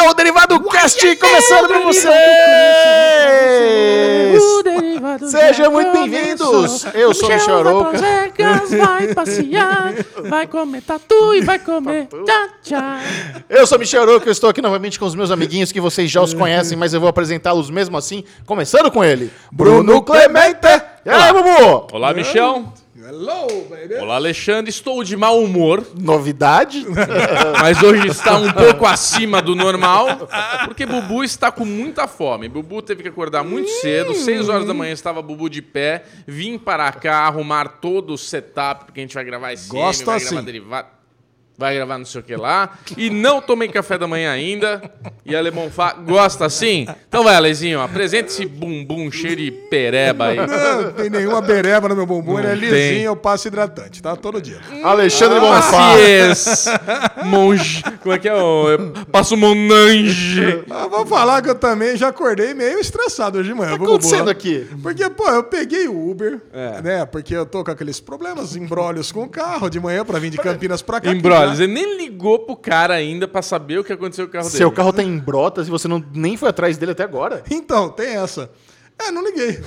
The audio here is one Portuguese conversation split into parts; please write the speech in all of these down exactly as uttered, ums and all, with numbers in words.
o Derivado Cast começando pra vocês! Sejam muito bem-vindos! Eu sou o Michel Arouca. Vai passear, vai comer tatu e vai comer tchá tchá. Eu sou o Michel Arouca, eu estou aqui novamente com os meus amiguinhos que vocês já os conhecem, mas eu vou apresentá-los mesmo assim, começando com ele, Bruno Clemente! E aí, Bubu? Olá, Michel. Hello, baby. Olá, Alexandre. Estou de mau humor, Novidade? mas hoje está um pouco acima do normal, porque Bubu está com muita fome. Bubu teve que acordar muito cedo, seis horas da manhã estava Bubu de pé, vim para cá arrumar todo o setup, porque a gente vai gravar esse Gosto vai assim. gravar derivado, vai gravar não sei o que lá, e não tomei café da manhã ainda, e Ale Bonfá gosta assim? Então vai, Alezinho, apresenta esse bumbum cheio de pereba aí. Não tem nenhuma bereba no meu bumbum, Não ele é tem. lisinho, eu passo hidratante, tá? Todo dia. Alexandre Bonfá. Maciez, monge, como é que é? o- Eu passo monange. Ah, vou falar que eu também já acordei meio estressado hoje de manhã. O que Bubu. está acontecendo aqui? Porque, pô, eu peguei o Uber, É. né? Porque eu tô com aqueles problemas, embrólios com o carro de manhã pra vir de Campinas pra cá. Embrólios, ele nem ligou pro cara ainda pra saber o que aconteceu com o carro dele. Seu carro tá em brotas e você não, nem foi atrás dele até agora? Então, tem essa. É, não liguei.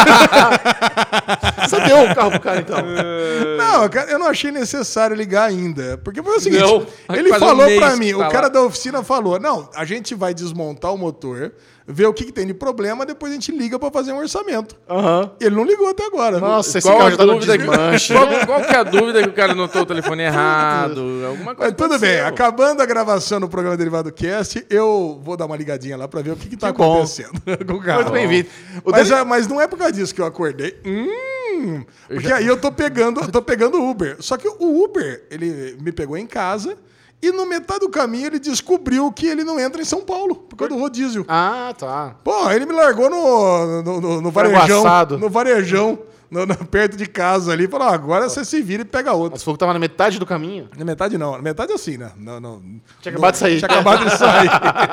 Você deu o carro pro cara, então? Não, cara, eu não achei necessário ligar ainda. Porque foi o seguinte, Não, ele faz um falou mês pra mim, que o tá cara lá. da oficina falou, não, a gente vai desmontar o motor, ver o que, que tem de problema, depois a gente liga pra fazer um orçamento. Aham. Ele não ligou até agora. Nossa, esse Qual carro a já tá no dúvida que- desmanche. Qual, qual que é a dúvida que o cara anotou o telefone errado? Alguma coisa Mas tudo bem, aconteceu. acabando a gravação do programa Derivado Cast, eu vou dar uma ligadinha lá pra ver o que, que tá Que bom. acontecendo com o carro. Muito bem-vindo. O Mas, Dani- é- mas não é por causa disso que eu acordei. Hum, porque aí eu tô pegando, eu tô pegando o Uber. Só que o Uber, ele me pegou em casa e no metade do caminho ele descobriu que ele não entra em São Paulo, por causa do rodízio. Ah, tá. Pô, ele me largou no, no, no, no Frango varejão. assado. No varejão, no- no- perto de casa ali. Falou, ah, agora você se vira e pega outro. Mas falou que tava na metade do caminho. Na metade não, na metade assim, né? Não, não, Tinha acabado de sair. Tinha acabado de sair.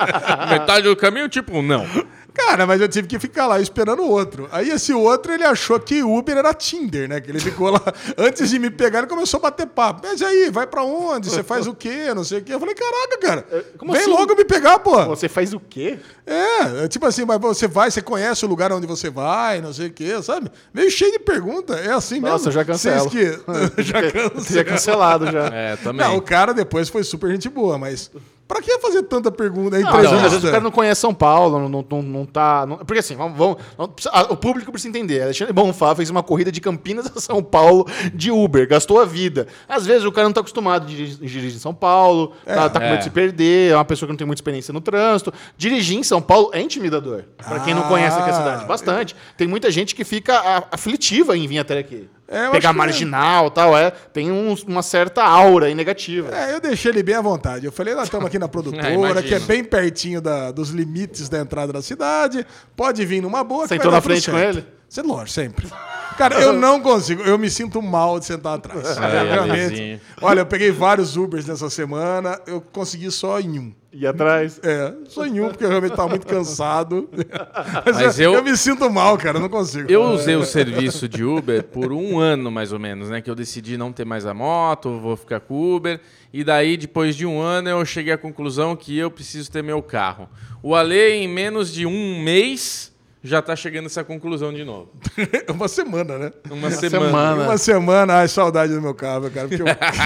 Metade do caminho, tipo, não. Cara, mas eu tive que ficar lá esperando o outro. Aí esse outro, ele achou que Uber era Tinder, né? Que ele ficou lá, antes de me pegar, ele começou a bater papo. Mas aí, vai pra onde? Você faz o quê? Não sei o quê. Eu falei, caraca, cara, como vem assim? logo me pegar, pô. Você faz o quê? É, é tipo assim, mas você vai, você conhece o lugar onde você vai, não sei o quê, sabe? Meio cheio de pergunta, é assim mesmo. Nossa, eu já cancelo. Vocês que... já Teria cancelo. cancelado já. É, também. Não, o cara depois foi super gente boa, mas pra que fazer tanta pergunta aí? Não, às, vezes, às vezes o entrevista? cara não conhece São Paulo, não, não, não, não tá... não- porque assim, vamos, vamos, vamos- a- o público precisa entender. Alexandre Bonfá fez uma corrida de Campinas a São Paulo de Uber, gastou a vida. Às vezes o cara não tá acostumado a dirigir, dirigir em São Paulo, tá, tá com medo É. de se perder, é uma pessoa que não tem muita experiência no trânsito. Dirigir em São Paulo é intimidador, pra quem não conhece aqui a cidade. Bastante. Tem muita gente que fica a- aflitiva em vir até aqui. É, eu Pegar acho que- marginal e tal, é. Tem um- uma certa aura aí negativa. É, eu deixei ele bem à vontade. Eu falei, nós estamos aqui na produtora, É, imagino. que é bem pertinho da- dos limites da entrada da cidade. Pode vir numa boa. que Sentou vai dar na tudo frente com certo. ele? Você, lógico, sempre. Cara, eu não consigo. Eu me sinto mal de sentar atrás. Ai, Realmente. Alezinho. Olha, eu peguei vários Ubers nessa semana. Eu consegui só em um. E atrás... É, só em um, porque eu realmente estava muito cansado. Mas, Mas eu, eu- eu me sinto mal, cara. Eu não consigo. Eu usei o serviço de Uber por um ano, mais ou menos, né? Que eu decidi não ter mais a moto, vou ficar com o Uber. E daí, depois de um ano, eu cheguei à conclusão que eu preciso ter meu carro. O Ale, em menos de um mês, já tá chegando a essa conclusão de novo. Uma semana, né? Uma semana. semana. Uma semana. Ai, saudade do meu carro, cara. Porque eu...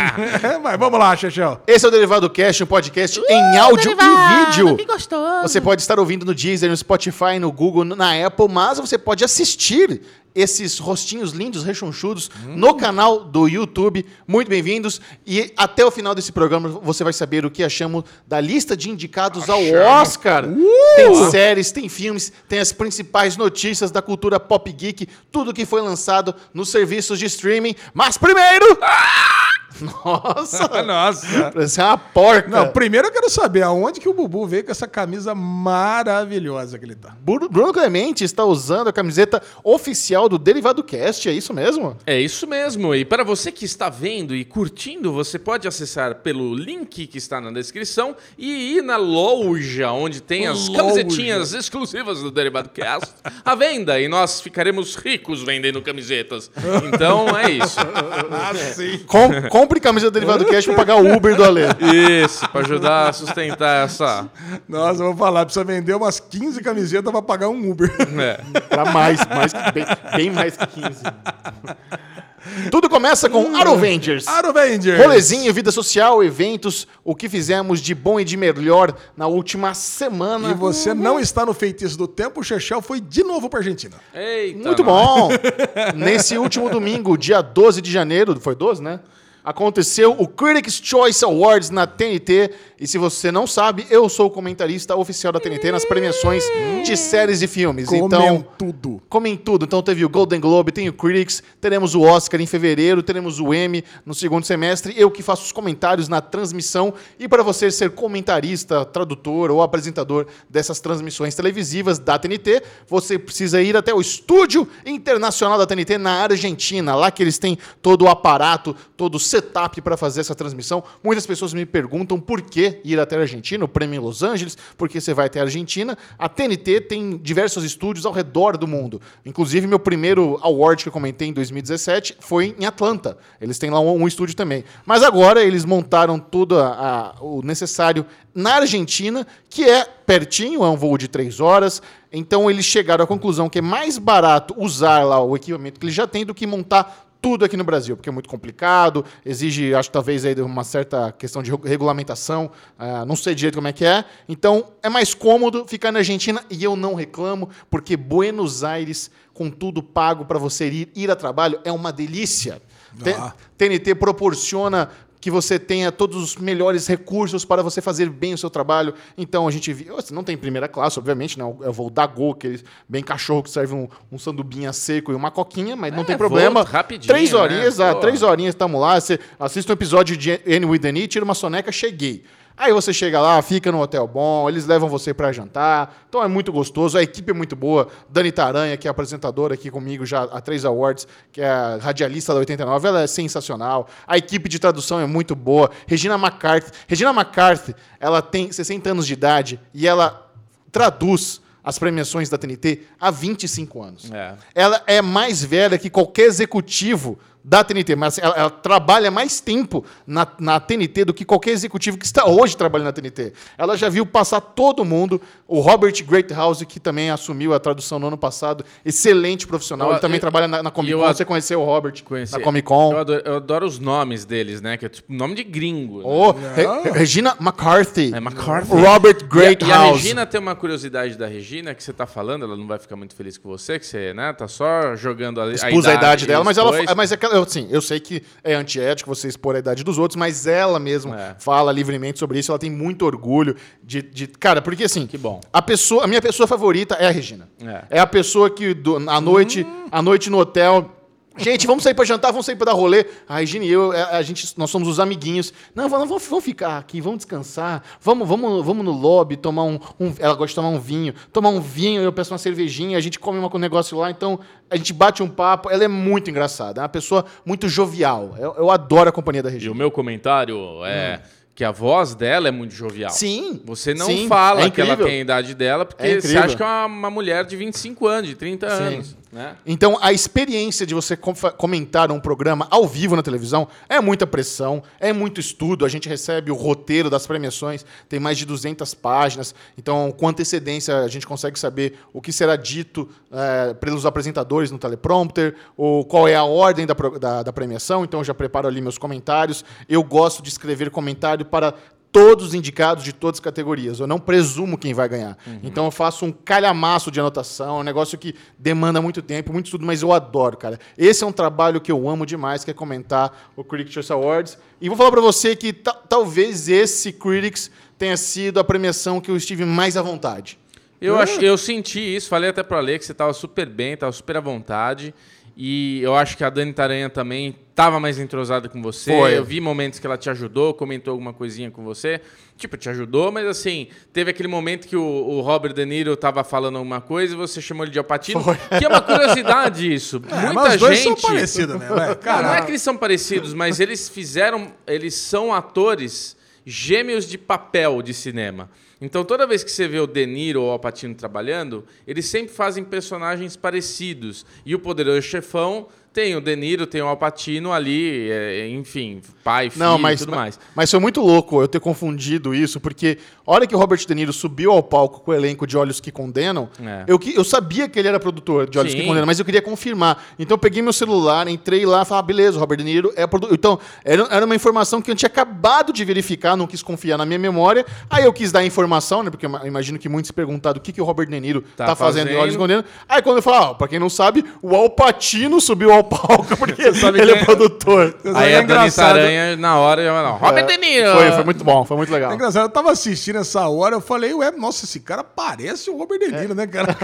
É, mas vamos lá, Chechel. Esse é o Derivado Cast, um podcast em áudio e vídeo. Que gostoso. Você pode estar ouvindo no Deezer, no Spotify, no Google, na Apple, mas você pode assistir esses rostinhos lindos, rechonchudos, no canal do YouTube. Muito bem-vindos. E até o final desse programa você vai saber o que achamos da lista de indicados ao Oscar. Tem séries, tem filmes, tem as principais notícias da cultura pop geek, tudo que foi lançado nos serviços de streaming. Mas primeiro... Nossa! Nossa. Parece uma porca. Não, primeiro eu quero saber aonde que o Bubu veio com essa camisa maravilhosa que ele tá. Bruno Bruno Clemente está usando a camiseta oficial do Derivado Cast, é isso mesmo? É isso mesmo. E para você que está vendo e curtindo, você pode acessar pelo link que está na descrição e ir na loja, onde tem as Loja. camisetinhas exclusivas do Derivado Cast à venda. E nós ficaremos ricos vendendo camisetas. Então é isso. Ah, sim. Com, compre camisa do Derivado Cast pra pagar o Uber do Ale. Isso, pra ajudar a sustentar essa... Nossa, eu vou falar, precisa vender umas quinze camisetas pra pagar um Uber. É. Pra mais, mais que- bem, bem mais que quinze. Tudo começa com Arovengers. Arovengers! Rolezinho, vida social, eventos, o que fizemos de bom e de melhor na última semana. E você não está no feitiço do tempo, o Chechel foi de novo pra Argentina. Eita, Muito nós. bom. Nesse último domingo, dia doze de janeiro, foi doze, né? Aconteceu o Critics' Choice Awards na T N T. E se você não sabe, eu sou o comentarista oficial da T N T nas premiações de séries e filmes. Comem Então, tudo. comem tudo. Então teve o Golden Globe, tem o Critics, teremos o Oscar em fevereiro, teremos o Emmy no segundo semestre. Eu que faço os comentários na transmissão. E para você ser comentarista, tradutor ou apresentador dessas transmissões televisivas da T N T, você precisa ir até o Estúdio Internacional da T N T na Argentina. Lá que eles têm todo o aparato, todo o setup para fazer essa transmissão. Muitas pessoas me perguntam por que ir até a Argentina, o prêmio em Los Angeles, porque você vai até a Argentina. A T N T tem diversos estúdios ao redor do mundo. Inclusive, meu primeiro award que eu comentei em dois mil e dezessete foi em Atlanta. Eles têm lá um, um estúdio também. Mas agora eles montaram tudo a, a, o necessário na Argentina, que é pertinho, é um voo de três horas. Então eles chegaram à conclusão que é mais barato usar lá o equipamento que eles já têm do que montar tudo aqui no Brasil, porque é muito complicado, exige, acho talvez, aí uma certa questão de regulamentação, uh, não sei direito como é que é. Então, é mais cômodo ficar na Argentina, e eu não reclamo, porque Buenos Aires, com tudo pago para você ir, ir a trabalho, é uma delícia. Ah. T N T proporciona que você tenha todos os melhores recursos para você fazer bem o seu trabalho. Então, a gente viu... Não tem primeira classe, obviamente, né? É o voo da Gol, aquele bem cachorro que serve um, um sandubinha seco e uma coquinha, mas não É, tem problema. voo rapidinho, Três né? horinhas, ah, Pô. três horinhas, estamos lá. Você assiste um episódio de Annie with the Knee, tira uma soneca, cheguei. Aí você chega lá, fica no hotel bom, eles levam você para jantar. Então é muito gostoso, a equipe é muito boa. Dani Taranha, que é apresentadora aqui comigo já há três awards, que é a radialista da oitenta e nove, ela é sensacional. A equipe de tradução é muito boa. Regina McCarthy. Regina McCarthy, ela tem sessenta anos de idade e ela traduz as premiações da T N T há vinte e cinco anos. É. Ela é mais velha que qualquer executivo da T N T, mas ela, ela trabalha mais tempo na, na T N T do que qualquer executivo que está hoje trabalhando na T N T. Ela já viu passar todo mundo. O Robert Greathouse, que também assumiu a tradução no ano passado, excelente profissional. Eu- Ele também eu- trabalha na, na Comic eu Con. ad- Você conheceu o Robert Conheci. na Comic Con. Eu adoro, eu adoro os nomes deles, né? Que é tipo nome de gringo. Né? Oh, Re- Regina McCarthy. É McCarthy. Robert E a, e a Greathouse. Regina tem uma curiosidade da Regina que você tá falando, ela não vai ficar muito feliz com você, que você, né, tá só jogando a, Expus a idade dela, mas ela, expôs. mas é que- eu, sim, eu sei que é antiético você expor a idade dos outros, mas ela mesma É. fala livremente sobre isso, ela tem muito orgulho de, de cara, porque assim, Que bom. a pessoa, a minha pessoa favorita é a Regina. É. É a pessoa que do, à noite, à noite no hotel, gente, vamos sair pra jantar, vamos sair pra dar rolê. A Regina e eu, a, a gente, nós somos os amiguinhos. Não, vamos, vamos, vamos ficar aqui, vamos descansar. Vamos, vamos, vamos no lobby tomar um, um... Ela gosta de tomar um vinho. Tomar um vinho, eu peço uma cervejinha, a gente come um negócio lá, então a gente bate um papo. Ela é muito engraçada, é uma pessoa muito jovial. Eu, eu adoro a companhia da E Regina. o meu comentário é que a voz dela é muito jovial. Sim. Você não sim, fala é que ela incrível. tem a idade dela, porque É você incrível. acha que é uma, uma mulher de vinte e cinco anos, de trinta anos. Né? Então, a experiência de você com- comentar um programa ao vivo na televisão é muita pressão, é muito estudo. A gente recebe o roteiro das premiações, tem mais de duzentas páginas. Então, com antecedência, a gente consegue saber o que será dito é, pelos apresentadores no teleprompter, ou qual é a ordem da, pro- da, da premiação. Então, eu já preparo ali meus comentários. Eu gosto de escrever comentário para todos os indicados de todas as categorias. Eu não presumo quem vai ganhar. Uhum. Então eu faço um calhamaço de anotação, é um negócio que demanda muito tempo, muito estudo, mas eu adoro, cara. Esse é um trabalho que eu amo demais, que é comentar o Critics' Choice Awards. E vou falar pra você que ta- talvez esse Critics tenha sido a premiação que eu estive mais à vontade. Eu, ach, eu senti isso, falei até pra Lê que você tava super bem, tava super à vontade. E eu acho que a Dani Taranha também estava mais entrosada com você. Foi. Eu vi momentos que ela te ajudou, comentou alguma coisinha com você. Tipo, te ajudou, mas assim, teve aquele momento que o, o Robert De Niro tava falando alguma coisa e você chamou ele de Al Pacino. Foi. Que é uma curiosidade isso. É, Muita mas os dois gente... são parecidos, né? velho? Não, não é Cara, que eles são parecidos, mas eles fizeram... Eles são atores gêmeos de papel de cinema. Então, toda vez que você vê o De Niro ou o Al Pacino trabalhando, eles sempre fazem personagens parecidos. E o Poderoso Chefão tem o De Niro, tem o Al Pacino ali, é, enfim, pai, filho Não, mas, e tudo mas, mais. mas foi muito louco eu ter confundido isso, porque a hora que o Robert De Niro subiu ao palco com o elenco de Olhos que Condenam, É. eu, que- eu sabia que ele era produtor de Olhos Sim. que Condenam, mas eu queria confirmar. Então eu peguei meu celular, entrei lá e falei, ah, beleza, o Robert De Niro é produtor. Então, era, era uma informação que eu tinha acabado de verificar, não quis confiar na minha memória. Aí eu quis dar a informação, né? Porque eu imagino que muitos se perguntaram o que, que o Robert De Niro tá, Tá fazendo em fazendo. Olhos que Condenam. Aí quando eu falo, ah, pra quem não sabe, o Al Pacino subiu ao palco porque sabe ele que- é produtor. Aí é a Dani engraçado. Taranha, na hora, já falou, Robert De Niro! Foi, foi muito bom, foi muito legal. É engraçado, eu tava assistindo essa hora, eu falei, ué, nossa, esse cara parece o Robert De Niro, né, cara?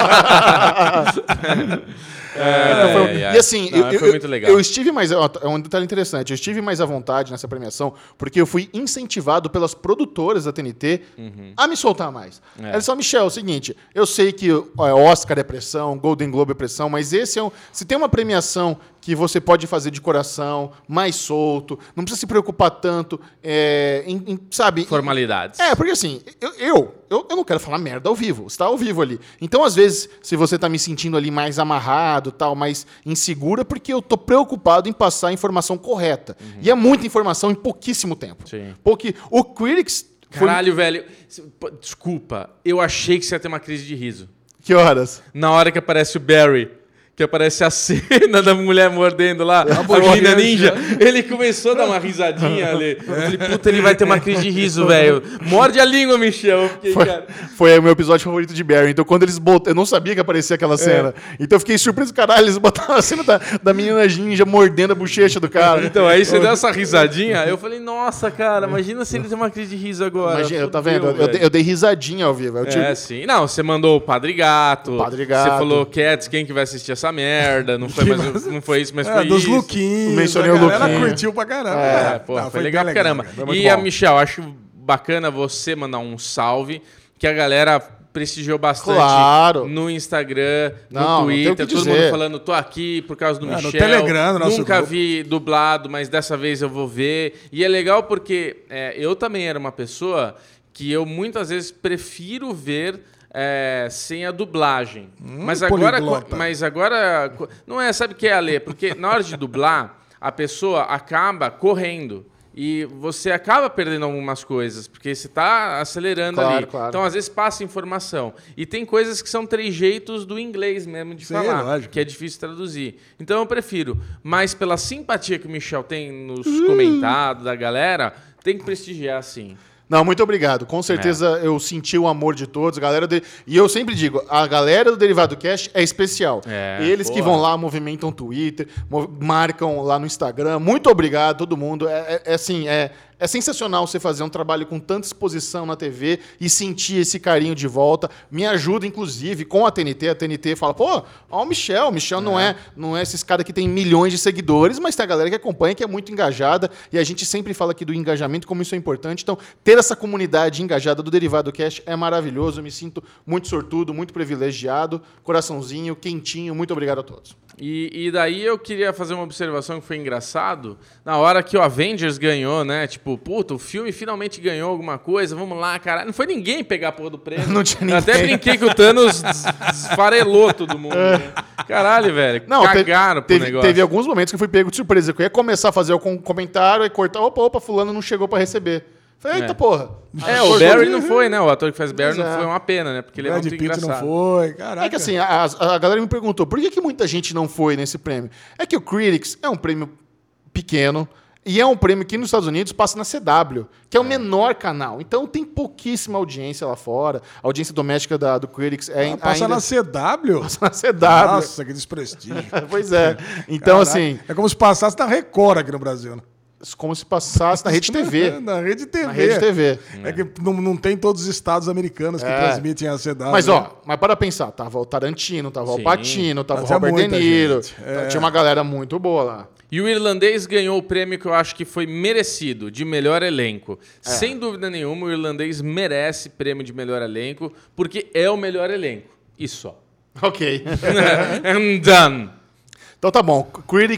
Então foi- Ai, ai. E assim, Não, eu, foi eu- muito legal. eu estive mais. ó, É um detalhe interessante. Eu estive mais à vontade nessa premiação porque eu fui incentivado pelas produtoras da T N T a me soltar mais. É. Eles falaram, Michel, é o seguinte: eu sei que ó, Oscar é pressão, Golden Globe é pressão, mas esse é um. Se tem uma premiação que você pode fazer de coração, mais solto, não precisa se preocupar tanto, é, em, em, sabe? Formalidades. É, porque assim, eu, eu, eu, eu não quero falar merda ao vivo. Você tá ao vivo ali. Então, às vezes, se você tá me sentindo ali mais amarrado, tal, mais inseguro, é porque eu tô preocupado em passar a informação correta. E é muita informação em pouquíssimo tempo. Sim. Porque o Critics foi... Caralho, velho. Pô, desculpa, eu achei que você ia ter uma crise de riso. Que horas? Na hora que aparece o Barry, que aparece a cena da mulher mordendo lá, a menina ninja, ele começou a dar uma risadinha ali. Eu falei, puta, ele vai ter uma crise de riso, velho. Morde a língua, Michel. Eu fiquei, Foi, cara... foi o meu episódio favorito de Barry. Então, quando eles botam... Eu não sabia que aparecia aquela cena. Então, eu fiquei surpreso. Caralho, eles botaram a cena da, da menina ninja mordendo a bochecha do cara. Então, aí você deu essa risadinha, eu falei, nossa, cara, imagina se ele tem uma crise de riso agora. Imagina, tá Fudeu, vendo? Eu, velho. dei- eu dei risadinha ao vivo. Eu, tipo, É, sim. Não, você mandou o Padre Gato. O Padre Gato. Você falou, Cats, quem que vai assistir essa merda? Não foi, mais, não foi isso, mas É, foi dos isso. Luquinhos, Mencionei a o galera Luquinho. curtiu pra caramba. É, pô, Tá, foi, legal bem pra caramba. Foi muito E a bom. Michel, acho bacana você mandar um salve, que a galera prestigiou bastante Claro. no Instagram, Não, no não tem o Twitter, que todo dizer. mundo falando, tô aqui por causa do É, no Michel. Telegram, no nosso Nunca grupo. vi dublado, mas dessa vez eu vou ver. E é legal porque é, eu também era uma pessoa que eu muitas vezes prefiro ver é, sem a dublagem. mas, agora, poliglota. mas agora... Não é, sabe o que é, Ale? Porque na hora de dublar, a pessoa acaba correndo. E você acaba perdendo algumas coisas, porque você está acelerando Claro, ali. claro. Então, às vezes, passa informação. E tem coisas que são trejeitos do inglês mesmo de Sim, falar, lógico. que é difícil traduzir. Então, eu prefiro. Mas pela simpatia que o Michel tem nos comentados da galera, tem que prestigiar, sim. Não, muito obrigado. Com certeza É. eu senti o amor de todos. A galera de... E eu sempre digo, a galera do Derivado Cast é especial. É, Eles que porra. vão lá, movimentam o Twitter, mov- marcam lá no Instagram. Muito obrigado, todo mundo. É, é- é assim, é, é sensacional você fazer um trabalho com tanta exposição na T V e sentir esse carinho de volta. Me ajuda, inclusive, com a T N T. A T N T fala, pô, ó o Michel. O Michel não, é, não é esses caras que tem milhões de seguidores, mas tem a galera que acompanha, que é muito engajada. E a gente sempre fala aqui do engajamento, como isso é importante. Então, ter essa comunidade engajada do Derivado Cast é maravilhoso. Eu me sinto muito sortudo, muito privilegiado. Coraçãozinho, quentinho. Muito obrigado a todos. E, e daí eu queria fazer uma observação que foi engraçado. Na hora que o Avengers ganhou, né? Tipo, puta, o filme finalmente ganhou alguma coisa. Vamos lá, caralho. Não foi ninguém pegar a porra do prêmio. Não tinha Eu até ninguém. brinquei que o Thanos des- desfarelou todo mundo. Né? Caralho, velho. Não, te- Cagaram pro teve, negócio. teve alguns momentos que eu fui pego de surpresa. Que eu ia começar a fazer algum comentário e cortar. Opa, opa, fulano não chegou pra receber. Falei, eita É. porra. É, o Barry não foi, né? O ator que faz Barry Pois não é. foi uma pena, né? Porque ele é Brad muito Pitt engraçado. não foi, caraca. É que assim, a, a galera me perguntou, por que, que muita gente não foi nesse prêmio? É que o Critics é um prêmio pequeno e é um prêmio que nos Estados Unidos passa na C W, que é o menor canal. Então tem pouquíssima audiência lá fora. A audiência doméstica da, do Critics é Ah, passa ainda... na C W? Passa na C W. Nossa, que desprestígio. Pois é. Então, Caraca. assim, É como se passasse na Record aqui no Brasil, né? como se passasse na Rede T V. Na Rede T V. Na Rede T V. É que não, não tem todos os estados americanos que É. transmitem a C W. Mas, né? ó, mas para pensar, tava o Tarantino, tava Sim. o Patino, tava o Fazia Robert De muita Niro. gente. É. Tinha uma galera muito boa lá. E o irlandês ganhou o prêmio que eu acho que foi merecido, de melhor elenco. É. Sem dúvida nenhuma, o irlandês merece prêmio de melhor elenco, porque é o melhor elenco. E só. Ok. I'm done. Então tá bom. Critics,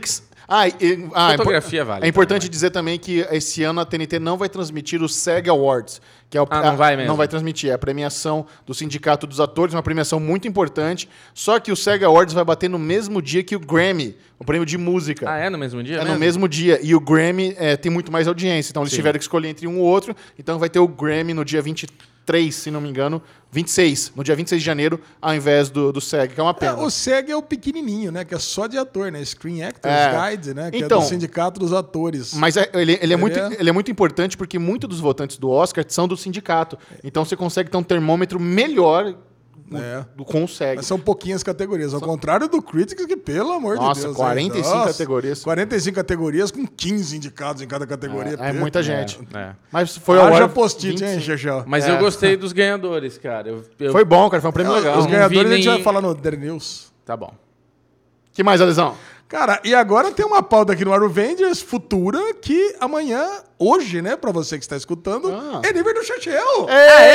Ah, e, ah, Fotografia é, vale É importante também. dizer também que esse ano a T N T não vai transmitir o SAG Awards, que é o, Ah, não a- vai mesmo? Não vai transmitir, é a premiação do Sindicato dos Atores, uma premiação muito importante, só que o SAG Awards vai bater no mesmo dia que o Grammy, o prêmio de música. Ah, é no mesmo dia É mesmo? no mesmo dia. E o Grammy é, tem muito mais audiência. Então eles Sim. tiveram que escolher entre um ou outro. Então vai ter o Grammy no dia vinte e três, se não me engano. vinte e seis. No dia vinte e seis de janeiro, ao invés do, do SAG, que é uma É, pena. o SAG é o pequenininho, né? Que é só de ator, né? Screen Actors É. Guide, né? Que Então, é do Sindicato dos Atores. Mas é- ele, ele é muito, é- ele é muito importante porque muitos dos votantes do Oscar são do sindicato. Então você consegue ter um termômetro melhor É. do, com o SAG. Mas são pouquinhas categorias. Ao contrário do Critics, que, pelo amor Nossa, de Deus. quarenta e cinco Nossa, categorias. quarenta e cinco categorias com quinze indicados em cada categoria. É, é muita gente. É. Mas foi o Haja award post-it, hein, vinte e cinco. Xexel? Mas É. eu gostei dos ganhadores, cara. Eu, eu- Foi bom, cara. Foi um prêmio legal. Os não ganhadores vi a gente nem- vai falar no The News. Tá bom. que mais, Alisão? Cara, e agora tem uma pauta aqui no Aruvengers futura que amanhã, hoje, né, pra você que está escutando, Ah. é nível do Xexel.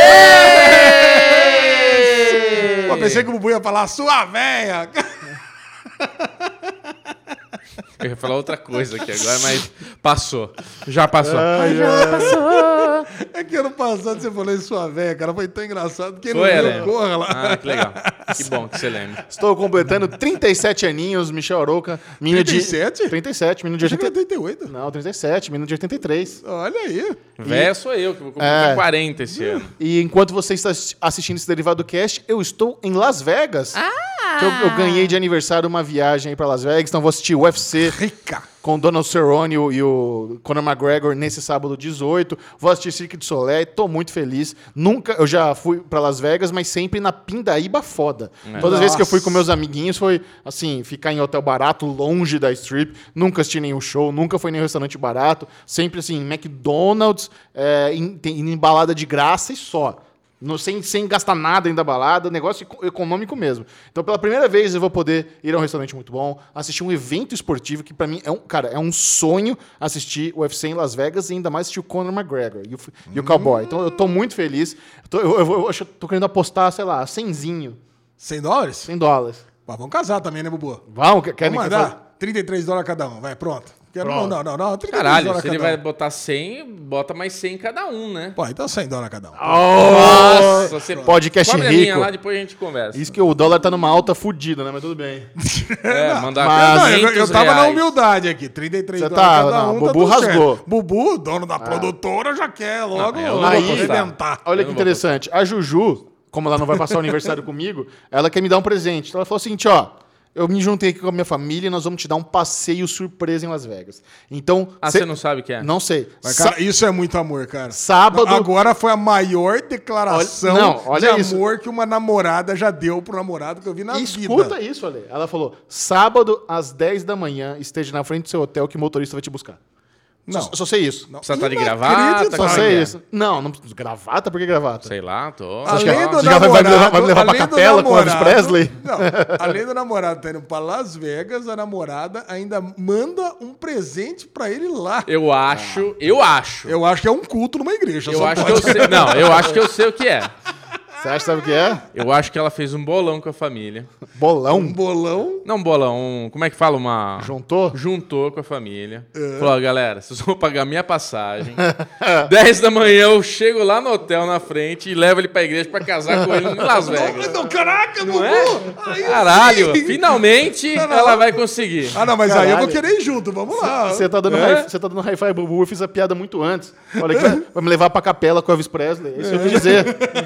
Pô, pensei que o Bubu ia falar sua véia. Eu ia falar outra coisa aqui agora, mas passou. Já passou. Mas já passou. É que ano passado você falou em sua véia, cara. Foi tão engraçado. Quem Foi, não viu, Helena? corra lá. Ah, que legal. Que bom que você lembra. Estou completando trinta e sete aninhos, Michel Arouca. Menino trinta e sete? De... trinta e sete, menino de Achei que era oitenta... oitenta e oito. Não, trinta e sete, menino de oitenta e três. Olha aí. Véia sou eu, que vou completar É. quarenta esse ano. E enquanto você está assistindo esse Derivado Cast, eu estou em Las Vegas. Ah! Eu, eu ganhei de aniversário uma viagem aí para Las Vegas, então vou assistir o U F C Rica. com o Donald Cerrone e o, e o Conor McGregor nesse sábado dezoito. Vou assistir Cirque du Soleil, tô muito feliz. Nunca, eu já fui para Las Vegas, mas sempre na pindaíba foda. É. Todas as vezes que eu fui Nossa. com meus amiguinhos foi, assim, ficar em hotel barato, longe da strip. Nunca assisti nenhum show, nunca fui em nenhum restaurante barato. Sempre, assim, McDonald's, é, em, tem- em balada de graça e só. No- sem, sem gastar nada dentro da balada, negócio eco- econômico mesmo. Então, pela primeira vez, eu vou poder ir a um restaurante muito bom, assistir um evento esportivo que, pra mim, é um, cara, é um sonho assistir o U F C em Las Vegas e ainda mais assistir o Conor McGregor e o, f- e o Cowboy. Então, eu tô muito feliz. Eu, tô, eu, eu, eu acho que eu tô querendo apostar, sei lá, cenzinho, cem dólares? cem dólares. Mas vamos casar também, né, Bubu? Vamos, que- querem Vamos que eu mandar trinta e três dólares cada um. Vai, pronto. Quero, Pronto. Não, não, não. trinta e três Caralho, dólares se ele cada vai um. botar cem, bota mais cem cada um, né? Pô, então cem dólares cada um. Nossa, você podcast cobre a linha rico. lá, depois a gente conversa. Isso que o dólar tá numa alta fudida, né? Mas tudo bem. É, mandar mas- Não, eu, eu quinhentos tava na reais. humildade aqui. trinta e três Você dólares tá- cada não, um. Bubu tudo rasgou. certo. Bubu, dono da produtora, já quer logo, eu não logo vou apostar. arrebentar. Olha Eu que não vou interessante. A Juju, como ela não vai passar o aniversário comigo, ela quer me dar um presente. Então ela falou o seguinte, ó. Eu me juntei aqui com a minha família e nós vamos te dar um passeio surpresa em Las Vegas. Então... Ah, cê- você não sabe o que é? Não sei. Mas, Sa- cara, isso é muito amor, cara. Sábado- Agora foi a maior declaração Olha- não, olha de isso. amor que uma namorada já deu pro namorado que eu vi na Escuta vida. isso, Ale. Ela falou, sábado às dez da manhã, esteja na frente do seu hotel que o motorista vai te buscar. Não. Só, só sei isso. Não. Precisa estar de Inacreditável. gravata? Só como é sei que é? isso. Não, não gravata? Por que gravata? Sei lá, tô. acha que- Além do você já vai- vai me levar- vai me levar pra além do capela com o Elvis Presley? Não, além do namorado tá indo pra Las Vegas, a namorada ainda manda um presente pra ele lá. Eu acho, eu acho. Eu acho que é um culto numa igreja. Eu só acho que pode. eu sei. Não, eu acho que eu sei o que é. Você acha que sabe o que é? Eu acho que ela fez um bolão com a família. Bolão? Um bolão. Não um bolão, um, como é que fala? Uma. Juntou? Juntou com a família. Falou, ó, galera, vocês vão pagar minha passagem. dez da manhã eu chego lá no hotel na frente e levo ele pra igreja pra casar com ele em Las Vegas. Não, caraca, Não Bubu! é? Aí Caralho, sim. finalmente Não, não. ela vai conseguir. Ah, não, mas aí eu vou Caralho. querer ir junto, vamos lá. Você tá dando É? hi- você tá dando hi-fi bubu, eu fiz a piada muito antes. Olha aqui, vai me levar pra capela com o Elvis Presley. É isso que eu quis dizer.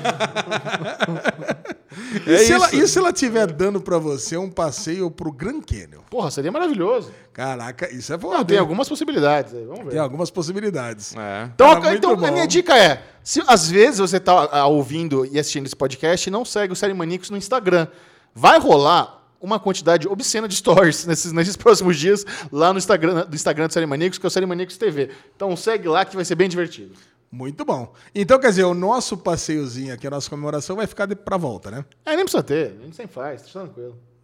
E, É se ela, isso. e se ela estiver dando pra você um passeio pro Grand Canyon? Porra, seria maravilhoso. Caraca, isso é foda. Não, tem hein? algumas possibilidades aí, vamos Tem ver. algumas possibilidades. É. Então, Cara, muito então bom. a minha dica é, se às vezes você tá ah, ouvindo e assistindo esse podcast e não segue o Série Maníacos no Instagram, vai rolar uma quantidade obscena de stories nesses, nesses próximos dias lá no Instagram do Instagram do Série Maníacos, que é o Série Maníacos T V. Então segue lá que vai ser bem divertido. Muito bom. Então, quer dizer, o nosso passeiozinho aqui, a nossa comemoração vai ficar de, pra volta, né? É, nem precisa ter, a gente sempre faz, tá tranquilo.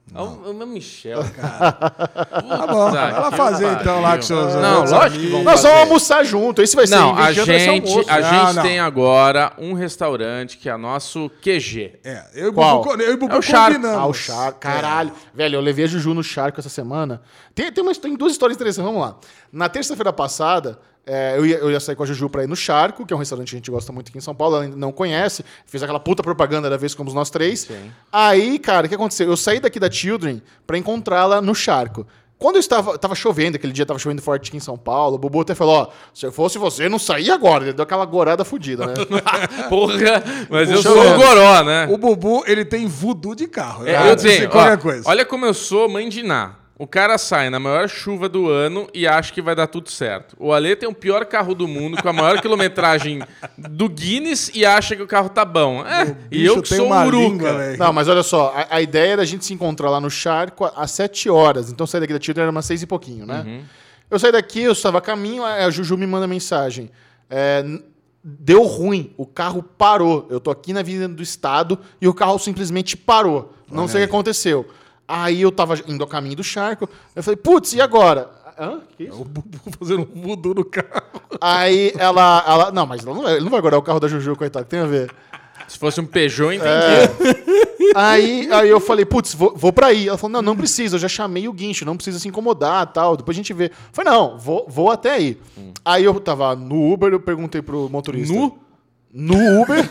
É o meu Michel, cara. Tá bom, vai lá fazer então lá com seus Não, outros lógico que amigos. vão Nós fazer. vamos almoçar junto. Esse vai ser Não, em a vez de janta, vai ser gente, almoço. a Não, gente não. tem agora um restaurante que é nosso Q G. É, eu e o Qual? Bubu, eu e o Bubu É o Charco. combinamos. Ah, o Charco. Caralho. Velho, eu levei a Juju no Charco essa semana. Tem, tem, uma, tem duas histórias interessantes. Vamos lá. Na terça-feira passada, é, eu, ia, eu ia sair com a Juju pra ir no Charco, que é um restaurante que a gente gosta muito aqui em São Paulo. Ela ainda não conhece. Fiz aquela puta propaganda da vez como nós três. Sim. Aí, cara, o que aconteceu? Eu saí daqui da Children pra encontrá-la no Charco. Quando eu estava... Tava chovendo, aquele dia tava chovendo forte aqui em São Paulo. O Bubu até falou, ó, se eu fosse você, não saía agora. Ele deu aquela gorada fodida, né? Porra, mas eu Puxa, sou eu- o goró, né? O Bubu, ele tem voodoo de carro. É, Cara, eu não sei tenho. qualquer Ó, coisa. olha como eu sou mãe de Ná. O cara sai na maior chuva do ano e acha que vai dar tudo certo. O Ale tem o pior carro do mundo, com a maior quilometragem do Guinness e acha que o carro tá bom. É, e Bicho eu que tem sou uma um língua, uruca. velho. Não, mas olha só, a, a ideia era a gente se encontrar lá no Charco às sete horas. Então sair daqui da Children era umas seis e pouquinho, né? Uhum. Eu saí daqui, eu estava a caminho, a Juju me manda mensagem. É, n- deu ruim, o carro parou. Eu tô aqui na Avenida do Estado e o carro simplesmente parou. Não Olha sei o aí. que aconteceu. Aí eu tava indo ao caminho do Charco, eu falei, putz, e agora? Hã? Que isso? O Bubu fazendo um voodoo no carro. Aí ela, ela. Não, mas ela não vai, ele não vai guardar o carro da Juju, coitado, tem a ver. Se fosse um Peugeot, eu entendi. Aí, aí eu falei, putz, vou, vou pra aí. Ela falou, não, não precisa, eu já chamei o guincho, não precisa se incomodar tal, depois a gente vê. Eu falei, não, vou, vou até aí. Hum. Aí eu tava no Uber, eu perguntei pro motorista. Nu? No Uber?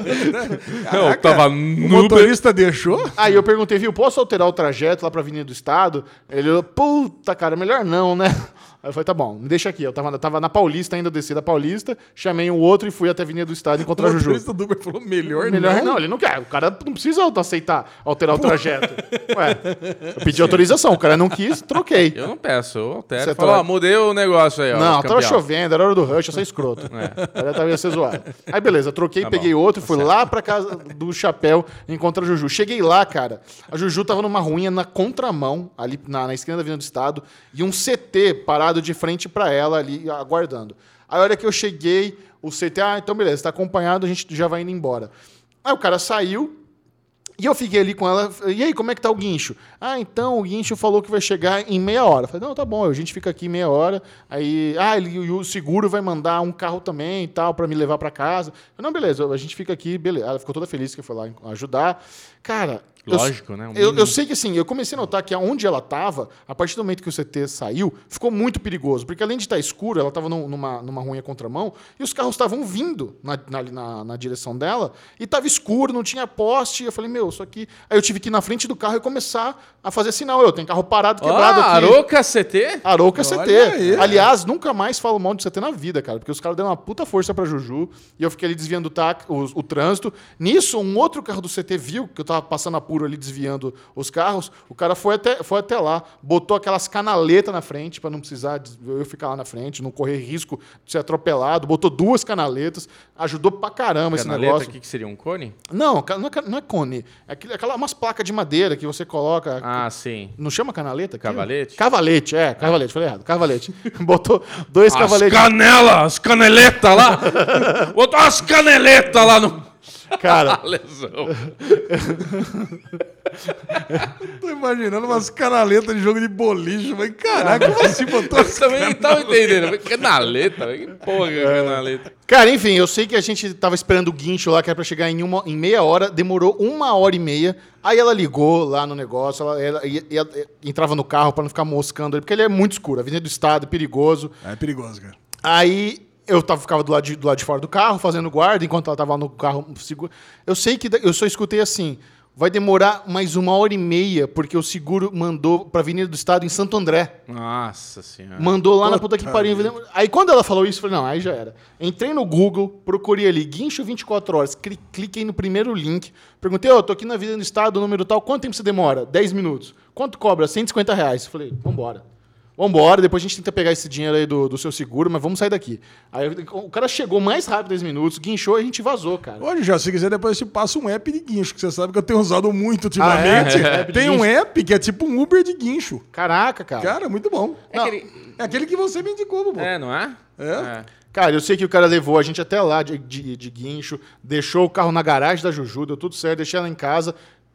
Eu tava O no motorista deixou? Aí eu perguntei, viu, posso alterar o trajeto lá pra Avenida do Estado? Ele falou, puta, cara, melhor não, né? Aí eu falei, tá bom, me deixa aqui. Eu tava, eu tava na Paulista ainda, eu desci da Paulista, chamei um outro e fui até a Avenida do Estado O encontrar a Juju. motorista do Uber falou, melhor, Melhor não. não. ele não quer. O cara não precisa aceitar alterar o trajeto. Ué, eu pedi autorização, o cara não quis, troquei. Eu não peço, eu altero. Você Falo, tá- ó, mudei o negócio aí, ó. Não, campeão. tava chovendo, era hora do rush, eu sou escroto. É. Era tava ia ser zoado. Aí beleza, troquei, Tá peguei bom, outro, tá fui certo. lá pra casa do Chapéu encontrar a Juju. Cheguei lá, cara, a Juju tava numa ruinha na contramão, ali na, na esquina da Avenida do Estado, e um C T parado de frente pra ela ali, aguardando. Aí a hora que eu cheguei, o C T, ah, então beleza, tá acompanhado, a gente já vai indo embora. Aí o cara saiu, e eu fiquei ali com ela, e aí, como é que tá o guincho? Ah, então, o guincho falou que vai chegar em meia hora. Eu falei, não, tá bom, a gente fica aqui meia hora, aí, ah, ele, o seguro vai mandar um carro também e tal, pra me levar pra casa. Eu falei, não, beleza, a gente fica aqui, beleza. Ela ficou toda feliz que eu fui lá ajudar. Cara... eu- Lógico, né? O Eu, mínimo. eu sei que assim, eu comecei a notar que onde ela estava, a partir do momento que o C T saiu, ficou muito perigoso. Porque além de estar escuro, ela estava numa, numa ruim contramão, e os carros estavam vindo na, na, na, na direção dela, e estava escuro, não tinha poste. Eu falei, meu, isso aqui. Aí eu tive que ir na frente do carro e começar a fazer sinal. Eu tenho carro parado, quebrado Ah, aqui. Aroca C T? Arouca Olha C T. aí. Aliás, nunca mais falo mal de C T na vida, cara, porque os caras deram uma puta força pra Juju e eu fiquei ali desviando o, tac, o, o trânsito. Nisso, um outro carro do C T viu que eu tava passando apuro ali desviando os carros. O cara foi até, foi até lá, botou aquelas canaletas na frente pra não precisar de eu ficar lá na frente, não correr risco de ser atropelado. Botou duas canaletas, ajudou pra caramba esse Canaleta, negócio. o que, que seria? Um cone? Não, ca- não é, ca- não é cone. É aquele- aquela, umas placas de madeira que você coloca. Ah, sim. Não chama canaleta? aquilo? Cavalete? Cavalete, é, cavalete, falei errado. Cavalete. Botou dois As cavaletes. canelas, as caneletas lá. Botou as caneletas lá no... Cara, Lesão. Tô imaginando umas canaletas de jogo de boliche. Mas caraca, como assim botou Eu também não tava entendendo. Canaleta? Que porra que é canaleta? cara, enfim, eu sei que a gente tava esperando o guincho lá, que era pra chegar em, uma, em meia hora, demorou uma hora e meia. Aí ela ligou lá no negócio, ela, ela ia- ia- entrava no carro pra não ficar moscando ali, porque ele é muito escuro, Avenida do Estado, é perigoso. É perigoso, cara. Aí eu tava, ficava do lado, de, do lado de fora do carro, fazendo guarda, enquanto ela tava lá no carro seguro. Eu sei que da- eu só escutei assim, vai demorar mais uma hora e meia, porque o seguro mandou pra Avenida do Estado em Santo André. Nossa senhora. Mandou lá na puta Puta que pariu. Aí quando ela falou isso, eu falei, não, aí já era. Entrei no Google, procurei ali, guincho vinte e quatro horas, cli- cliquei no primeiro link, perguntei, ó, tô aqui na Avenida do Estado, número tal, quanto tempo você demora? dez minutos. Quanto cobra? cento e cinquenta reais. Eu falei, vambora. Vambora, depois a gente tenta pegar esse dinheiro aí do, do seu seguro, mas vamos sair daqui. Aí o cara chegou mais rápido, dez minutos, guinchou e a gente vazou, cara. Hoje já, se quiser, depois eu te passo um app de guincho, que você sabe que eu tenho usado muito ultimamente. Ah, é? App de Tem um guincho? app que é tipo um Uber de guincho. Caraca, cara. Cara, muito bom. É Não. aquele... É aquele que você me indicou, Bubu. É, não é? É? Cara, eu sei que o cara levou a gente até lá de, de, de guincho, deixou o carro na garagem da Juju, deu tudo certo, deixei ela em casa.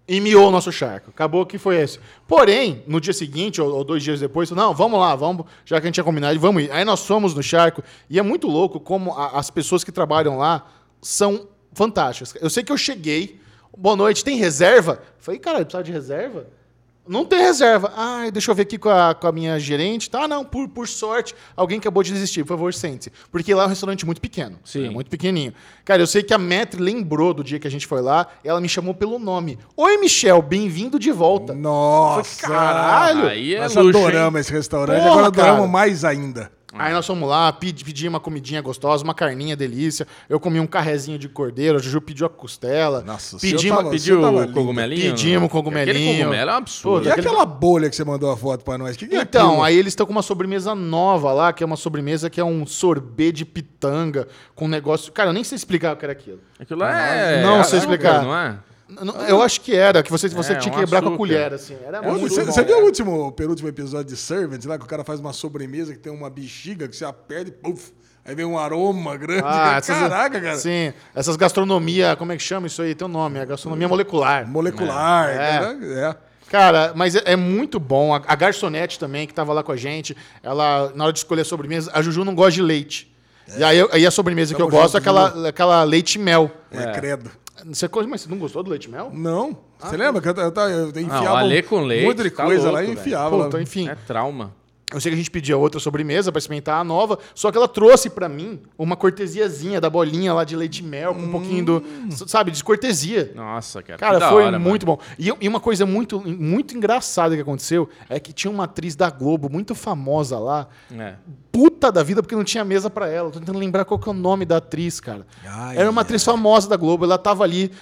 e miou o nosso charco. Acabou que foi esse. Porém, no dia seguinte, ou, ou dois dias depois, não, vamos lá, vamos, já que a gente tinha combinado, vamos ir. Aí nós fomos no charco, e é muito louco como a, as pessoas que trabalham lá são fantásticas. Eu sei que eu cheguei, boa noite, tem reserva? Falei, cara, precisa de reserva? Não tem reserva. Ah, deixa eu ver aqui com a, com a minha gerente. Tá, não, por, por sorte, alguém acabou de desistir. Por favor, sente-se. Porque lá é um restaurante muito pequeno. Sim. É muito pequenininho. Cara, eu sei que a Metri lembrou do dia que a gente foi lá. Ela me chamou pelo nome. Oi, Michel, bem-vindo de volta. Nossa! Caralho! Aí é Nós luxo, hein? adoramos esse restaurante, Porra, agora adoramos cara. mais ainda. Aí nós fomos lá, pedi, pedi uma comidinha gostosa, uma carninha delícia. Eu comi um carrezinho de cordeiro, a Juju pediu a costela. Nossa, pedimos, eu tava- Pediu Você tava o lindo. cogumelinho? Pedimos não? cogumelinho. Aquele cogumelo é um absurdo. E Aquele- aquela bolha que você mandou a foto pra nós? Que que é Então, aquilo? aí eles estão com uma sobremesa nova lá, que é uma sobremesa que é um sorbet de pitanga, com um negócio... Cara, eu nem sei explicar o que era aquilo. Aquilo lá é... Não é sei açúcar, explicar. Não é? Não, eu acho que era, que você, você É, tinha que um quebrar com a açúcar. colher, assim. Era Ô, muito você, bom. você viu o último, o penúltimo episódio de Servant, lá que o cara faz uma sobremesa que tem uma bexiga que você aperta e puf, aí vem um aroma grande. Ah, essas- Caraca, cara. Sim, essas gastronomia, como é que chama isso aí? Tem um nome, é gastronomia molecular. Molecular. É. cara, é. Cara, mas é, é muito bom. A, a garçonete também, que tava lá com a gente, ela, na hora de escolher a sobremesa, a Juju não gosta de leite. E aí, eu- aí a sobremesa que eu Tamo gosto é junto, aquela, aquela leite mel. É, É. credo. Você, co- mas você não gostou do leite mel? Não. Você lembra que eu, eu, eu, eu enfiava o Alê com leite, um monte de tá coisa lá louco, e velho. enfiava Pô, lá. então, enfim. É trauma. Eu sei que a gente pedia outra sobremesa pra experimentar a nova, só que ela trouxe pra mim uma cortesiazinha da bolinha lá de leite mel, com um pouquinho do, sabe, de cortesia. Nossa, cara. Cara, que da foi hora, muito mano. bom. E, e uma coisa muito, muito engraçada que aconteceu é que tinha uma atriz da Globo muito famosa lá, É. puta da vida, porque não tinha mesa pra ela. Tô tentando lembrar qual que é o nome da atriz, cara. Ai, Era uma atriz famosa da Globo, ela tava ali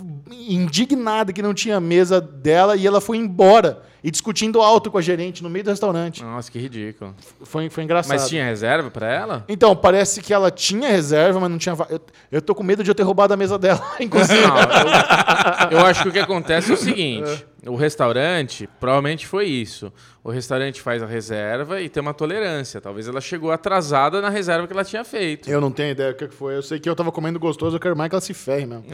indignada que não tinha mesa dela e ela foi embora e discutindo alto com a gerente no meio do restaurante. Nossa, que ridículo. Foi, foi engraçado. Mas tinha reserva pra ela? Então, parece que ela tinha reserva, mas não tinha... va- Eu, eu tô com medo de eu ter roubado a mesa dela, inclusive. Não, eu, eu acho que o que acontece é o seguinte: o restaurante, provavelmente foi isso. O restaurante faz a reserva e tem uma tolerância. Talvez ela chegou atrasada na reserva que ela tinha feito. Eu não tenho ideia do que que foi. Eu sei que eu tava comendo gostoso, eu quero mais que ela se ferre mesmo.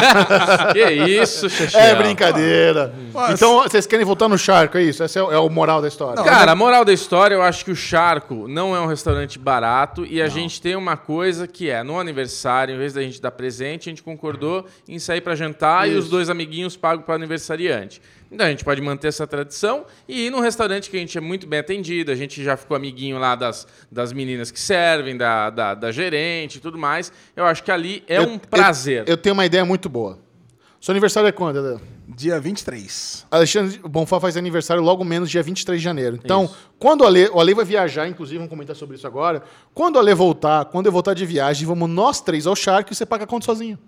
É. Que isso, Xaxé. É brincadeira. Mas- Então, vocês querem voltar no charco, é isso? Esse é o, é o moral da história. Cara, a moral da história, eu acho que o Charco não é um restaurante barato e a gente tem uma coisa que é, no aniversário, em vez da gente dar presente, a gente concordou em sair pra jantar e os dois amiguinhos pagam pro aniversariante. Então a gente pode manter essa tradição e ir num restaurante que a gente é muito bem atendido, a gente já ficou amiguinho lá das, das meninas que servem, da, da, da gerente e tudo mais. Eu acho que ali é Eu- um prazer. Eu, eu tenho uma ideia muito boa. Seu aniversário é quando, Adel? Dia vinte e três. Alexandre Bonfá faz aniversário logo menos dia vinte e três de janeiro. Então, Isso. quando o Ale, o Ale vai viajar, inclusive, vamos comentar sobre isso agora. Quando o Ale voltar, quando eu voltar de viagem, vamos nós três ao Charco e você paga a conta sozinho.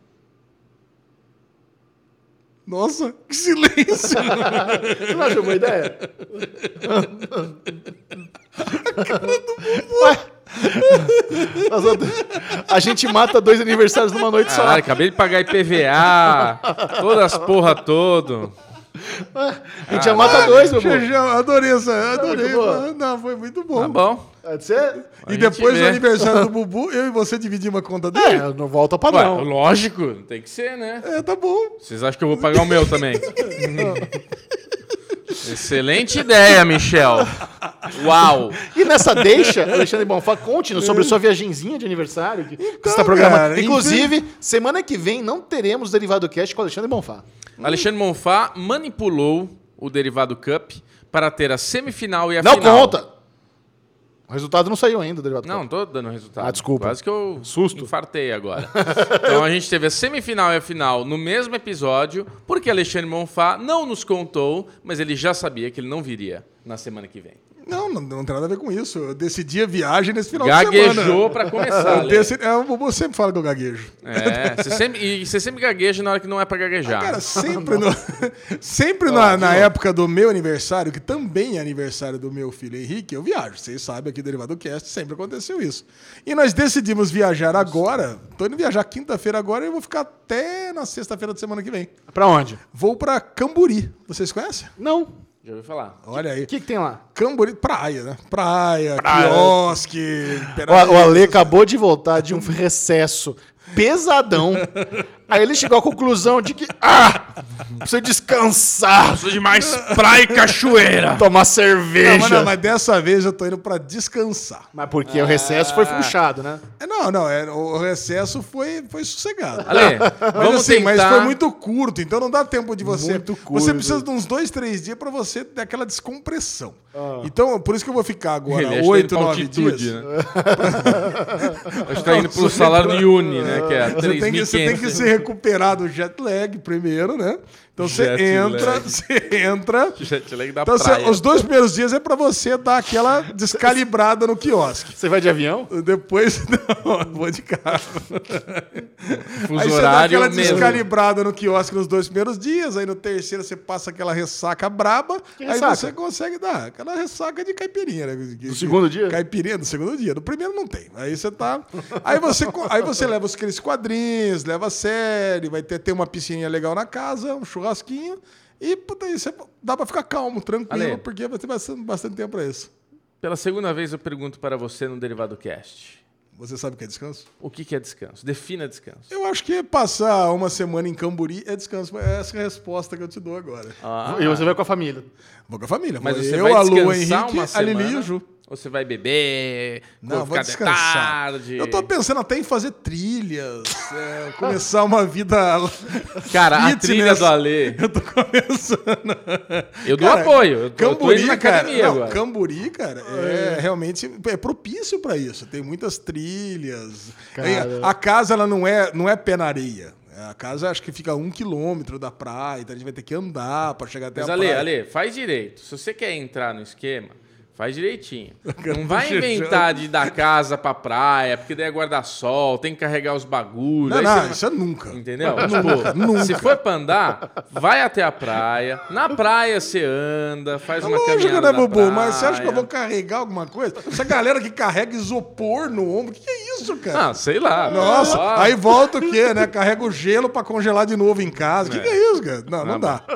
Nossa, que silêncio. Você não achou boa ideia? Ué, nós vamos- A gente mata dois aniversários numa noite só. Caralho, acabei de pagar I P V A, todas as porra todo. A gente já mata dois, meu amor. Xaxé, adorei essa, adorei. muito boa. Não, foi muito bom. Tá bom. Pode ser? A E gente depois do vê. aniversário do Bubu, eu e você dividimos a conta dele? É, não volta ao Ué, padrão. lógico, tem que ser, né? É, tá bom. Vocês acham que eu vou pagar o meu também? Excelente ideia, Michel. Uau. E nessa deixa, Alexandre Bonfá, conte-nos sobre sua viagenzinha de aniversário que, que você está Então, programando. cara, Inclusive, semana que vem não teremos Derivado Cast com Alexandre Bonfá. Alexandre Monfá manipulou o Derivado Cup para ter a semifinal e a Não final. conta! O resultado não saiu ainda, Derivado Não, Cup. tô dando resultado. Ah, desculpa. Quase que eu Susto. infartei agora. Então a gente teve a semifinal e a final no mesmo episódio, porque Alexandre Monfá não nos contou, mas ele já sabia que ele não viria na semana que vem. Não, não, não tem nada a ver com isso. Eu decidi a viagem nesse final de semana. Gaguejou pra começar. Eu Lê. decidi, é, o Bubu sempre fala que eu gaguejo. É, você sempre, e você sempre gagueja na hora que não é pra gaguejar. Cara, sempre, no, sempre na, na época do meu aniversário, que também é aniversário do meu filho Henrique, eu viajo. Vocês sabem aqui do Derivado Cast, sempre aconteceu isso. E nós decidimos viajar agora. Tô indo viajar quinta-feira agora e eu vou ficar até na sexta-feira da semana que vem. Pra onde? Vou pra Camburi. Vocês conhecem? Não. Já ouviu falar? Olha aí. O que, que tem lá? Camburi, praia, né? Praia, Praia. quiosque. O, o Ale acabou de voltar de um recesso pesadão. Aí ele chegou à conclusão de que, ah, Preciso descansar. Preciso de mais praia e cachoeira. Tomar Não, cerveja. mas, não, mas dessa vez eu tô indo pra descansar. Mas porque o recesso foi puxado, né? É, Não, não, é, o recesso foi, foi sossegado. Ale, Mas, vamos assim, mas tentar... foi muito curto, então não dá tempo de você. Muito curto. Você precisa de uns dois, três dias pra você ter aquela descompressão. Então, por isso que eu vou ficar agora Ele acha que tá oito, indo pra nove altitude, dias. né? Acho que tá indo pro salário de Uni, né? Que é Você tem, que, você tem que três mil e quinhentos. se recuperar do jet lag primeiro, né? Então você Jet entra, lag. você entra. Jet lag da Então, você- praia. os dois primeiros dias é pra você dar aquela descalibrada no quiosque. Você vai de avião? Depois, não, eu vou de carro. Fuso Aí você dá horário aquela mesmo. descalibrada no quiosque nos dois primeiros dias, aí no terceiro você passa aquela ressaca braba, Que aí ressaca? você consegue dar aquela ressaca de caipirinha, né? No segundo dia? Caipirinha no segundo dia. No primeiro não tem. Aí você tá. Aí você, co- aí você leva os- aqueles quadrinhos, leva a série, vai ter, ter uma piscininha legal na casa, um churrasquinho. E puta, aí você dá pra ficar calmo, tranquilo, Ale. porque vai ter bastante, bastante tempo pra isso. Pela segunda vez eu pergunto para você no Derivado Cast. Você sabe o que é descanso? O que que é descanso? Defina descanso. Eu acho que passar uma semana em Camburi é descanso. É essa a resposta que eu te dou agora. Ah, E você vai com a família. Vou com a família. mas Vou você eu, vai a Lu, o descansar Henrique, uma a semana? Lili e o Ju. Ou você vai beber, Não, vou ficar até descansar. tarde? Eu tô pensando até em fazer trilhas, é, começar uma vida. Cara, a fitness. trilha do Ale, Eu tô começando. eu dou Cara, apoio. Eu tô, eu tô Camburi, indo na cara, academia não, agora. Camburi, cara, é, realmente é propício pra isso. Tem muitas trilhas. Cara. É, A casa ela não é, não é pé na areia. A casa acho que fica a um quilômetro da praia, então a gente vai ter que andar pra chegar até Mas a Ale, praia. Ale, faz direito. Se você quer entrar no esquema, faz direitinho. Não vai Chechando. inventar de ir da casa pra praia, porque daí é guarda-sol, tem que carregar os bagulhos. Não, aí não, você isso é nunca. Entendeu? Tipo, se for pra andar, vai até a praia. Na praia você anda, faz É uma lógico, caminhada né, na Bubu? praia. Mas você acha que eu vou carregar alguma coisa? Essa galera que carrega isopor no ombro, o que, que é isso, cara? Ah, sei lá. Nossa, Ó, aí volta o quê, né? Carrega o gelo pra congelar de novo em casa. O que, que é isso, cara? Não, não dá.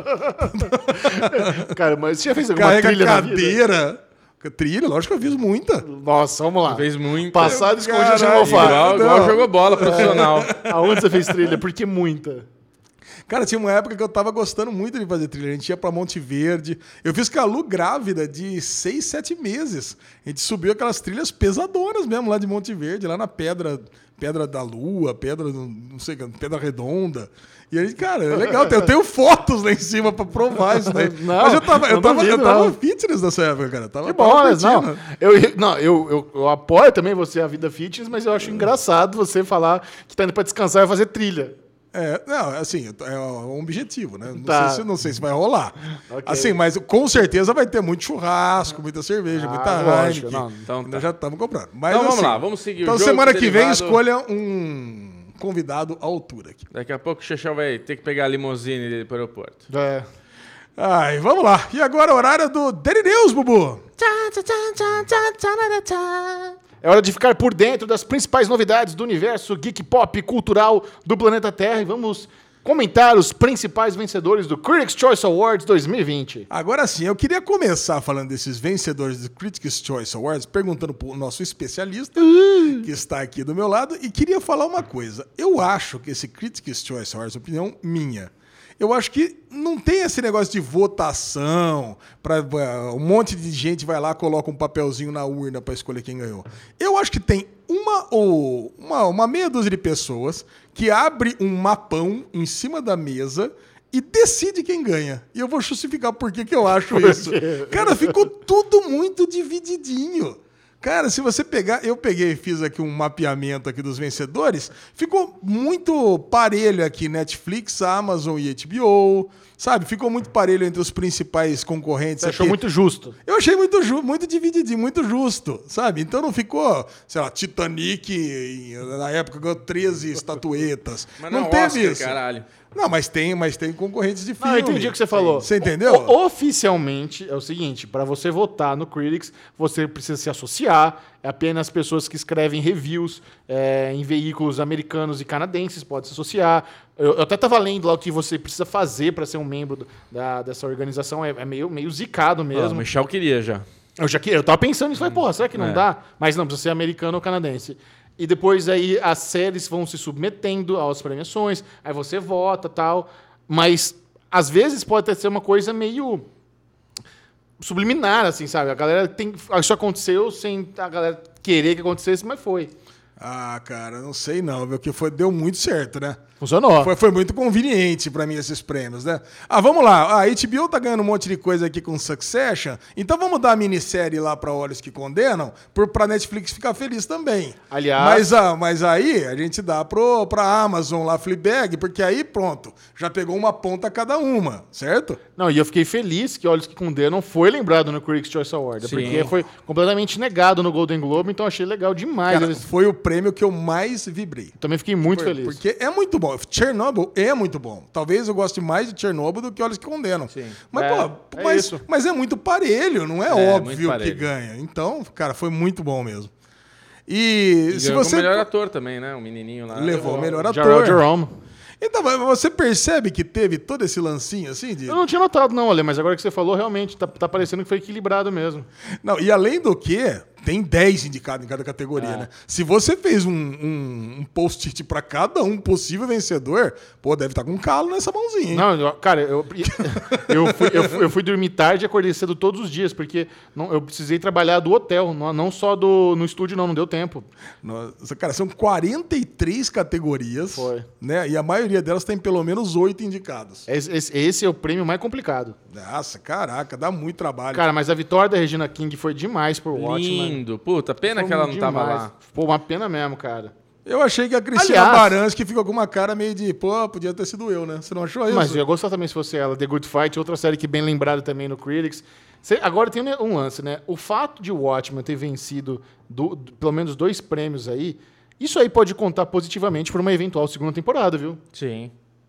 Cara, mas você já fez alguma Carrega trilha na vida? cadeira. Trilha, lógico que eu fiz muita. Nossa, vamos lá. Fez muito. Passado escondido de Caralho, almofada. Igual, igual Não. jogou bola profissional. Aonde você fez trilha? Porque muita. Cara, tinha uma época que eu tava gostando muito de fazer trilha. A gente ia pra Monte Verde. Eu fiz com a Lu grávida de seis, sete meses. A gente subiu aquelas trilhas pesadonas mesmo lá de Monte Verde, lá na Pedra, pedra da Lua, Pedra, do- não sei, Pedra Redonda. E aí, cara, é legal. Eu tenho fotos lá em cima pra provar isso daí. Não, Mas eu tava, eu não tava, eu duvido, tava não. fitness nessa época, cara. Tava, Que tava bom, mas não. curtindo. Eu, não, eu, eu, eu apoio também você a vida fitness, mas eu acho engraçado você falar que tá indo pra descansar e fazer trilha. É, não, assim, é um objetivo, né? Não, Tá. sei, se, não sei se vai rolar. Ok. Assim, mas com certeza vai ter muito churrasco, muita cerveja, Ah, muita lógico, Heineken. não. Então tá. Nós já estamos comprando. Mas, Então vamos assim, lá, vamos seguir Então o jogo. semana que vem derivado. escolha um convidado à altura aqui. Daqui a pouco o Xexão vai ter que pegar a limusine dele pro aeroporto. É. Ai, vamos lá. E agora o horário do Daily News, Bubu. É hora de ficar por dentro das principais novidades do universo geek pop cultural do planeta Terra e vamos comentar os principais vencedores do Critics' Choice Awards dois mil e vinte. Agora sim, eu queria começar falando desses vencedores do Critics' Choice Awards, perguntando pro nosso especialista, que está aqui do meu lado, e queria falar uma coisa. Eu acho que esse Critics' Choice Awards, opinião minha, eu acho que não tem esse negócio de votação, pra, um monte de gente vai lá, coloca um papelzinho na urna para escolher quem ganhou. Eu acho que tem uma ou uma, uma meia dúzia de pessoas que abre um mapão em cima da mesa e decide quem ganha. E eu vou justificar por que que eu acho isso. Cara, ficou tudo muito divididinho. Cara, se você pegar... Eu peguei e fiz aqui um mapeamento aqui dos vencedores. Ficou muito parelho aqui. Netflix, Amazon e H B O. Sabe? Ficou muito parelho entre os principais concorrentes. Você achou aqui. muito justo. Eu achei muito, ju muito divididinho, muito justo, sabe? Então não ficou, sei lá, Titanic, em- na época ganhou treze estatuetas. Mas não não, teve Oscar, isso. caralho. Não, mas tem, mas tem concorrentes de filme. Não, eu entendi o que você falou. Você entendeu? O- oficialmente, é o seguinte, para você votar no Critics, você precisa se associar, é apenas pessoas que escrevem reviews é, em veículos americanos e canadenses podem se associar. Eu, eu até estava lendo lá o que você precisa fazer para ser um membro do- da, dessa organização, é, é meio, meio zicado Ah, o mesmo. Michel queria já. Eu já que- eu tava pensando nisso, falei, porra, será que não É. dá? Mas não, precisa ser americano ou canadense. E depois aí as séries vão se submetendo às premiações, aí você vota e tal. Mas às vezes pode até ser uma coisa meio subliminar, assim, sabe? A galera tem... Isso aconteceu sem a galera querer que acontecesse, mas foi. Ah, cara, não sei não, viu? Que foi, deu muito certo, né? Funcionou. Foi, foi muito conveniente pra mim esses prêmios, né? Ah, vamos lá. A H B O tá ganhando um monte de coisa aqui com Succession, então vamos dar a minissérie lá pra Olhos que Condenam, por, pra Netflix ficar feliz também. Aliás... Mas, ah, mas aí a gente dá pro, pra Amazon lá, Fleabag, porque aí pronto, já pegou uma ponta cada uma, certo? Não, e eu fiquei feliz que Olhos que Condenam foi lembrado no Critics' Choice Award, Sim. porque foi completamente negado no Golden Globe, então achei legal demais. Cara, Eles... foi o prêmio que eu mais vibrei. Também fiquei muito Foi, feliz. Porque é muito bom. Chernobyl é muito bom. Talvez eu goste mais de Chernobyl do que Olhos que Condenam. Sim. Mas, É, pô, é mas, isso. mas é muito parelho, não é, É, muito óbvio que parelho. ganha. Então, cara, foi muito bom mesmo. E, E se ganhou você. o melhor ator também, né? O menininho lá. Levou o melhor ator. Gerald Jerome. Então, mas você percebe que teve todo esse lancinho assim? De... Eu não tinha notado, não, Ale, mas agora que você falou, realmente, tá, tá parecendo que foi equilibrado mesmo. Não, e além do que, tem dez indicados em cada categoria, É. né? Se você fez um, um, um post-it pra cada um possível vencedor, pô, deve estar com calo nessa mãozinha, hein? Não, eu- cara, eu, eu, fui, eu, fui, eu fui dormir tarde e acordei cedo todos os dias, porque não, eu precisei trabalhar do hotel, não, não só do, no estúdio, não, não deu tempo. Nossa, cara, são quarenta e três categorias, Foi. né? E a maioria delas tem pelo menos oito indicados. Esse, esse- esse é o prêmio mais complicado. Nossa, caraca, dá muito trabalho. Cara, mas a vitória da Regina King foi demais por Watchmen. Lindo. Puta, pena Foi que ela não tava demais. lá. Pô, uma pena mesmo, cara. Eu achei que a Cristina Aliás- Baranski ficou com uma cara meio de, pô, podia ter sido eu, né? Você não achou isso? Mas eu ia gostar também se fosse ela. The Good Fight, outra série que bem lembrada também no Critics. Cê- agora tem um um lance, né? O fato de Watchmen ter vencido do- do- pelo menos dois prêmios aí, isso aí pode contar positivamente para uma eventual segunda temporada, viu? Sim.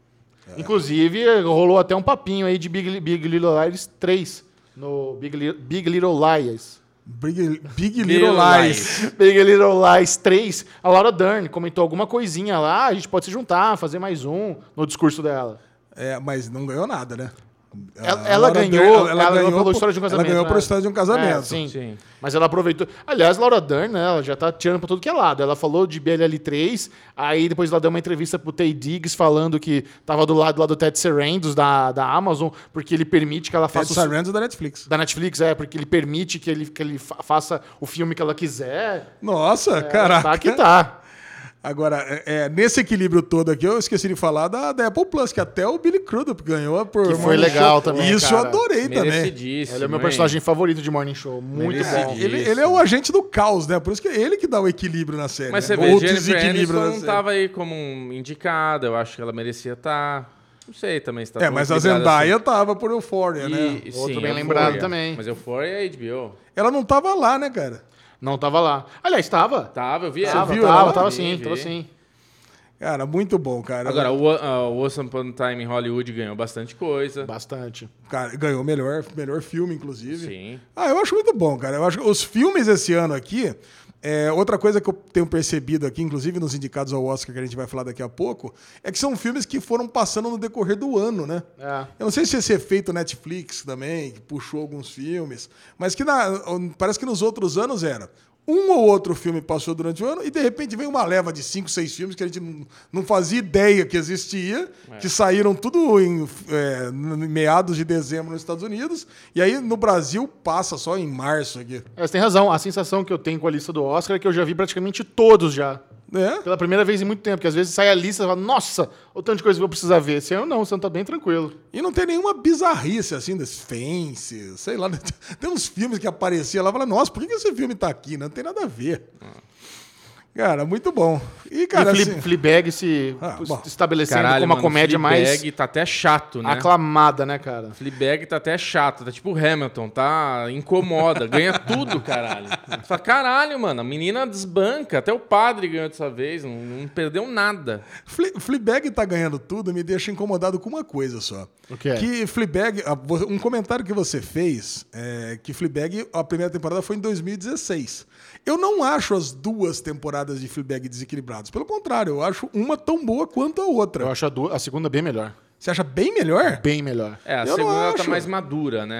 Inclusive, rolou até um papinho aí de Big, Big Little Lies três. No Big, Li- Big Little Lies. Big, Big Little Little Lies. Big Little Lies três. A Laura Dern comentou alguma coisinha lá. A gente pode se juntar, fazer mais um no discurso dela. É, mas não ganhou nada, né? Ela, A ela Laura ganhou, Dern- ela ganhou pela por- história de um casamento. Ela ganhou né? pela história de um casamento. É, sim. Sim. Mas ela aproveitou. Aliás, Laura Dern, né, ela já tá tirando pra tudo que é lado. Ela falou de B L L três, aí depois ela deu uma entrevista pro Taye Diggs falando que tava do lado lá do Ted Sarandos da, da Amazon, porque ele permite que ela Ted faça o- Sarandos da Netflix. da Netflix, é, porque ele permite que ele, que ele fa- faça o filme que ela quiser. Nossa, caraca. Tá que tá. Agora, é, é, nesse equilíbrio todo aqui, eu esqueci de falar da, da Apple Plus, que até o Billy Crudup ganhou por Que foi Morning legal Show. também, Isso cara. eu adorei também. Merecidíssimo. Ele é o meu hein? personagem favorito de Morning Show. Muito Merecido. bom. Ele, ele é o agente do caos, né? Por isso que é ele que dá o equilíbrio na série. Mas né? você vê, Ou Jennifer desequilíbrio Aniston na não série. tava aí como um indicada. Eu acho que ela merecia estar. Não sei também se tá É, tão mas a equilibrada Zendaya assim. tava por Euphoria, né? E, Outro sim, bem Euphoria. lembrado também. Mas Euphoria é H B O. Ela não tava lá, né, cara? Não tava lá. Aliás, tava. Tava, eu vi Tava, ela. viu tava, ela? tava Vi, sim, vi. tava sim. Cara, muito bom, cara. Agora, o, uh, o Once Upon a Time em Hollywood ganhou bastante coisa. Bastante. Cara, ganhou o melhor, melhor filme, inclusive. Sim. Ah, eu acho muito bom, cara. Eu acho que os filmes esse ano aqui. É, outra coisa que eu tenho percebido aqui, inclusive nos indicados ao Oscar, que a gente vai falar daqui a pouco, é que são filmes que foram passando no decorrer do ano, né? É. Eu não sei se esse efeito Netflix também, que puxou alguns filmes, mas que na- parece que nos outros anos era. Um ou outro filme passou durante o ano e de repente vem uma leva de cinco, seis filmes que a gente não, não fazia ideia que existia, que saíram tudo em, é, em meados de dezembro nos Estados Unidos, e aí no Brasil passa só em março aqui. É, você tem razão. A sensação que eu tenho com a lista do Oscar é que eu já vi praticamente todos já. É? Pela primeira vez em muito tempo. Porque às vezes sai a lista e fala, nossa, o tanto de coisa que eu vou precisar ver. Esse ano não, você não tá bem tranquilo. E não tem nenhuma bizarrice assim, desse Fence, sei lá. Tem uns filmes que apareciam lá e fala, nossa, por que que esse filme tá aqui? Não tem nada a ver. Cara, muito bom. E, cara, e Fle- assim, Fleabag se Ah, bom. estabelecendo Caralho, como uma mano, comédia mais Fleabag tá até chato, né? aclamada, né, cara? Fleabag tá até chato, tá tipo o Hamilton, tá? Incomoda, ganha tudo, caralho. Você fala, caralho, mano, a menina desbanca, até o padre ganhou dessa vez, não, não perdeu nada. Fle- Fleabag tá ganhando tudo, me deixa incomodado com uma coisa só. O que é? Que Fleabag, ah, vo- um comentário que você fez, é que Fleabag, a primeira temporada foi em dois mil e dezesseis. Eu não acho as duas temporadas de Fleabag desequilibradas. Pelo contrário, eu acho uma tão boa quanto a outra. Eu acho a, du- a segunda bem melhor. Você acha bem melhor? Bem melhor. É, a Eu não segunda ela tá acho. mais madura, né?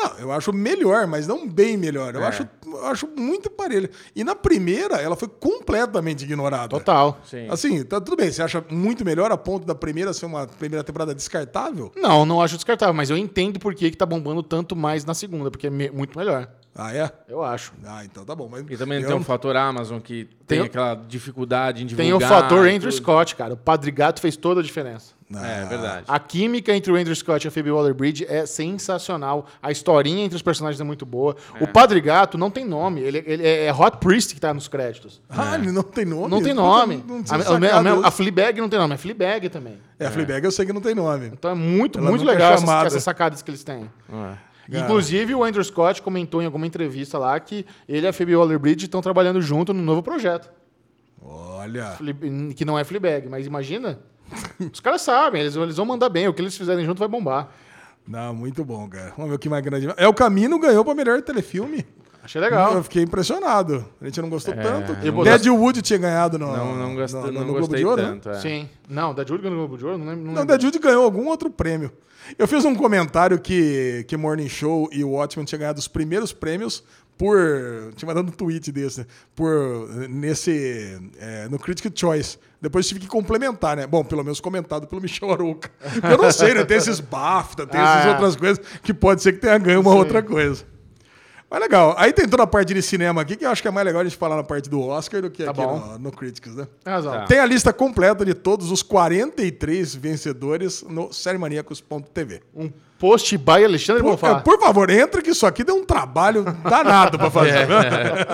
Não, eu acho melhor, mas não bem melhor. Eu, É. acho, eu acho muito parelho. E na primeira, ela foi completamente ignorada. Total. Sim. Assim, tá tudo bem. Você acha muito melhor a ponto da primeira ser uma primeira temporada descartável? Não, não acho descartável, mas eu entendo por que, que tá bombando tanto mais na segunda, porque é me- muito melhor. Ah, é? Eu acho. Ah, então tá bom. Mas E também eu- tem um fator Amazon que tem, Tem o- aquela dificuldade em divulgar. Tem o fator e Andrew tudo. Scott, cara. O Padre Gato fez toda a diferença. É, verdade. A química entre o Andrew Scott e a Phoebe Waller-Bridge é sensacional. A historinha entre os personagens é muito boa. O Padre Gato não tem nome. Ele, ele é Hot Priest que tá nos créditos. Ah, ele não tem nome? Não tem nome. Não, não a, tinha a, sacado a, isso. a Fleabag não tem nome. É Fleabag também. É, a Fleabag eu sei que não tem nome. Então é muito, Ela muito nunca é legal essas, chamada. essas sacadas que eles têm. É. Inclusive, o Andrew Scott comentou em alguma entrevista lá que ele e a Phoebe Waller-Bridge estão trabalhando junto num novo projeto. Olha. Fle- Que não é Fleabag, mas imagina. Os caras sabem, eles, eles vão mandar bem. O que eles fizerem junto vai bombar. Não, muito bom, cara. Vamos ver o que mais grande. É o Camino ganhou pra melhor telefilme. Achei legal. Eu fiquei impressionado. A gente não gostou tanto. Eu vou dar- Deadwood tinha ganhado no, Não, não, gost... no, no, não no Globo gostei de Ouro, né? tanto. É. Sim. Não, da Judy ganhou o Globo de Ouro? Não lembro. Não Não, lembro. Deadwood ganhou algum outro prêmio. Eu fiz um comentário que, que Morning Show e o Watchmen tinham ganhado os primeiros prêmios por... Tinha mandado um tweet desse, né? Por... Nesse... é, no Critic Choice. Depois tive que complementar, né? Bom, pelo menos comentado pelo Michel Arouca. Porque eu não sei, né? Tem esses BAFTA, tem Ah, essas é. outras coisas que pode ser que tenha ganho uma outra coisa. Mas legal. Aí tem toda a parte de cinema aqui que eu acho que é mais legal a gente falar na parte do Oscar do que Tá aqui bom. no, no Critics, né? Tem razão. Tá. Tem a lista completa de todos os quarenta e três vencedores no seriemaníacos ponto t v. Um post by Alexandre Por, Bonfá. é, por favor, entra que isso aqui deu um trabalho danado pra fazer. né?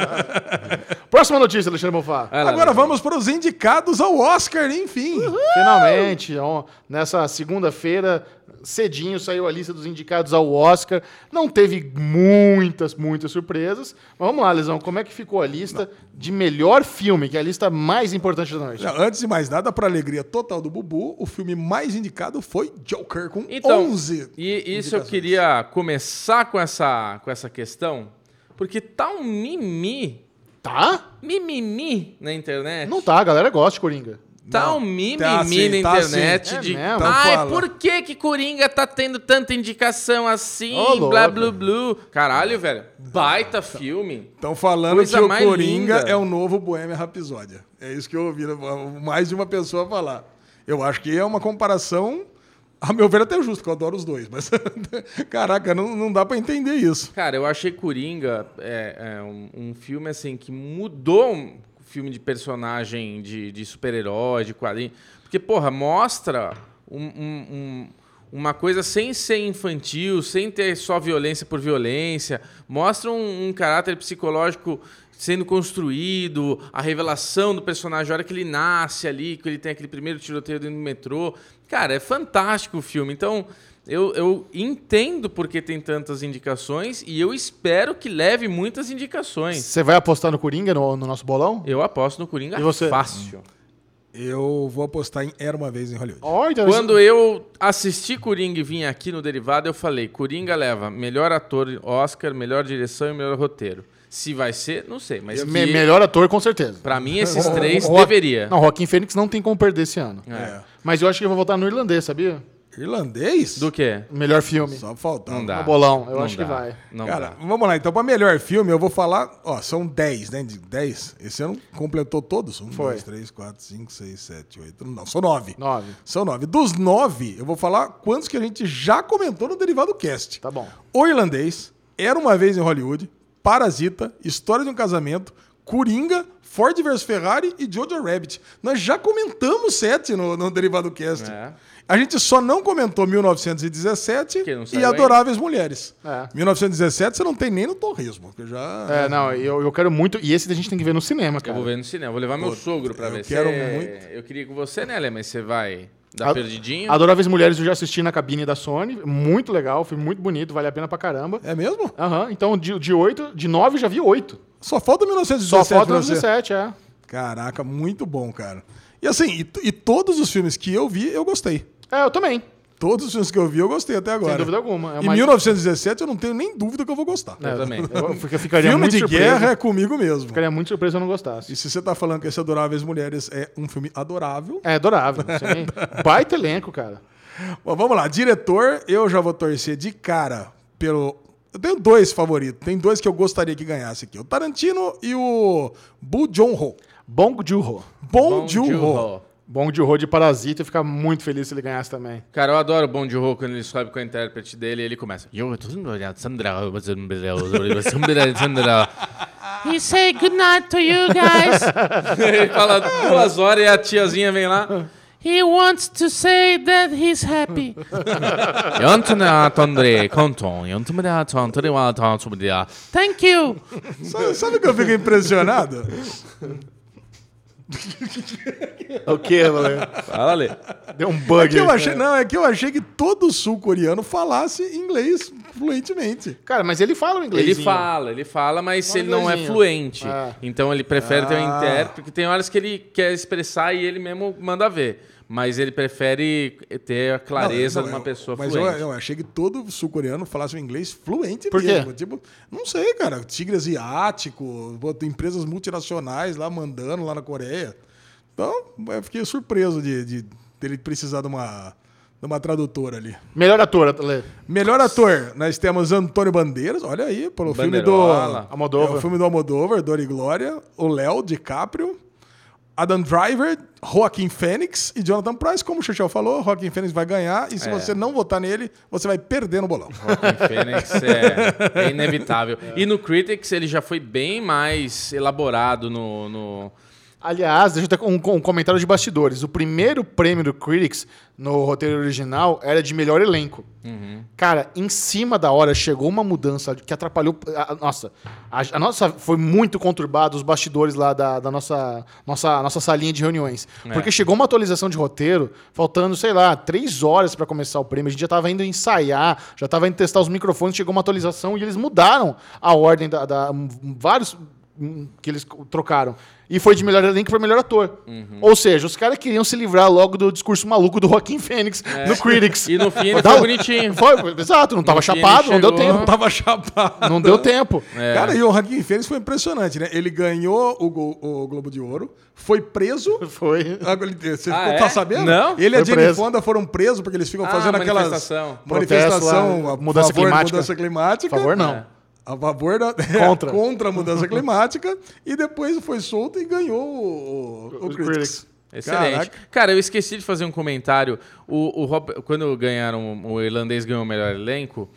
Próxima notícia, Alexandre Bonfá. Vai lá, Agora Leandro. vamos para os indicados ao Oscar, enfim. Finalmente, ó, nessa segunda-feira, cedinho, saiu a lista dos indicados ao Oscar. Não teve muitas, muitas surpresas. Mas vamos lá, Lesão, como é que ficou a lista de melhor filme, que é a lista mais importante da noite? Já, antes de mais nada, para alegria total do Bubu, o filme mais indicado foi Joker, com Então, onze. e isso eu indicações. queria começar com essa, com essa questão, porque tá um mimi, Tá? mimimi na internet. Não tá, a galera gosta de Coringa. Tá Não, um mimimi tá sim, na tá internet sim. É de. mesmo? Então Ai, fala. por que que Coringa tá tendo tanta indicação assim? Ô, louco. blá, blá, blá. Caralho, velho. Baita filme. Estão falando Coisa que o mais Coringa linda. é o novo Bohemian Rhapsody. É isso que eu ouvi mais de uma pessoa falar. Eu acho que é uma comparação, a meu ver, até justo, porque eu adoro os dois. Mas, caraca, não, não dá pra entender isso. Cara, eu achei Coringa é, é um, um filme assim que mudou um filme de personagem de, de super-herói, de quadrinho. Porque, porra, mostra um- um- um- uma coisa sem ser infantil, sem ter só violência por violência. Mostra um, um caráter psicológico sendo construído, a revelação do personagem, a hora que ele nasce ali, que ele tem aquele primeiro tiroteio dentro do metrô. Cara, é fantástico o filme. Então, eu, eu entendo porque tem tantas indicações e eu espero que leve muitas indicações. Você vai apostar no Coringa, no, no nosso bolão? Eu aposto no Coringa E você? fácil. Eu vou apostar em Era Uma Vez em Hollywood. Ó, então Quando eu assisti Coringa e vim aqui no Derivado, eu falei, Coringa leva melhor ator Oscar, melhor direção e melhor roteiro. Se vai ser, não sei, mas Me- que, melhor ator, com certeza. pra mim esses O- três o- o- deveria. Não, Joaquim Fênix não tem como perder esse ano. É. Mas eu acho que eu vou votar no irlandês, sabia? Irlandês? Do quê? Melhor filme. Só faltava. Não dá. No bolão, eu Não acho dá. que vai. Não Cara, dá. vamos lá. Então, para melhor filme, eu vou falar... Ó, são dez, né? De dez. Esse ano completou todos. Um, Foi. dois, três, quatro, cinco, seis, sete, oito... Não, são nove. Nove. São nove. Dos nove, eu vou falar quantos que a gente já comentou no Derivado Cast. Tá bom. O Irlandês, Era Uma Vez em Hollywood, Parasita, História de um Casamento, Coringa, Ford versus Ferrari e Jojo Rabbit. Nós já comentamos sete no, no Derivado Cast. É. A gente só não comentou mil novecentos e dezessete Que não e saiu Adoráveis Mulheres. É. mil novecentos e dezessete você não tem nem no Torresmo. Que já... É, não, eu, eu quero muito. E esse a gente tem que ver no cinema, Eu cara. vou ver no cinema, vou levar meu sogro pra eu ver. quero Cê- muito. Eu queria com você, né, Lê? Mas você vai dar A- perdidinho? Adoráveis Mulheres eu já assisti na cabine da Sony. Muito legal, filme muito bonito, vale a pena pra caramba. É mesmo? Aham, então de, de oito, de nove eu já vi oito. Só falta mil novecentos e Só dezessete. falta pra os você. dezessete, é. Caraca, muito bom, cara. E assim, e, e todos os filmes que eu vi, eu gostei. É, eu também. Todos os filmes que eu vi, eu gostei até agora. Sem dúvida alguma. É Em uma- mil novecentos e dezessete, eu não tenho nem dúvida que eu vou gostar. É, Eu também. Eu, eu ficaria Filme muito de surpreso. guerra é comigo mesmo. Ficaria muito surpreso se eu não gostasse. E se você tá falando que esse Adoráveis Mulheres é um filme adorável... É adorável. Sim. Baita elenco, cara. Bom, vamos lá. Diretor, eu já vou torcer de cara pelo Eu tenho dois favoritos. Tem dois que eu gostaria que ganhasse aqui. O Tarantino e o Bong Joon-ho. Bong Joon-ho. Bong Joon-ho. Bong Joon-ho de Parasita, eu ficar muito feliz se ele ganhasse também. Cara, eu adoro o Bong Joon-ho quando ele sobe com a intérprete dele e ele começa. He say good night to you guys. Ele fala duas horas e a tiazinha vem lá. He wants to say that he's happy. Thank you. Sabe, sabe o que eu fico impressionado? O que, Valeu? Fala, Lê. Deu um É bug. que eu achei, não, é que eu achei que todo sul-coreano falasse inglês fluentemente. Cara, mas ele fala o inglês. Ele fala, ele fala, mas Fala ele não é inglesinho. fluente. Ah. Então ele prefere ter um Ah. intérprete, porque tem horas que ele quer expressar e ele mesmo manda ver. Mas ele prefere ter a clareza Não, de uma eu- pessoa Mas eu, fluente. eu achei que todo sul-coreano falasse o inglês fluente Por quê? mesmo. Tipo, não sei, cara. Tigre asiático, pô, tem empresas multinacionais lá mandando lá na Coreia. Então, eu fiquei surpreso de, de dele precisar de uma, de uma tradutora ali. Melhor ator, Lê. Melhor ator, nós temos Antônio Bandeiras, olha aí, pelo filme do Banderola. Almodóvar. É o filme do Almodóvar, Dor e Glória, o Léo DiCaprio, Adam Driver, Joaquin Phoenix e Jonathan Pryce. Como o Xuxel falou, Joaquin Phoenix vai ganhar e se É. você não votar nele, você vai perder no bolão. Joaquin Phoenix é, é inevitável. E no Critics ele já foi bem mais elaborado no... no... Aliás, deixa eu ter um, um comentário de bastidores. O primeiro prêmio do Critics no roteiro original era de melhor elenco. Cara, em cima da hora chegou uma mudança que atrapalhou. A, a- nossa, a, a nossa foi muito conturbado os bastidores lá da, da nossa, nossa, nossa salinha de reuniões. É. Porque chegou uma atualização de roteiro, faltando, sei lá, três horas para começar o prêmio. A gente já tava indo ensaiar, já tava indo testar os microfones, chegou uma atualização e eles mudaram a ordem da. da vários hum, que eles trocaram. E foi de melhor elenco para melhor ator. Ou seja, os caras queriam se livrar logo do discurso maluco do Joaquin Phoenix no Critics. E no fim ele Dá foi um- bonitinho. Foi, exato, não tava No fim ele chapado, não deu chegou- tempo. Não tava chapado. Não deu tempo. É. Cara, e o Joaquin Phoenix foi impressionante, né? Ele ganhou o, Go- o Globo de Ouro, foi preso. Foi. Agora, ele- Você Ah, tá é? sabendo? Não? Ele e a Foi Jenny preso. Fonda foram presos porque eles ficam Ah, fazendo aquelas manifestação. manifestação Protesto lá, a mudança favor da climática. mudança climática. Por favor, não. É. A favor da Contra. contra a mudança climática e depois foi solto e ganhou o, o, o Os Critics. Critics. Excelente. Caraca. Cara, eu esqueci de fazer um comentário. O, o Rob- quando ganharam, o irlandês ganhou o melhor elenco,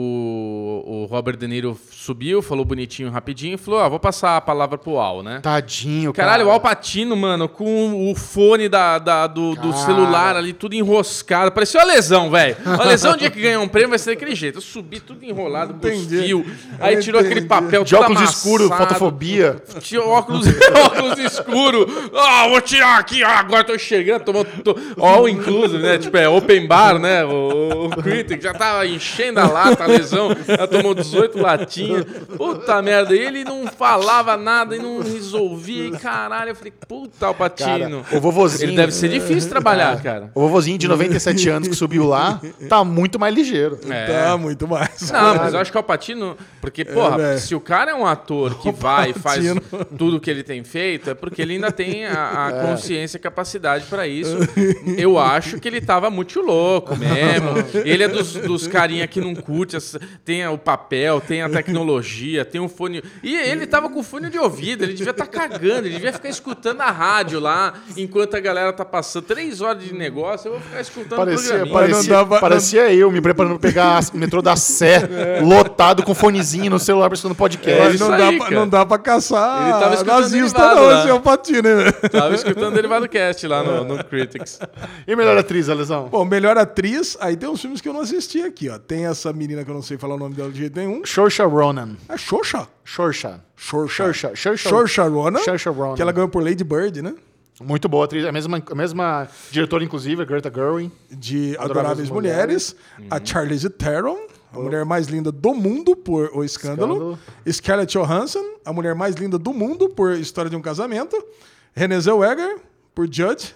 o, o Robert De Niro subiu, falou bonitinho, rapidinho, e falou, ah, vou passar a palavra pro Al, né? Tadinho, cara. Caralho, o Al Pacino, mano, com o fone da, da- do, do Cara. celular ali, tudo enroscado. Parecia uma lesão, velho. A lesão, o dia que ganhar um prêmio, vai ser daquele jeito. Eu subi tudo enrolado com os Entendi. fios. Aí Eu tirou aquele entendi. papel De todo óculos amassado. escuros, fotofobia. Tinha óculos, óculos escuro. Ah, vou tirar aqui. Ah, agora tô enxergando. Tomou, tô, all inclusive, né? Tipo, é open bar, né? O, o Critic já tava enchendo a lata, a lesão. Já tomou dezoito latinhas. Puta merda. E ele não falava nada e não resolvia. E caralho, eu falei, puta, o Patino. Cara, o vovozinho. Ele deve ser difícil trabalhar, cara. O vovozinho de noventa e sete anos que subiu lá tá muito mais ligeiro. É. Tá muito mais. Não, mas eu acho que é o Patino, porque, porra, velho. se o cara é um ator que vai e faz Patino. tudo que ele tem feito, é porque ele ainda tem a, a consciência e capacidade pra isso. Eu acho que ele tava muito louco mesmo. Ele é dos, dos carinha que não curte, essa- tem o papel, tem a tecnologia, tem o fone. E ele tava com fone de ouvido, ele devia estar cagando, ele devia ficar escutando a rádio lá, enquanto a galera tá passando três horas de negócio, eu vou ficar escutando o Parecia, programinha. parecia, Não dava- parecia eu me preparando pra pegar o metrô da Sé, lotado com fonezinho no celular, prestando É podcast. Mas não, isso dá aí, pra, cara. não dá pra caçar Ele tava escutando nazista, derivado não, lá. esse é o Patino, né? velho? Tava escutando o Derivado Cast lá no, no Critics. E melhor atriz, Alesão? Bom, melhor atriz, aí tem uns filmes que eu não assisti aqui, ó. Tem essa menina que eu não sei falar o nome dela de jeito nenhum. Saoirse Ronan. É Xoxa. Saoirse. Xoxa. Saoirse. Saoirse. Saoirse Ronan. Saoirse Ronan. Que ela ganhou por Lady Bird, né? Muito boa atriz. A mesma, a mesma diretora, inclusive, a Greta Gerwig. De Adoráveis Adoráveis Mulheres. A Charlize Theron, a mulher mais linda do mundo por O Escândalo. Escândalo. Scarlett Johansson, a mulher mais linda do mundo por História de um Casamento. Renée Zellweger, por Judge.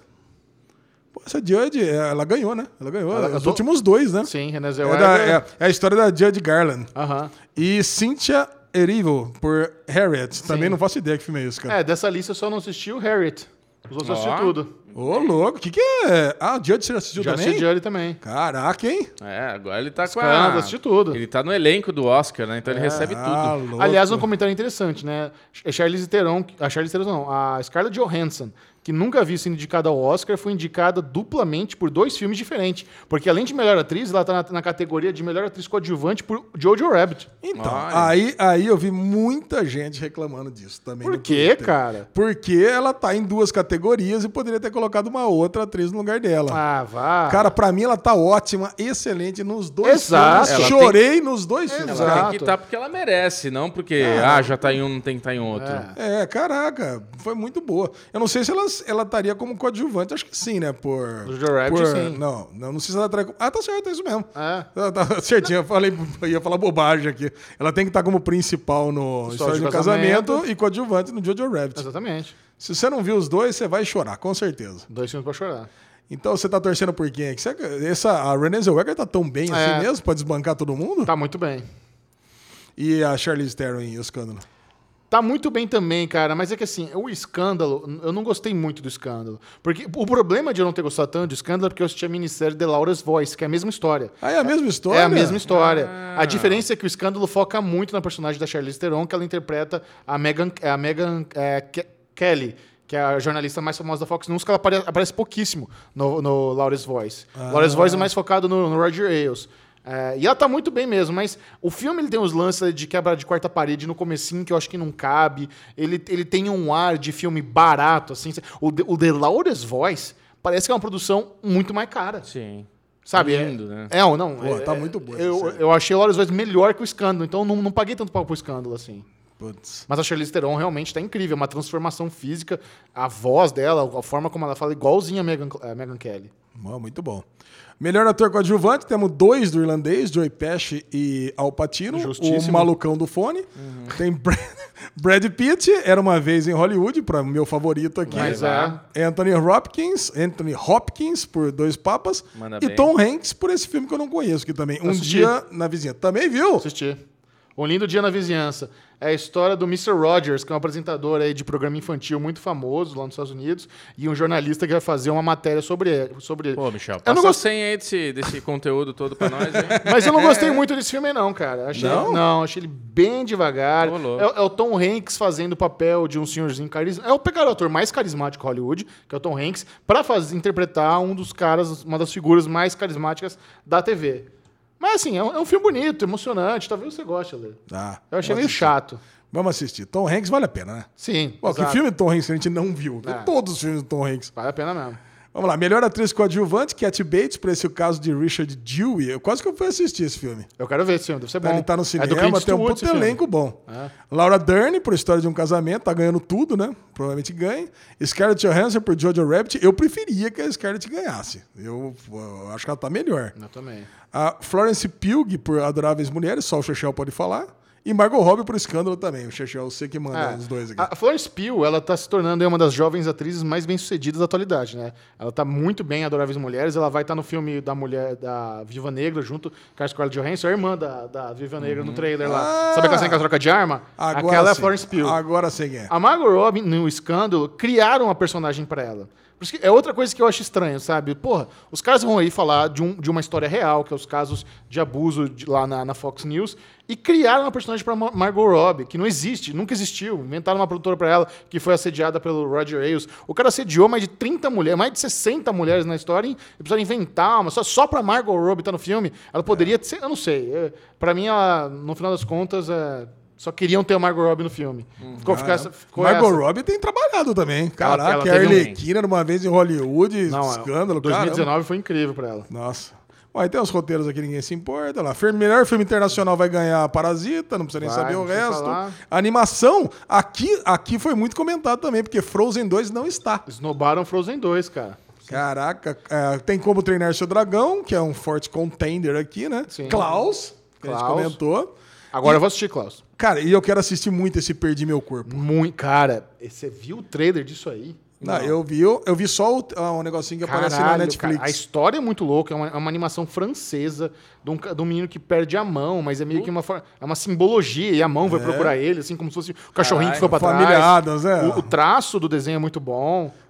Pô, essa Judge, ela ganhou, né? Ela ganhou. Ela Os casou? últimos dois, né? Sim, Renée É, Zellweger. da- é- é a história da Judge Garland. Aham. E Cynthia Erivo, por Harriet. Também não faço ideia que filme é esse, cara. É, dessa lista eu só não assisti o Harriet. Os outros eu Ó. assisti tudo. Ô, louco, o que que é? Ah, o Judge você já assistiu Já também? assisti Judge também. Caraca, hein? É, agora ele tá com Escândalo, a... assisti tudo. Ele tá no elenco do Oscar, né? Então ele recebe Ah, tudo. louco. Aliás, um comentário interessante, né? A Charlize Theron, a Charlize Theron não, a Scarlett Johansson, que nunca havia sido indicada ao Oscar, foi indicada duplamente por dois filmes diferentes. Porque além de melhor atriz, ela tá na, na categoria de melhor atriz coadjuvante por Jojo Rabbit. Então, Olha. aí, aí eu vi muita gente reclamando disso também. Por no quê, Twitter. cara? Porque ela tá em duas categorias e poderia ter colocado uma outra atriz no lugar dela. Ah, vá. Cara, pra mim ela tá ótima, excelente nos dois Exato. filmes. Ela Chorei nos dois filmes. Exato. cara. Tem que estar porque ela merece, não porque, ah, já tá em um, não tem que estar em outro. É. É, caraca, foi muito boa. Eu não sei se ela ela estaria como coadjuvante, acho que sim, né? Por. Jojo Rabbit, por- sim. Não, não, não sei se ela estaria. Ah, tá certo, é isso mesmo. É. Tá, tá certinho, eu, falei, eu ia falar bobagem aqui. Ela tem que estar como principal no História de um Casamento, Casamento e coadjuvante no Jojo Rabbit. Exatamente. Se você não viu os dois, você vai chorar, com certeza. Dois filmes pra chorar. Então você tá torcendo por quem? Que você- Essa, a Renée Zellweger tá tão bem assim É. mesmo pra desbancar todo mundo? Tá muito bem. E a Charlize Theron em O Escândalo? Tá muito bem também, cara, mas é que assim, o Escândalo, eu não gostei muito do Escândalo. Porque o problema de eu não ter gostado tanto do Escândalo é porque eu assisti a minissérie The Laura's Voice, que é a mesma história. Ah, é a mesma história? É a mesma história. Ah. A diferença é que o Escândalo foca muito na personagem da Charlize Theron, que ela interpreta a Meghan, a Meghan é, Ke- Kelly, que é a jornalista mais famosa da Fox News, que ela apare- aparece pouquíssimo no, no Laura's Voice. Ah. Laura's Voice é mais focado no, no Roger Ailes. É, e ela tá muito bem mesmo, mas o filme ele tem uns lances de quebra de quarta parede no comecinho que eu acho que não cabe. Ele, ele tem um ar de filme barato, assim. O, The- o The Laura's Voice parece que é uma produção muito mais cara. Sim. Sabe? É lindo, né? É, ou não. Pô, é- tá muito boa essa Eu, série. eu achei o Laura's Voice melhor que o Escândalo, então não, não paguei tanto pau pro Escândalo, assim. Putz. Mas a Charlize Theron realmente tá incrível, uma transformação física, a voz dela, a forma como ela fala, igualzinha a Meghan, a Meghan Kelly. Bom, muito bom. Melhor ator coadjuvante, temos dois do irlandês, Joey Pesci e Al Pacino, o Justíssimo. malucão do fone. Tem Brad, Brad Pitt, Era Uma Vez em Hollywood, para meu favorito aqui. Mas é. Anthony Hopkins, Anthony Hopkins por Dois Papas. Manda e bem. Tom Hanks por esse filme que eu não conheço aqui também. Um Assisti. Dia na Vizinha. Também viu? Assisti. Um Lindo Dia na Vizinhança. É a história do mister Rogers, que é um apresentador aí de programa infantil muito famoso lá nos Estados Unidos, e um jornalista que vai fazer uma matéria sobre ele. Sobre ele. Pô, Michel, Eu passa não a gost- senha aí desse, desse conteúdo todo pra nós, hein? Mas eu não gostei muito desse filme, não, cara. Achei, Não? não? achei ele bem devagar. Ô, louco. É, é o Tom Hanks fazendo o papel de um senhorzinho carismático. É o pegar o ator mais carismático de Hollywood, que é o Tom Hanks, pra fazer, interpretar um dos caras, uma das figuras mais carismáticas da T V. Mas assim, é um, é um filme bonito, emocionante. Talvez você goste, Ale. Ah, Eu achei vou meio assistir. chato. Vamos assistir. Tom Hanks vale a pena, né? Sim. Pô, que exato. filme de Tom Hanks que a gente não viu? Tem É. todos os filmes do Tom Hanks. Vale a pena mesmo. Vamos lá, melhor atriz coadjuvante, Kathy Bates, por esse o caso de Richard Dewey. Eu quase que eu fui assistir esse filme. Eu quero ver esse filme, deve ser bom. Ele tá no É do cinema, Clint tem um Eastwood puto esse filme. elenco bom. É. Laura Dern, por História de um Casamento, tá ganhando tudo, né? Provavelmente ganha. Scarlett Johansson, por Jojo Rabbit. Eu preferia que a Scarlett ganhasse. Eu, eu acho que ela tá melhor. Eu também. A Florence Pugh, por Adoráveis Mulheres, só o Chechel pode falar. E Margot Robbie, por Escândalo também. O Chechel, eu sei que manda É. os dois aqui. A Florence Pugh, ela tá se tornando aí uma das jovens atrizes mais bem-sucedidas da atualidade, né? Ela tá muito bem em Adoráveis Mulheres, ela vai estar no filme da mulher, da Viúva Negra, junto com a Scarlett Johansson, a irmã da, da Viúva Negra no trailer lá. Ah! Sabe aquela cena que ela troca de arma? Agora Aquela é a sim. Florence Pugh. Agora sei quem é. A Margot Robbie, no Escândalo, criaram uma personagem pra ela. Por isso que é outra coisa que eu acho estranho, sabe? Porra, os caras vão aí falar de, um, de uma história real, que é os casos de abuso de- lá na, na Fox News, e criaram uma personagem pra Ma- Margot Robbie, que não existe, nunca existiu. Inventaram uma produtora pra ela, que foi assediada pelo Roger Ailes. O cara assediou mais de trinta mulheres, mais de sessenta mulheres na história, e precisaram inventar uma, só, só pra Margot Robbie estar no filme. Ela poderia ser, eu não sei. É, pra mim, ela, no final das contas, é, só queriam ter a Margot Robbie no filme. Ficou, ficar essa, ficou Margot essa. Robbie tem trabalhado também. Caraca, ela a teve um- Arlequina, uma vez em Hollywood, Não, Escândalo, dois mil e dezenove caramba. foi incrível pra ela. Nossa. Bom, aí tem os roteiros aqui, ninguém se importa. Lá. Filme- Melhor filme internacional vai ganhar Parasita, não precisa nem Vai, saber o não precisa resto. falar. Animação, aqui, aqui foi muito comentado também, porque Frozen dois não está. Esnobaram Frozen dois, cara. Caraca, é, tem Como Treinar Seu Dragão, que é um forte contender aqui, né? Sim. Klaus, que a gente Klaus. comentou. Agora eu vou assistir, Klaus. Cara, e eu quero assistir muito esse Perdi Meu Corpo. Muito, cara, você viu o trailer disso aí? Não, eu vi, eu, eu vi só o, ah, um negocinho que aparece na Caralho, Netflix. cara, a história é muito louca, é uma, é uma animação francesa de um, ca- de um menino que perde a mão, mas é meio que uma, for- é uma simbologia, e a mão vai procurar ele, assim como se fosse o cachorrinho que Caralho, foi pra Família trás. Addams, é. O, o traço do desenho é muito bom.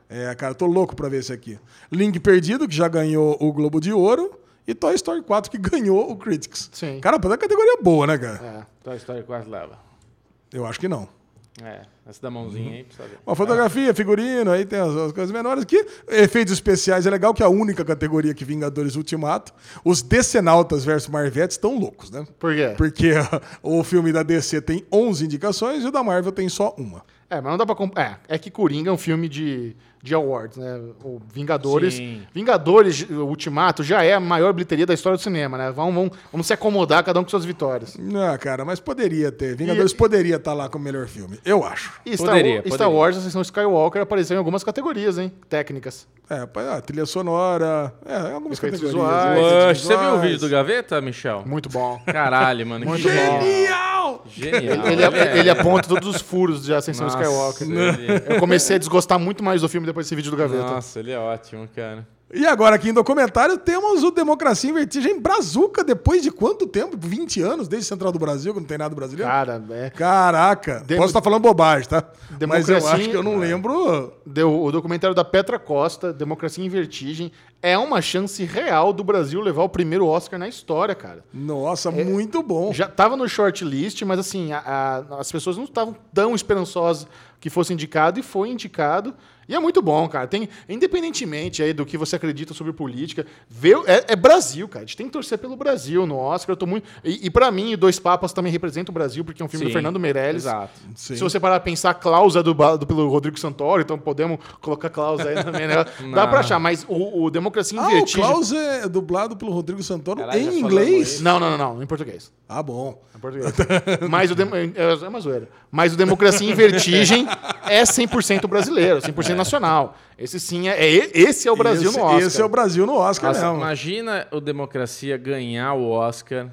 É, cara, tô louco pra ver esse aqui. Link Perdido, que já ganhou o Globo de Ouro. E Toy Story quatro, que ganhou o Critics. Sim. Cara, pra dar categoria boa, né, cara? É, Toy Story quase leva. Eu acho que não. É, essa da mãozinha aí, precisa ver. Uma fotografia, figurino, aí tem as, as coisas menores aqui. Efeitos especiais é legal, que é a única categoria que Vingadores Ultimato. Os Decenautas versus Marvetes estão loucos, né? Por quê? Porque o filme da D C tem onze indicações e o da Marvel tem só uma. É, mas não dá pra... comp- É, é que Coringa é um filme de, de awards, né? O Vingadores... Sim. Vingadores o Ultimato já é a maior bilheteria da história do cinema, né? Vamos, vamos, vamos se acomodar, cada um com suas vitórias. Não, cara, mas poderia ter. Vingadores poderia estar lá com o melhor filme. Eu acho. E Star, Poderia, Wa- Star poderia. Wars, a sessão Skywalker, apareceu em algumas categorias, hein? Técnicas. É, pá, trilha sonora, é, algumas Efeitos categorias. visuais. efeitos Poxa, você viu o visuais. vídeo do Gaveta, Michel? Muito bom. Caralho, mano. Muito que bom. Genial! Genial. Ele, ele, ele aponta todos os furos de Ascensão Nossa, Skywalker. ele- Eu comecei a desgostar muito mais do filme depois desse vídeo do Gaveta. Nossa, ele é ótimo, cara. E agora aqui em documentário temos o Democracia em Vertigem Brazuca, depois de quanto tempo? vinte anos, desde Central do Brasil, que não tem nada brasileiro? Cara, é... Caraca, Demo- posso estar falando bobagem, tá? Mas eu Democracia- acho que eu não lembro. Deu, o documentário da Petra Costa, Democracia em Vertigem, é uma chance real do Brasil levar o primeiro Oscar na história, cara. Nossa, muito bom. Já tava no shortlist, mas assim, a- a- as pessoas não estavam tão esperançosas que fosse indicado e foi indicado. E é muito bom, cara. Tem, independentemente aí do que você acredita sobre política, ver, é, é Brasil, cara. A gente tem que torcer pelo Brasil no Oscar. Eu tô muito, e, e para mim, Dois Papas também representa o Brasil, porque é um filme Sim, do Fernando Meirelles. Exato. Sim. Se você parar a pensar a cláusula do, ba- do- pelo Rodrigo Santoro, então podemos colocar a cláusula aí também, né? Dá Não. pra achar, mas o, o Democracia em Ah, o Vertigem... Klaus é dublado pelo Rodrigo Santoro Caralho, já em falamos inglês? isso. Não, não, não, não, em português. Ah, bom. Em português. Mas o, dem- é, é uma zoeira. Mas o Democracia em Vertigem é cem por cento brasileiro, cem por cento nacional. Esse sim é, é- esse é o Brasil esse, no Oscar. Esse é o Brasil no Oscar Nossa, mesmo. imagina o Democracia ganhar o Oscar.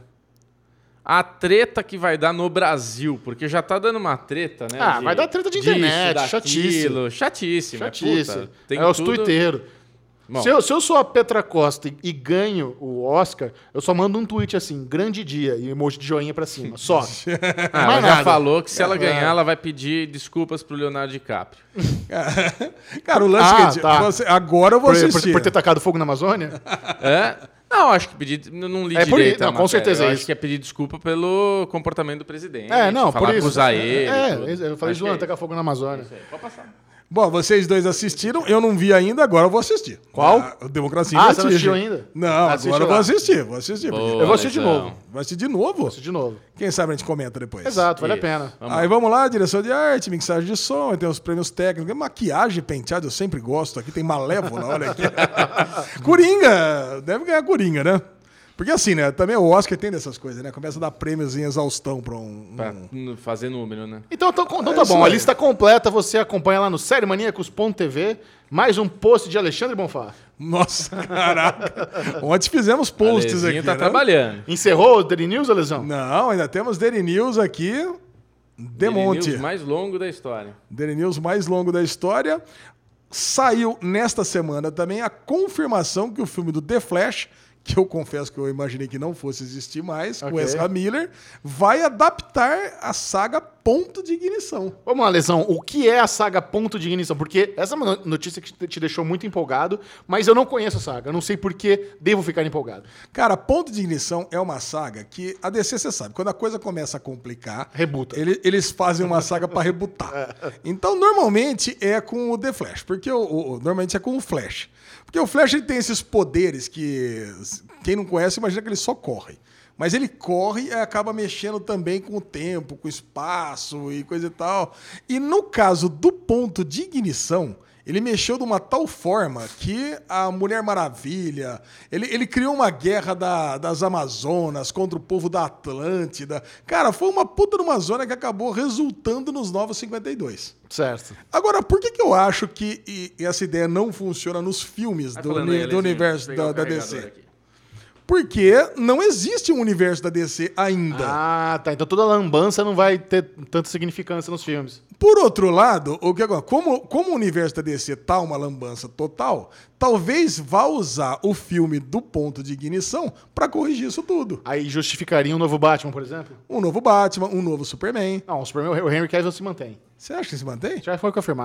A treta que vai dar no Brasil, porque já tá dando uma treta, né? Ah, vai dar treta de internet, chatíssimo. Chatíssimo. Chatice. Puta, tem É os tudo- tuiteiros. Bom. Se eu, se eu sou a Petra Costa e, e ganho o Oscar, eu só mando um tweet assim, grande dia, e emoji de joinha pra cima. Só. Ah, Mais ela já nada. falou que se ela É. ganhar, ela vai pedir desculpas pro Leonardo DiCaprio. Cara, o lance Ah, que tá. você- agora eu vou Por, por, assistir. por ter tacado fogo na Amazônia? É? Não, acho que pedir. Não não li É por direito. isso, a não, com matéria. certeza Eu é acho isso. que é pedir desculpa pelo comportamento do presidente. É, não, falar por isso. acusar ele. É, tudo. eu falei, Acho João, que é tacar fogo na Amazônia. isso aí. Pode passar. Bom, vocês dois assistiram, eu não vi ainda, agora eu vou assistir. Qual? Ah, o Democracia em Ah, você não Vertigem. assistiu ainda? Não, Assiste agora eu lá. vou assistir, vou assistir. porque- Boa, Eu vou assistir de Lesão. novo. Vai assistir de novo? De novo. Quem sabe a gente comenta depois. Exato, vale a Isso. pena. Vamos Aí lá. vamos lá, direção de arte, mixagem de som, aí tem os prêmios técnicos, maquiagem, penteado, eu sempre gosto. Aqui tem Malévola, olha aqui. Coringa, deve ganhar Coringa, né? Porque assim, né, também o Oscar tem dessas coisas, né? Começa a dar prêmios em exaustão pra um... um- Pra n- fazer número, né? Então, então, então É tá isso bom, a aí. lista completa você acompanha lá no série maníacos ponto t v. Mais um post de Alexandre Bonfá. Nossa, caraca. Ontem fizemos posts Alezinho aqui, tá né? trabalhando. Encerrou o Daily News, Alesão? Não, ainda temos Daily News aqui, de Daily monte. News mais longo da história. Daily News mais longo da história. Saiu nesta semana também a confirmação que o filme do The Flash, que eu confesso que eu imaginei que não fosse existir mais, com Ok. Ezra Miller, vai adaptar a saga Ponto de Ignição. Vamos lá, Lesão. O que é a saga Ponto de Ignição? Porque essa é uma notícia que te deixou muito empolgado, mas eu não conheço a saga. Eu não sei por que devo ficar empolgado. Cara, Ponto de Ignição é uma saga que a D C, você sabe, quando a coisa começa a complicar, Rebuta. ele- eles fazem uma saga para rebutar. Então, normalmente é com o The Flash, porque o, o- normalmente é com o Flash. Porque o Flash ele tem esses poderes que quem não conhece imagina que ele só corre. Mas ele corre e acaba mexendo também com o tempo, com o espaço e coisa e tal. E no caso do Ponto de Ignição, ele mexeu de uma tal forma que a Mulher Maravilha, ele, ele criou uma guerra da- das Amazonas contra o povo da Atlântida. Cara, foi uma puta numa zona que acabou resultando nos Novos cinquenta e dois. Certo. Agora, por que, que eu acho que e- e essa ideia não funciona nos filmes Vai do, falando uni- aí, do Alezinho, universo deixa eu da, pegar da o D carregador C? aqui. Porque não existe um universo da D C ainda. Ah, tá. Então toda a lambança não vai ter tanta significância nos filmes. Por outro lado, o que agora, como, como o universo da D C tá uma lambança total, talvez vá usar o filme do Ponto de Ignição para corrigir isso tudo. Aí justificaria um novo Batman, por exemplo? Um novo Batman, um novo Superman. Não, o Superman, o Henry Cavill se mantém. Você acha que se mantém? Já foi confirmado.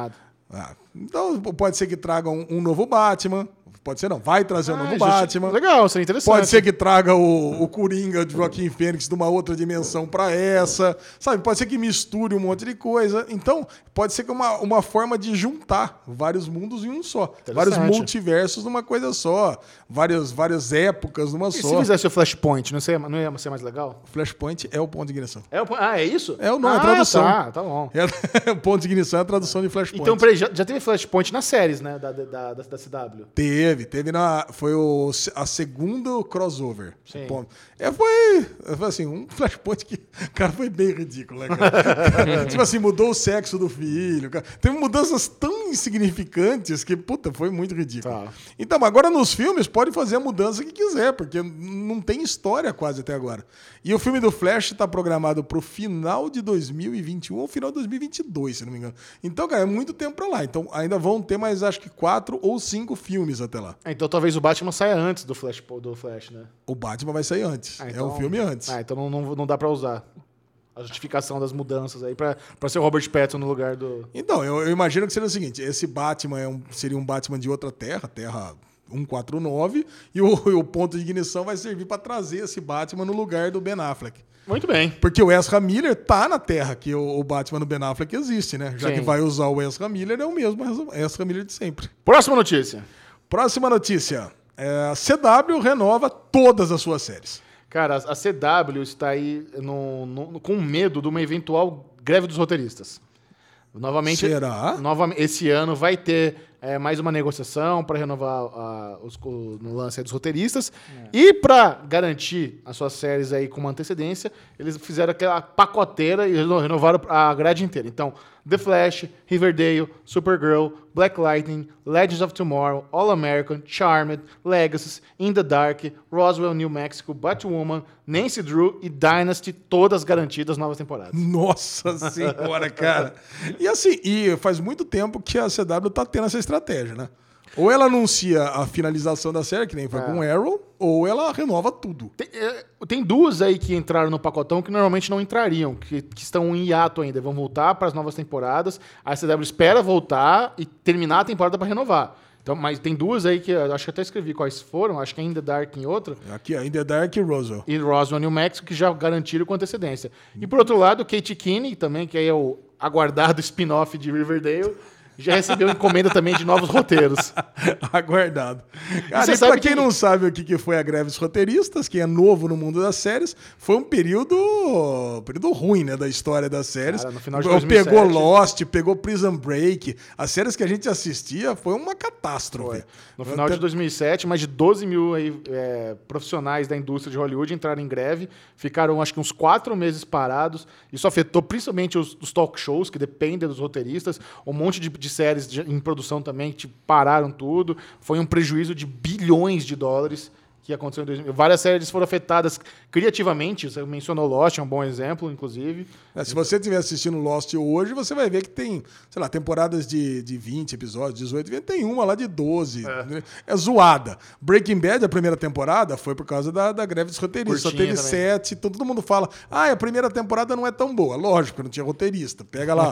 Ah, então pode ser que traga um, um novo Batman. Pode ser não, vai trazer um Ah, novo justi- Batman. Legal, seria interessante. Pode ser que traga o, o Coringa de Joaquim Fênix de uma outra dimensão pra essa, sabe? Pode ser que misture um monte de coisa. Então, pode ser que uma, uma forma de juntar vários mundos em um só. Vários multiversos numa coisa só. Várias, várias épocas numa E só. se fizesse o Flashpoint, não, seria, não ia ser mais legal? Flashpoint é o ponto de ignição. É o, ah, é isso? É o nome, ah, a tradução. Tá, tá bom. É, o ponto de ignição é a tradução de Flashpoint. Então, peraí, já, já teve Flashpoint nas séries, né, da, da, da, da C W? Teve, teve na. Foi o, a segunda crossover. Sim. Ponto. É, foi, foi assim, um Flashpoint que, cara, foi bem ridículo, né, cara? Tipo assim, mudou o sexo do filho. Cara. Teve mudanças tão insignificantes que, puta, foi muito ridículo. Tá. Então, agora nos filmes pode fazer a mudança que quiser, porque não tem história quase até agora. E o filme do Flash tá programado pro final de dois mil e vinte e um ou final de dois mil e vinte e dois, se não me engano. Então, cara, é muito tempo pra lá. Então, ainda vão ter mais, acho que, quatro ou cinco filmes até lá. Ah, então talvez o Batman saia antes do Flash, do Flash, né? O Batman vai sair antes. Ah, É então- um filme antes. Ah, então não, não, não dá pra usar a justificação das mudanças aí pra, pra ser o Robert Pattinson no lugar do... Então, eu, eu imagino que seria o seguinte: esse Batman é um- seria um Batman de outra terra, Terra cento e quarenta e nove, e o, e o ponto de ignição vai servir pra trazer esse Batman no lugar do Ben Affleck. Muito bem. Porque o Ezra Miller tá na Terra que o, o Batman do Ben Affleck existe, né? Já Sim. que vai usar o Ezra Miller, é o mesmo Ezra Miller de sempre. Próxima notícia. Próxima notícia. É, a C W renova todas as suas séries. Cara, a C W está aí no, no- com medo de uma eventual greve dos roteiristas. Novamente, Será? novamente esse ano vai ter é, mais uma negociação para renovar a- os, o, no lance aí dos roteiristas. E para garantir as suas séries aí com uma antecedência, eles fizeram aquela pacoteira e reno- renovaram a grade inteira. Então, The Flash, Riverdale, Supergirl, Black Lightning, Legends of Tomorrow, All American, Charmed, Legacies, In the Dark, Roswell, New Mexico, Batwoman, Nancy Drew e Dynasty, todas garantidas novas temporadas. Nossa senhora, cara. E assim, e faz muito tempo que a C W tá tendo essa estratégia, né? Ou ela anuncia a finalização da série, que nem foi É. com Arrow, ou ela renova tudo. Tem, é, tem duas aí que entraram no pacotão que normalmente não entrariam, que, que estão em hiato ainda, vão voltar para as novas temporadas. A C W espera voltar e terminar a temporada para renovar. Então, mas tem duas aí que eu acho que até escrevi quais foram, acho que ainda Dark em outra, Aqui, ó, In the Dark e Roswell. e Roswell, New Mexico, que já garantiram com antecedência. E por outro lado, Kate Kinney também, que aí é o aguardado spin-off de Riverdale, já recebeu encomenda também de novos roteiros. Aguardado. Cara, você e pra sabe quem que- não sabe o que que foi a greve dos roteiristas, quem é novo no mundo das séries, foi um período, período ruim, né, da história das séries. Cara, no final de dois mil e sete. Pegou Lost, pegou Prison Break. As séries que a gente assistia foi uma catástrofe. No final de dois mil e sete, mais de doze mil aí, é, profissionais da indústria de Hollywood entraram em greve, ficaram acho que uns quatro meses parados. Isso afetou principalmente os, os talk shows, que dependem dos roteiristas, um monte de, de séries de- em produção também que tipo, pararam tudo. Foi um prejuízo de bilhões de dólares que aconteceu em dois mil. Várias séries foram afetadas criativamente, você mencionou Lost, é um bom exemplo, inclusive. É, se você estiver assistindo Lost hoje, você vai ver que tem, sei lá, temporadas de, de vinte episódios, dezoito, tem uma lá de doze. É, é zoada. Breaking Bad, a primeira temporada, foi por causa da, da greve dos roteiristas. Só Curtinha teve também. sete, então todo mundo fala, ah, a primeira temporada não é tão boa. Lógico, não tinha roteirista. Pega lá,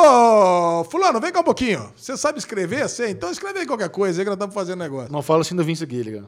ô, fulano, vem cá um pouquinho. Você sabe escrever? Sei, então escreve aí qualquer coisa aí que nós estamos fazendo negócio. Não fala assim do Vince Gilligan.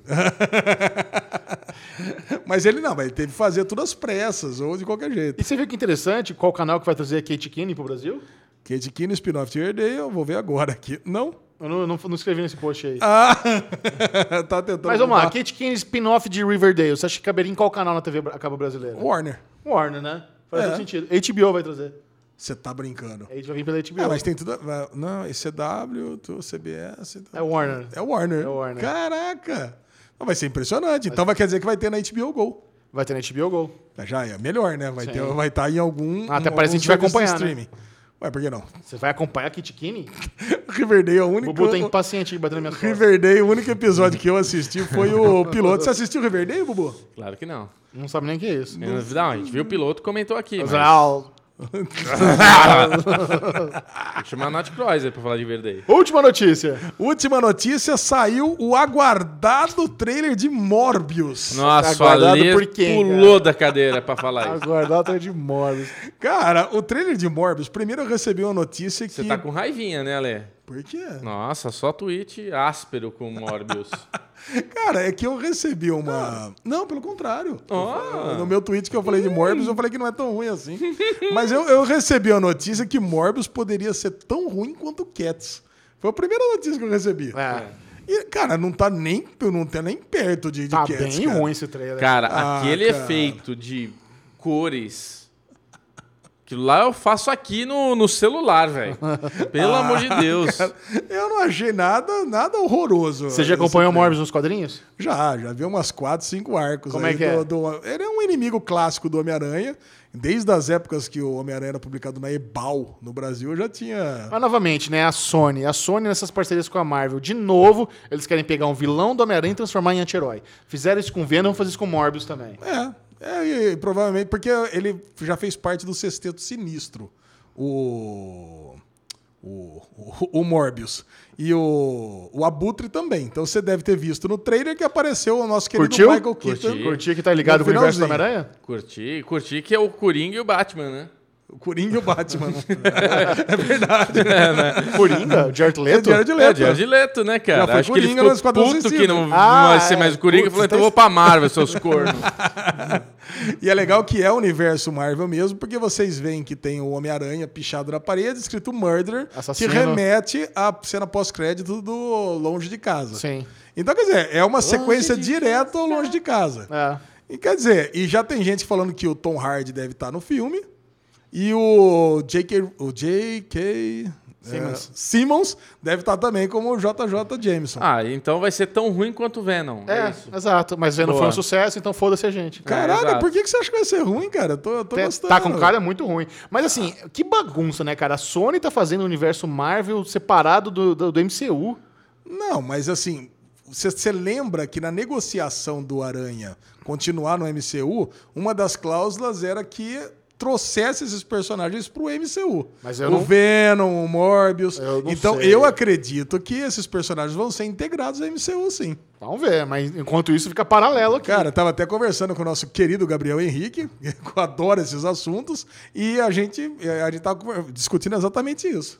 Mas ele não, mas ele teve que fazer tudo às pressas, ou de qualquer jeito. E você viu que interessante qual canal que vai trazer a Kate Kinney pro Brasil? Kate Kinney, spin-off de Riverdale, eu vou ver agora aqui. Não? Eu não, não, não escrevi nesse post aí. Ah, tá tentando. Mas vamos lá, mudar. Kate Kinney spin-off de Riverdale. Você acha que caberia em qual canal na T V bra- a cabo brasileira? Warner. Warner, né? Faz É. todo sentido. H B O vai trazer. Você tá brincando. A gente vai vir pela H B O. Ah, mas tem tudo. a- Não, esse C W, tu, C B S. tá- É Warner. É Warner. É Warner. Caraca! Não, vai ser impressionante. Então vai quer dizer que vai ter na H B O Go. Vai ter na H B O Go. Já é melhor, né? Vai Sim. ter, vai estar em algum. Ah, até um- parece que a algum gente vai serviço de acompanhar, né? streaming. Ué, por que não? Você vai acompanhar a Kate Kinney? Riverdale é o O único. Bubu tá impaciente aí batendo na minha costas. Riverdale, o único episódio que eu assisti foi o piloto. Você assistiu o Riverdale, Bubu? Claro que não. Não sabe nem o que é isso. Não, a gente viu o piloto, comentou aqui. Mas... Zau. Tem que chamar a Nath Kreuzer pra falar de Riverdale. Última notícia. Última notícia: saiu o aguardado trailer de Morbius. Nossa, o Aguardado Ale por quem, pulou da cadeira pra falar isso. Aguardar de Morbius. Cara, o trailer de Morbius, primeiro eu recebi uma notícia que. Você tá com raivinha, né, Ale? Por quê? Nossa, só tweet áspero com o Morbius. Cara, é que eu recebi uma... Ah. Não, pelo contrário. Ah. No meu tweet que eu falei de Morbius, eu falei que não é tão ruim assim. Mas eu, eu recebi a notícia que Morbius poderia ser tão ruim quanto Cats. Foi a primeira notícia que eu recebi. É. E, cara, não tá nem, não tá nem perto de, de Tá Cats, bem cara. ruim esse trailer. Cara, Ah, aquele cara. efeito de cores... Aquilo lá eu faço aqui no, no celular, velho. Pelo Ah, amor de Deus. Cara, eu não achei nada, nada horroroso. Você já esse acompanhou o trailer. Morbius nos quadrinhos? Já, já vi umas quatro, cinco arcos. Como aí é que é? do, do- ele é um inimigo clássico do Homem-Aranha. Desde as épocas que o Homem-Aranha era publicado na Ebal no Brasil, eu já tinha... Mas novamente, né? A Sony. A Sony nessas parcerias com a Marvel. De novo, eles querem pegar um vilão do Homem-Aranha e transformar em anti-herói. Fizeram isso com o Venom, vão fazer isso com o Morbius também. É, é e, e provavelmente porque ele já fez parte do Sexteto Sinistro. O... O, o, o Morbius. E o, o Abutre também. Então você deve ter visto no trailer que apareceu o nosso querido Curtiu? Michael Keaton. Curti. Curti que tá ligado No com o universo do finalzinho. Homem-Aranha? Curti, curti que é o Coringa e o Batman, né? O Coringa e o Batman. É verdade. Coringa? O Jared É Leto? Jared É, Leto. o Jared Leto, né, cara? Já foi Acho que ele Coringa ficou no Esquadrão puto Suicida. que não, não Ah, vai ser é. mais o Coringa. Putz, Falou, então tá- vou pra Marvel, seus cornos. E é legal que é o universo Marvel mesmo, porque vocês veem que tem o Homem-Aranha pichado na parede, escrito Murder, Assassino. que remete à cena pós-crédito do Longe de Casa. Sim. Então, quer dizer, é uma sequência direta ao Longe de Casa. É. E quer dizer, e já tem gente falando que o Tom Hardy deve estar no filme, e o J K. O J K. Simmons. é, Simmons deve estar também como o J J. Jameson. Ah, então vai ser tão ruim quanto o Venom. É, É, isso. exato. Mas Venom Boa. foi um sucesso, então foda-se a gente. Caralho, exato. por que que você acha que vai ser ruim, cara? Eu tô, eu tô Tá- gostando. Tá com cara muito ruim. Mas assim, que bagunça, né, cara? A Sony tá fazendo o universo Marvel separado do, do, do M C U. Não, mas assim, você lembra que na negociação do Aranha continuar no M C U, uma das cláusulas era que trouxesse esses personagens pro M C U. Mas eu o não- Venom, o Morbius. Eu não Então, sei. eu acredito que esses personagens vão ser integrados ao M C U, sim. Vamos ver, mas enquanto isso fica paralelo aqui. Cara, eu tava até conversando com o nosso querido Gabriel Henrique, que adora esses assuntos, e a gente, a gente tava discutindo exatamente isso.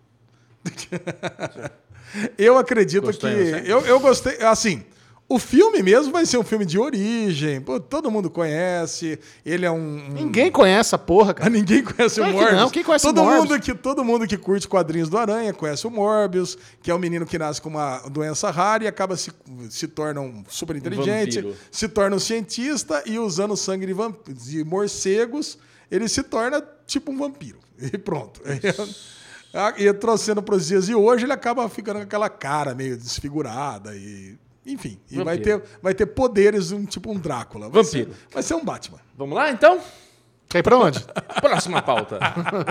Eu acredito Gostou, que... você? Eu, eu gostei... Assim, o filme mesmo vai ser um filme de origem. Pô, todo mundo conhece. Ele é um... um- Ninguém conhece essa porra, Ah, cara. ninguém conhece Claro o que Morbius. não, quem conhece todo o Morbius? Mundo que, todo mundo que curte quadrinhos do Aranha conhece o Morbius, que é um menino que nasce com uma doença rara e acaba se, se torna um super inteligente, vampiro. se torna um cientista e usando sangue de, vamp- de morcegos, ele se torna tipo um vampiro. E pronto. E trouxendo para os dias de hoje, ele acaba ficando com aquela cara meio desfigurada e... Enfim, e vai Vampiro. ter, vai ter poderes um, tipo um Drácula. Vai Vampiro. Ser, vai ser um Batman. Vamos lá, então? Quer ir pra onde? Próxima pauta.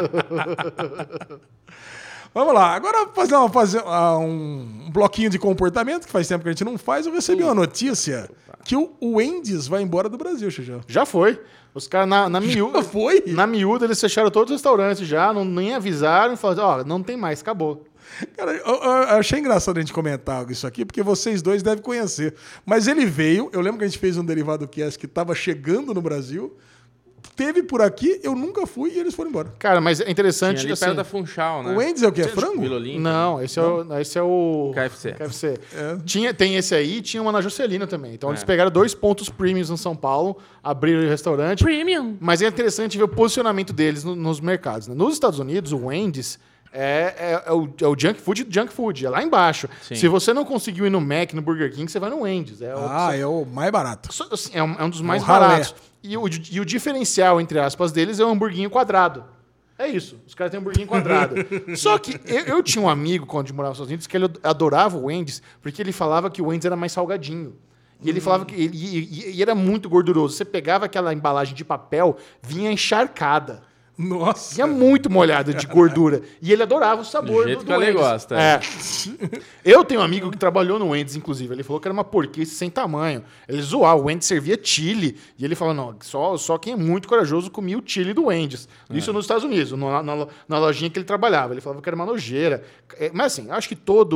Vamos lá, agora fazer, uma, fazer ah, um, um bloquinho de comportamento, que faz tempo que a gente não faz. Eu recebi uma notícia que o, o Wendy's vai embora do Brasil, Xixão. Já foi. Os caras na, na miúda. foi? Na miúda, eles fecharam todos os restaurantes já, não, nem avisaram e falaram: ó, não tem mais, acabou. Cara, eu, eu achei engraçado a gente comentar isso aqui, porque vocês dois devem conhecer. Mas ele veio, eu lembro que a gente fez um Derivado Cast que estava chegando no Brasil, teve por aqui, eu nunca fui e eles foram embora. Cara, mas é Tinha interessante. ali assim, perto da Funchal, né? O Wendy's é o quê? É frango? Vila Olímpia. Não, esse é, o, esse é o. K F C. K F C. É. Tinha, tem esse aí e tinha uma na Juscelina também. Então É. eles pegaram dois pontos premiums em São Paulo, abriram o restaurante. Premium. Mas é interessante ver o posicionamento deles no- nos mercados, né? Nos Estados Unidos, o Wendy's é, é, é o, é o junk food do junk food, é lá embaixo. Sim. Se você não conseguiu ir no Mac, no Burger King, você vai no Wendy's. É, a Ah, é o mais barato. Só, assim, é, um, é um dos mais o ralé. baratos. E o, e o diferencial, entre aspas, deles é o hamburguinho quadrado. É isso. Os caras têm um hamburguinho quadrado. Só que eu, eu tinha um amigo, quando morava nos Estados Unidos, que ele adorava o Wendy's, porque ele falava que o Wendy's era mais salgadinho. E ele falava que... ele- E, e- e era muito gorduroso. Você pegava aquela embalagem de papel, vinha encharcada. Nossa. Vinha muito molhada de gordura. E ele adorava o sabor Do jeito do, que o Ale Wendy's. gosta, é. É. Eu tenho um amigo que trabalhou no Wendy's, inclusive. Ele falou que era uma porquice sem tamanho. Ele zoava. O Wendy's servia chili. E ele falou, não, só, só quem é muito corajoso comia o chili do Wendy's. Isso nos Estados Unidos, na, na, na lojinha que ele trabalhava. Ele falava que era uma nojeira. É, mas assim, eu acho que todo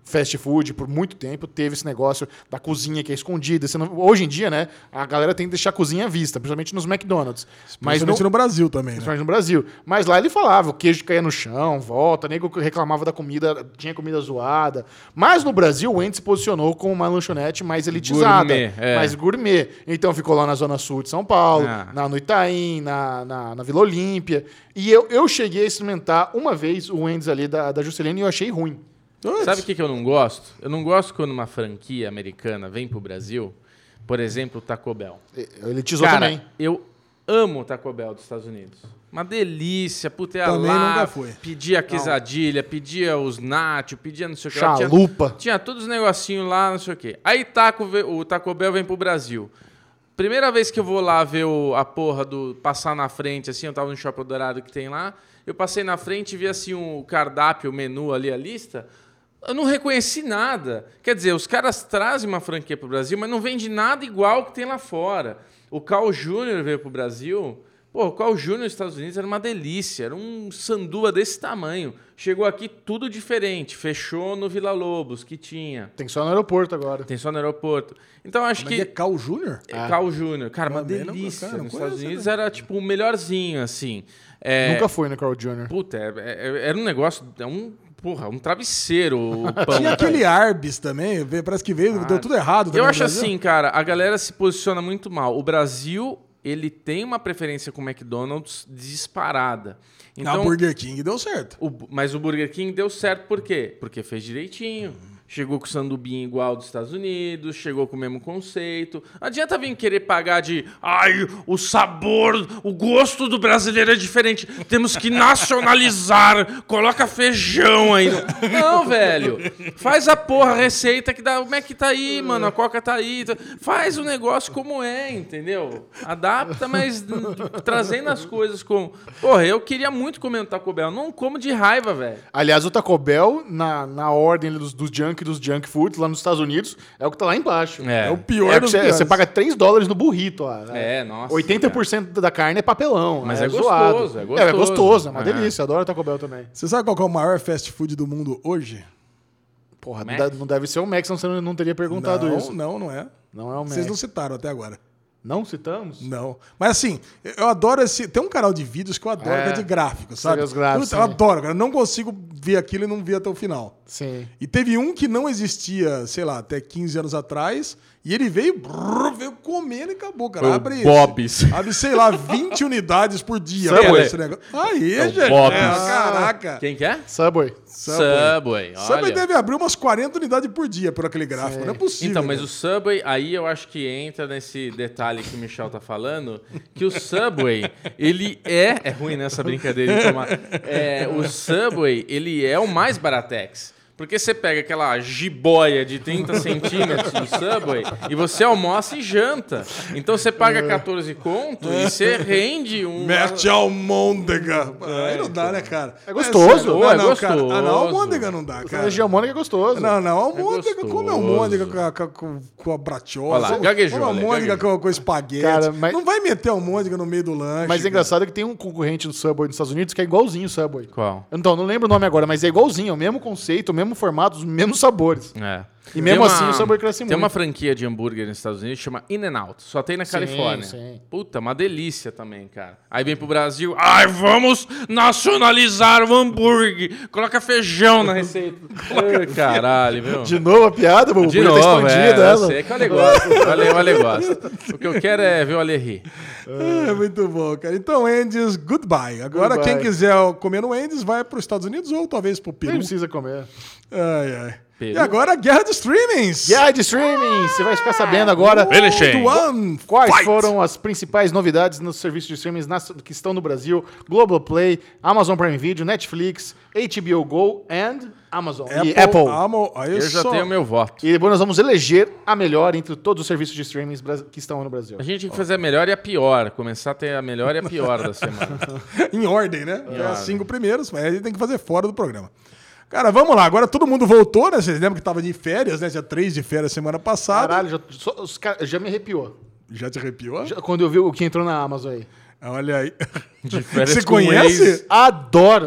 fast food por muito tempo, teve esse negócio da cozinha que é escondida. Você não- hoje em dia, né, a galera tem que deixar a cozinha à vista, principalmente nos McDonald's. Mas Principalmente no, no Brasil também, né? principalmente no Brasil. Mas lá ele falava, o queijo caía no chão, volta, nego reclamava da comida, tinha comida zoada. Mas no Brasil, o Wendy's se posicionou como uma lanchonete mais elitizada, Gourmet, é. mais gourmet. Então ficou lá na Zona Sul de São Paulo, Ah. na, no Itaim, na, na, na Vila Olímpia. E eu, eu cheguei a experimentar uma vez o Wendy's ali da, da Juscelino e eu achei ruim. Sabe o que, que eu não gosto? Eu não gosto quando uma franquia americana vem pro Brasil, por exemplo, o Taco Bell. Eu elitizou Cara, também. eu amo o Taco Bell dos Estados Unidos. Uma delícia, puta, ia Também lá, nunca fui. pedia a quesadilha, pedia os nachos, pedia não sei o que lá. Tinha, Chalupa. tinha todos os negocinhos lá, não sei o que. Aí taco, ve- o Taco Bell vem pro Brasil. Primeira vez que eu vou lá ver o- a porra do... Passar na frente, assim, eu tava no Shopping Dourado que tem lá. Eu passei na frente e vi, assim, o cardápio, o menu ali, a lista. Eu não reconheci nada. Quer dizer, os caras trazem uma franquia pro Brasil, mas não vende nada igual que tem lá fora. O Carl Júnior veio pro Brasil... Pô, o Carl Júnior nos Estados Unidos era uma delícia. Era um sanduba desse tamanho. Chegou aqui tudo diferente. Fechou no Vila Lobos, que tinha. Tem só no aeroporto agora. Tem só no aeroporto. Então, acho Mas que... é Cal Júnior? É Carl Júnior. Cara, uma Também não- delícia. cara, não Nos conheço, Estados Unidos né? era, tipo, o melhorzinho, assim. É, Nunca fui no Carl Júnior Puta, é- é- era um negócio... É um, porra, um travesseiro o pão. Tinha aquele Arbis também, veio- parece que veio, deu tudo errado. também Eu no acho Brasil. assim, cara, a galera se posiciona muito mal. O Brasil, ele tem uma preferência com o McDonald's disparada. Na Então, Burger King deu certo. o- mas o Burger King deu certo por quê? Porque fez direitinho. Chegou com o sandubinho igual dos Estados Unidos, chegou com o mesmo conceito. Não adianta vir querer pagar de... Ai, o sabor, o gosto do brasileiro é diferente. Temos que nacionalizar. Coloca feijão aí. Não, velho. Faz a porra, a receita que dá... O Mac tá aí, mano. A Coca tá aí. Faz o negócio como é, entendeu? Adapta, mas trazendo as coisas como... Porra, eu queria muito comer um Taco Bell. Não como de raiva, velho. Aliás, o Taco Bell, na, na ordem ali dos, dos junk dos junk foods lá nos Estados Unidos, é o que tá lá embaixo. É. É o pior É que dos você, piores. você paga três dólares no burrito lá. né? É, nossa, oitenta por cento da carne é papelão. Mas é, é zoado. gostoso, é É, é gostoso. gostoso, é uma É. delícia. Adoro Taco Bell também. Você sabe qual que é o maior fast food do mundo hoje? Porra, não Mac? deve, não deve ser o Mac, senão você não, não teria perguntado não, isso. não, não é. Não é o Mac. Vocês não citaram até agora. Não citamos? Não. Mas assim, eu adoro esse. Tem um canal de vídeos que eu adoro, É. que é de gráficos, sabe? Você vê os gráficos, eu, eu sim. adoro, cara. Eu não consigo ver aquilo e não ver até o final. Sim. E teve um que não existia, sei lá, até quinze anos atrás. E ele veio, brrr, veio comendo e acabou, cara. Foi o abre Bob's. Esse, abre, sei lá, vinte unidades por dia. Subway. Pô, esse negócio. Aí, É o gente. Bob's. Caraca. Quem que é? Subway. Subway. Subway olha. deve abrir umas quarenta unidades por dia por aquele gráfico. Sim. Não é possível. Então, mas cara. o Subway, aí eu acho que entra nesse detalhe que o Michel tá falando, que o Subway, ele é... É ruim nessa brincadeira de tomar. É, o Subway, ele é o mais baratex. Porque você pega aquela jiboia de trinta centímetros do Subway e você almoça e janta. Então você paga quatorze conto e você rende um... Mete almôndega. Aí não dá, né, cara? É gostoso. sério. Pô, é Não, não, cara. gostoso. Ah, não, almôndega não dá, Cara. cara. De almôndega é gostoso. Não, não, almôndega, gostoso. come almôndega com, a- com, com a bratiosa. Olha lá, Come- gaguejou, come Ale, almôndega gaguejou. com, com espaguete. Cara, mas- Não vai meter almôndega no meio do lanche. Mas é cara. engraçado que tem um concorrente do Subway nos Estados Unidos que é igualzinho o Subway. Qual? Então, não lembro o nome agora, mas é igualzinho. É o mesmo conceito, o mesmo formato, os mesmos sabores. É. E mesmo Tem assim o Subway cresce Tem muito. uma franquia de hambúrguer nos Estados Unidos que chama In-N-Out. Só tem na Sim, Califórnia. sim. Puta, uma delícia também, cara. Aí vem pro Brasil. Ai, vamos nacionalizar o hambúrguer. Coloca feijão na receita. Ai, caralho, viu? De novo a piada, o De Buia novo, tá é, escondida. eu ela. sei que o Ale gosta. O Ale, o Ale gosta. O que eu quero é ver o Ale rir. É, muito bom, cara. Então, Andes, goodbye. Agora, Goodbye. quem quiser comer no Andes, vai para os Estados Unidos ou talvez para o Peru. Nem precisa comer. Ai, ai. Peru? E agora, a guerra dos streamings. Guerra de streaming! Você vai ficar sabendo agora Finishing. One quais fight. foram as principais novidades nos serviços de streaming nas- que estão no Brasil. Globoplay, Amazon Prime Video, Netflix, H B O Go and Amazon. e Apple. Amo, aí Eu já só- tenho meu voto. E depois nós vamos eleger a melhor entre todos os serviços de streaming bras- que estão no Brasil. A gente tem que fazer a melhor e a pior. Começar a ter a melhor e a pior da semana. Em ordem, né? É ordem. os cinco primeiros, mas a gente tem que fazer fora do programa. Cara, vamos lá. Agora todo mundo voltou, né? Vocês lembram que tava de férias, né? Dia três de férias semana passada. Caralho, já, só- os cara- já me arrepiou. Já te arrepiou? Já- quando eu vi o que entrou na Amazon aí. Olha aí. De férias Você com conhece? ex. Adoro!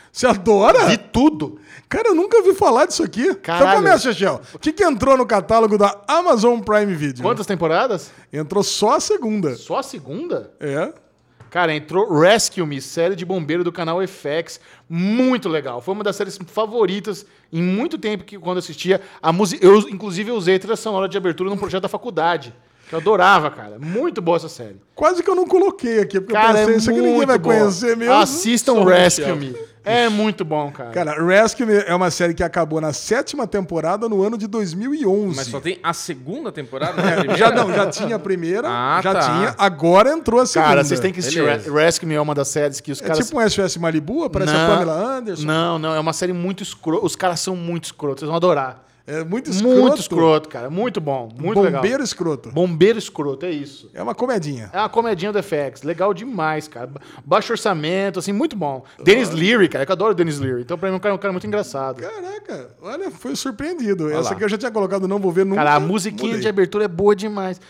Você adora? Vi tudo. Cara, eu nunca ouvi falar disso aqui. Caralho. Então começa, Chechel. O que, que entrou no catálogo da Amazon Prime Video? Quantas temporadas? Entrou só a segunda. Só a segunda? É. Cara, entrou Rescue Me, série de bombeiro do canal F X. Muito legal. Foi uma das séries favoritas em muito tempo que quando eu assistia. A música, eu, inclusive, eu usei a trilha sonora de abertura num projeto da faculdade. Que eu adorava, cara. Muito boa essa série. Quase que eu não coloquei aqui, porque Cara, eu pensei, é isso aqui ninguém muito vai boa. conhecer mesmo. Assistam Só Rescue Michel. Me. É muito bom, cara. Cara, Rescue Me é uma série que acabou na sétima temporada no ano de dois mil e onze. Mas só tem a segunda temporada, né? A primeira? Já não, já tinha a primeira, Ah, já tá. tinha, agora entrou a segunda. Cara, vocês têm que assistir. Beleza. Re- Rescue Me é uma das séries que os É caras... tipo um S O S Malibu, aparece a Não, Pamela Anderson. Não, não, é uma série muito escrota. Os caras são muito escrotos, vocês vão adorar. É muito escroto. Muito escroto, cara. Muito bom, muito legal. Bombeiro escroto. Bombeiro escroto, é isso. É uma comedinha. É uma comedinha do F X. Legal demais, cara. Ba- Baixo orçamento, assim, muito bom. Dennis Leary, cara. Eu adoro o Dennis Leary. Então, pra mim, é um cara, um cara muito engraçado. Caraca, olha, foi surpreendido. Essa lá. aqui eu já tinha colocado, não vou ver nunca. Cara, a musiquinha mudei. de abertura é boa demais.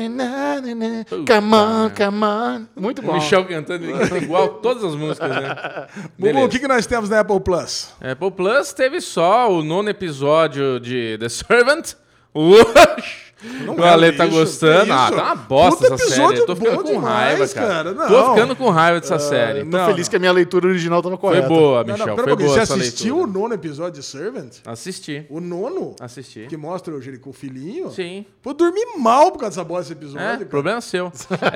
Come on, come on. Muito O bom. Michel cantando, ele canta igual todas as músicas, né? Bubu, Beleza. o que, que nós temos na Apple Plus? Apple Plus teve só o nono episódio de The Servant. Ush! Não O é Ale um tá lixo, gostando. que Ah, isso? tá uma bosta Puta essa série. episódio Eu tô ficando bom com demais, raiva, cara. cara. Não. Tô ficando com raiva dessa série. Tô Não, feliz não. que a minha leitura original tava Foi correta. boa, Não, Michel. não, pera Foi um pouquinho. boa Você essa assistiu leitura. o nono episódio de Servant? Assisti. O nono? Assisti. Que mostra o Jerico, o filhinho? Sim. Vou dormir mal por causa dessa bosta desse episódio. É, cara. problema seu.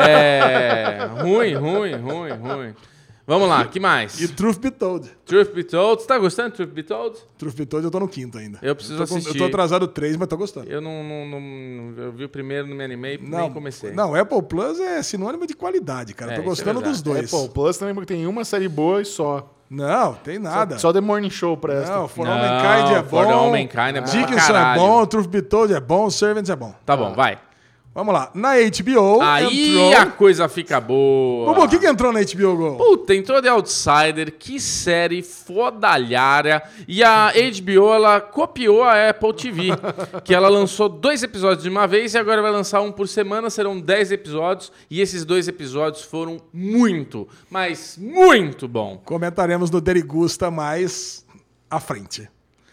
É. Ruim, ruim, ruim, ruim. Vamos lá, que mais? E Truth Be Told. Truth Be Told. Você tá gostando de Truth Be Told? Truth Be Told eu tô no quinto ainda. Eu preciso tô com- assistir. Eu tô atrasado três, mas tô gostando. Eu não, não, não- Eu vi o primeiro, não me animei, Não, nem comecei. Não, Apple Plus é sinônimo de qualidade, cara. É, tô isso é gostando verdade. dos dois. Apple Plus também tem uma série boa e só. Não, tem nada. Só The Morning Show presta. Não, For Não, All Mankind é For bom. All Mankind é bom pra Dickinson é caralho. bom, Truth Be Told é bom, Servants é bom. Tá bom, vai. Vamos lá. Na H B O Aí entrou... a coisa fica boa. Bubu, o que, que entrou na H B O Go? Puta, entrou The Outsider, que série fodalhara. E a H B O, ela copiou a Apple T V, que ela lançou dois episódios de uma vez e agora vai lançar um por semana, serão dez episódios. E esses dois episódios foram muito, mas muito bom. Comentaremos no Derigusta mais à frente.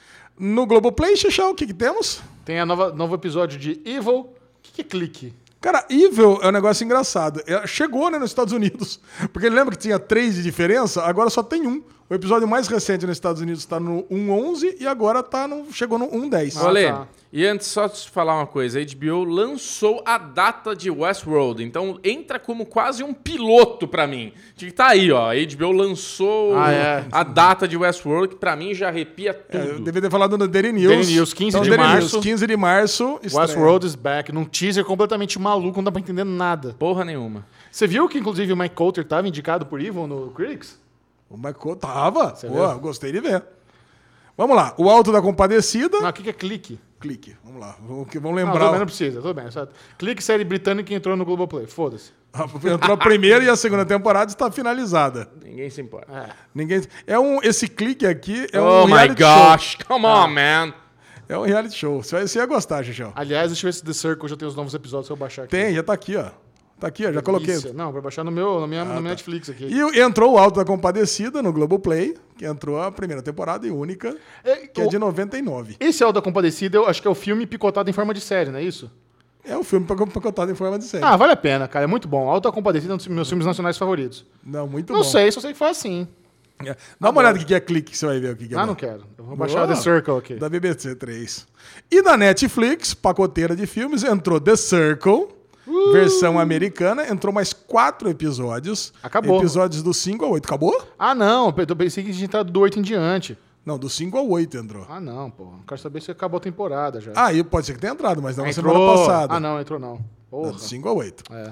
No Globoplay, Xixão, o que, que temos? Tem a nova novo episódio de Evil. O que, que é clique? Cara, Evil é um negócio engraçado. É, Chegou, né, nos Estados Unidos. Porque lembra que tinha três de diferença? Agora só tem um. O episódio mais recente nos Estados Unidos está no um onze e agora tá no, chegou no um dez. Ah, Olê, tá. e antes só te falar uma coisa, a H B O lançou a data de Westworld, então entra como quase um piloto pra mim. Que tá aí, ó, a H B O lançou Ah, é. a data de Westworld, que pra mim já arrepia É, eu tudo. devia ter falado no Daily News. Daily News, quinze de Daily março. News, quinze de março. estreia. Westworld is back. Num teaser completamente maluco, não dá pra entender nada. Porra nenhuma. Você viu que, inclusive, o Mike Coulter tava indicado por Evil no Critics? O Michael tava. Você Pô, viu? gostei de ver. Vamos lá. O Alto da Compadecida. Não, o que, que é clique? Clique. Vamos lá. Vamos, que- vamos Não, lembrar. tudo bem, não precisa, tudo bem. Só... Clique, série britânica que entrou no Globoplay. Foda-se. Entrou a primeira e a segunda temporada está finalizada. Ninguém se importa. É. Ninguém. É um. Esse clique aqui é oh um my reality gosh, come Ah. on, man. show. É um reality show. Você vai- você ia gostar, Xixão. Aliás, deixa eu ver se The Circle já tem os novos episódios, se eu baixar aqui. Tem, já tá aqui, ó. Tá aqui, ó. Já coloquei. Delícia. Não, pra baixar no meu, na minha, na minha Netflix aqui. E entrou o Alto da Compadecida no Globoplay, que entrou a primeira temporada e única, É, que é o- de noventa e nove. Esse é o da Compadecida, eu acho que é o filme picotado em forma de série, não é isso? É um filme pacotado em forma de série. Ah, vale a pena, cara. É muito bom. Alta Compadecida é um dos meus filmes nacionais favoritos. Não, muito não bom. sei, só sei que faz assim. É. Dá uma olhada no que é clique, que você vai ver o que que é Ah, bom. não quero. Eu vou baixar Boa. The Circle aqui. Da B B C três. E da Netflix, pacoteira de filmes, entrou The Circle, Uh! versão americana. Entrou mais quatro episódios. Acabou. Episódios do cinco ao oito. Acabou? Ah, não. Eu pensei que tinha entrado do oito em diante. Não, do cinco ao oito entrou. Ah, não, pô. Não quero saber se acabou a temporada já. Ah, e pode ser que tenha entrado, mas não na entrou. semana passada. Ah, não, entrou não. Não, Porra. do cinco ao oito. É.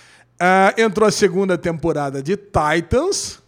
Ah, entrou a segunda temporada de Titans.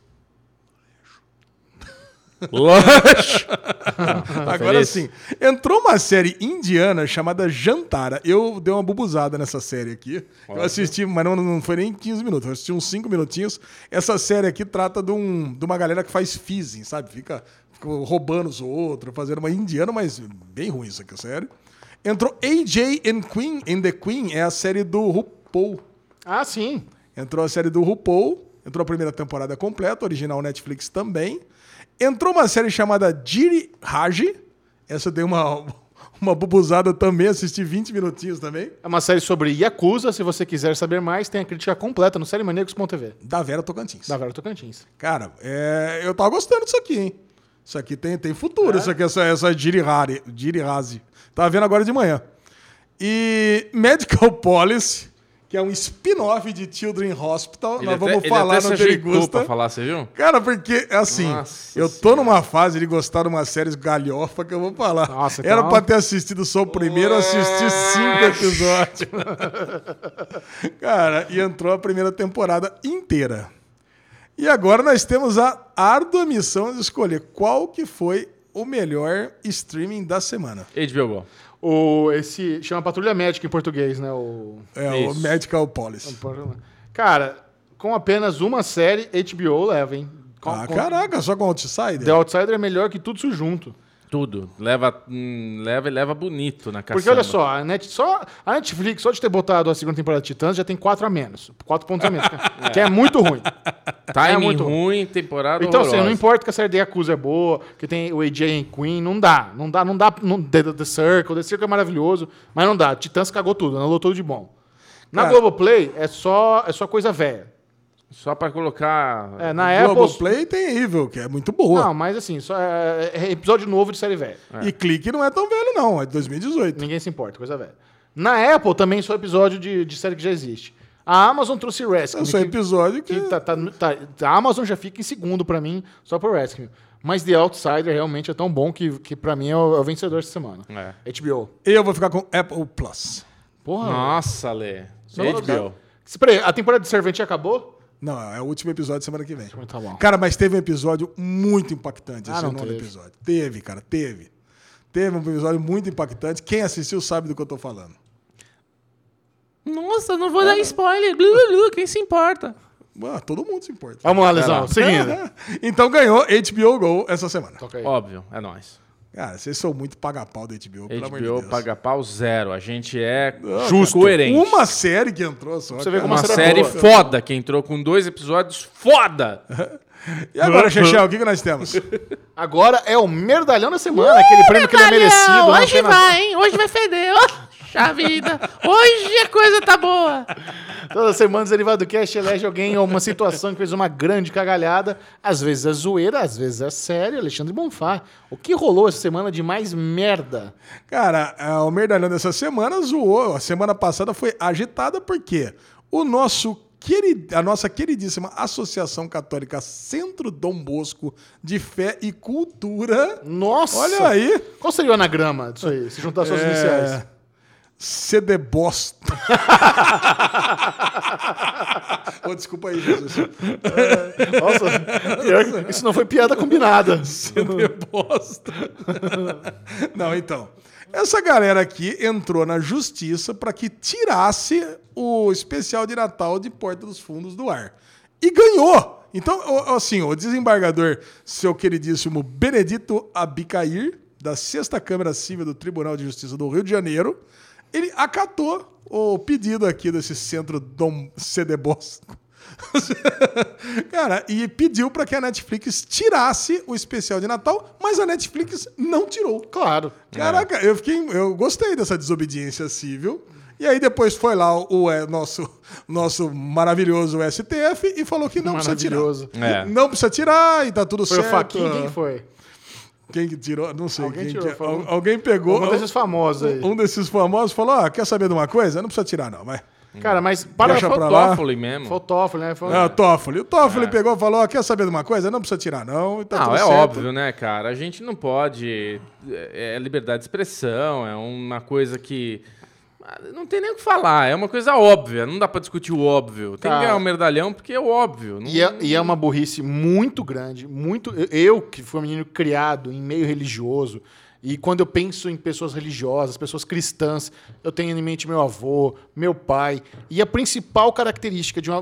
Lush. Agora feliz? sim. Entrou uma série indiana chamada Jantara. Eu dei uma bubuzada nessa série aqui. Eu assisti, mas não, não foi nem quinze minutos. Eu assisti uns cinco minutinhos. Essa série aqui trata de, um, de uma galera que faz fizzing, sabe? Fica, fica roubando os outros, fazendo uma indiana, mas bem ruim isso aqui, sério. Entrou A J and Queen, and the Queen, é a série do RuPaul. Ah, sim. Entrou a série do RuPaul. Entrou a primeira temporada completa, original Netflix também. Entrou uma série chamada Jiri Haji. Essa tem uma, uma bubuzada também, assisti vinte minutinhos também. É uma série sobre Yakuza. Se você quiser saber mais, tem a crítica completa no série maníacos ponto tv. Da Vera Tocantins. Da Vera Tocantins. Cara, é, eu tava gostando disso aqui, hein? Isso aqui tem, tem futuro, É? isso aqui, essa, essa Jiri Hari- Jiri Haji. Tava vendo agora de manhã. E Medical Policy, que é um spin-off de Children's Hospital. Ele Nós até- vamos ele falar até no se ajeitou Derigusta. pra falar, você viu? Cara, porque, assim, Nossa eu tô numa fase de gostar de umas séries galhofa que eu vou falar. Nossa, Era então- pra ter assistido só o primeiro, eu assisti cinco episódios. Cara, e entrou a primeira temporada inteira. E agora nós temos a árdua missão de escolher qual que foi o melhor streaming da semana. H B O Go. O, esse chama Patrulha Médica em português, né? O, É Isso. o Medical Policy. cara, com apenas uma série, H B O leva, hein? Com, Ah, com- caraca, só com Outsider? The Outsider é melhor que tudo isso junto. Tudo. Leva, hum, leva e leva bonito na caçamba. Porque olha só, a, Net, só, a Netflix, só de ter botado a segunda temporada de Titãs, já tem quatro a menos. Quatro pontos a menos. que- Que é muito ruim. Timing é muito ruim, temporada Então, assim, horrorosa. não importa que a série de Yakuza é boa, que tem o A J Queen, não dá. Não dá, não dá. Não, The, The Circle, The Circle é maravilhoso, mas não dá. Titãs cagou tudo, anulou tudo de bom. Na Cara, Globoplay é só, é só coisa velha. Só pra colocar... É, na Apple. Globoplay tem Evil, que é muito boa. Não, mas assim, só é, é episódio novo de série velha. E Clique não é tão velho, não. É de dois mil e dezoito. Ninguém se importa, coisa velha. Na Apple também só episódio de, de série que já existe. A Amazon trouxe Rescue. É só que- episódio que... que tá, tá, tá- a Amazon já fica em segundo pra mim, só pro Rescue. Mas The Outsider realmente é tão bom que, que pra mim é o, é o vencedor essa semana. É. H B O. Eu vou ficar com Apple Plus. Porra. Nossa, Lê. Só H B O. Espera aí, a temporada de Servente acabou? Não, é o último episódio semana que vem. Tá bom. Cara, mas teve um episódio muito impactante Ah, esse não nono teve. episódio. Teve, cara, teve. Teve um episódio muito impactante. Quem assistiu sabe do que eu tô falando. Nossa, não vou dar spoiler. Blu, blu, blu, quem se importa? Ah, todo mundo se importa. Vamos lá, Lesão. lá. Seguindo. Então ganhou H B O Go essa semana. Toca aí. Óbvio, é nóis. Cara, vocês são muito paga-pau da H B O, pelo amor de H B O Deus. paga pau zero. A gente é Ah, justo, cara, coerente. Uma série que entrou só. Você vê cara. como Uma a série é série boa. foda que entrou com dois episódios foda. E agora, Chechel, o que, que nós temos? Agora é o Merdalhão da semana, aquele prêmio que ele é merecido. não Hoje tem na- vai, hein? Hoje vai feder. Poxa vida. Hoje a coisa tá boa. Toda semana o Derivado Cast elege alguém ou uma situação que fez uma grande cagalhada. Às vezes é zoeira, às vezes é sério. Alexandre Bonfá. O que rolou essa semana de mais merda? Cara, ah, o Merdalhão dessa semana zoou. A semana passada foi agitada porque o nosso querid... a nossa queridíssima Associação Católica Centro Dom Bosco de Fé e Cultura. Nossa! Olha aí. Qual seria o anagrama disso aí, se juntar suas iniciais? C D Bosta. oh, desculpa aí, Jesus. Nossa, pior que- isso não foi piada combinada. C D Bosta. Não, então. Essa galera aqui entrou na justiça para que tirasse o especial de Natal de Porta dos Fundos do ar. E ganhou! Então, o- assim, o desembargador, seu queridíssimo Benedito Abicair, da Sexta Câmara Civil do Tribunal de Justiça do Rio de Janeiro, ele acatou o pedido aqui desse centro Dom C D Bosco. Cara, e pediu para que a Netflix tirasse o especial de Natal, mas a Netflix não tirou. Claro. Caraca, eu fiquei, eu gostei dessa desobediência civil. E aí depois foi lá o, o, é, nosso, nosso maravilhoso S T F e falou que não precisa tirar. Maravilhoso. É. Não precisa tirar e tá tudo Foi certo. o Faquinha? Quem que foi? Quem que tirou? Não sei. Alguém quem tirou, que- foi al- um- alguém pegou. Um desses famosos aí. Um desses famosos falou: ah, quer saber de uma coisa? Não precisa tirar, não, vai. Cara, mas para Deixa foi pra o lá. Toffoli mesmo. Foi o Toffoli, né? Foi... É, o Toffoli. O Toffoli pegou e falou: ah, quer saber de uma coisa? Não precisa tirar, não. E tá Não, tudo é certo. óbvio, né, cara? A gente não pode... É é liberdade de expressão, é uma coisa que... Não tem nem o que falar, é uma coisa óbvia, não dá pra discutir o óbvio. Tem Tá. que ganhar o merdalhão porque é o óbvio. Não... E é, e é uma burrice muito grande, muito. Eu, que fui um menino criado em meio religioso, e quando eu penso em pessoas religiosas, pessoas cristãs, eu tenho em mente meu avô, meu pai. E a principal característica de, uma- de um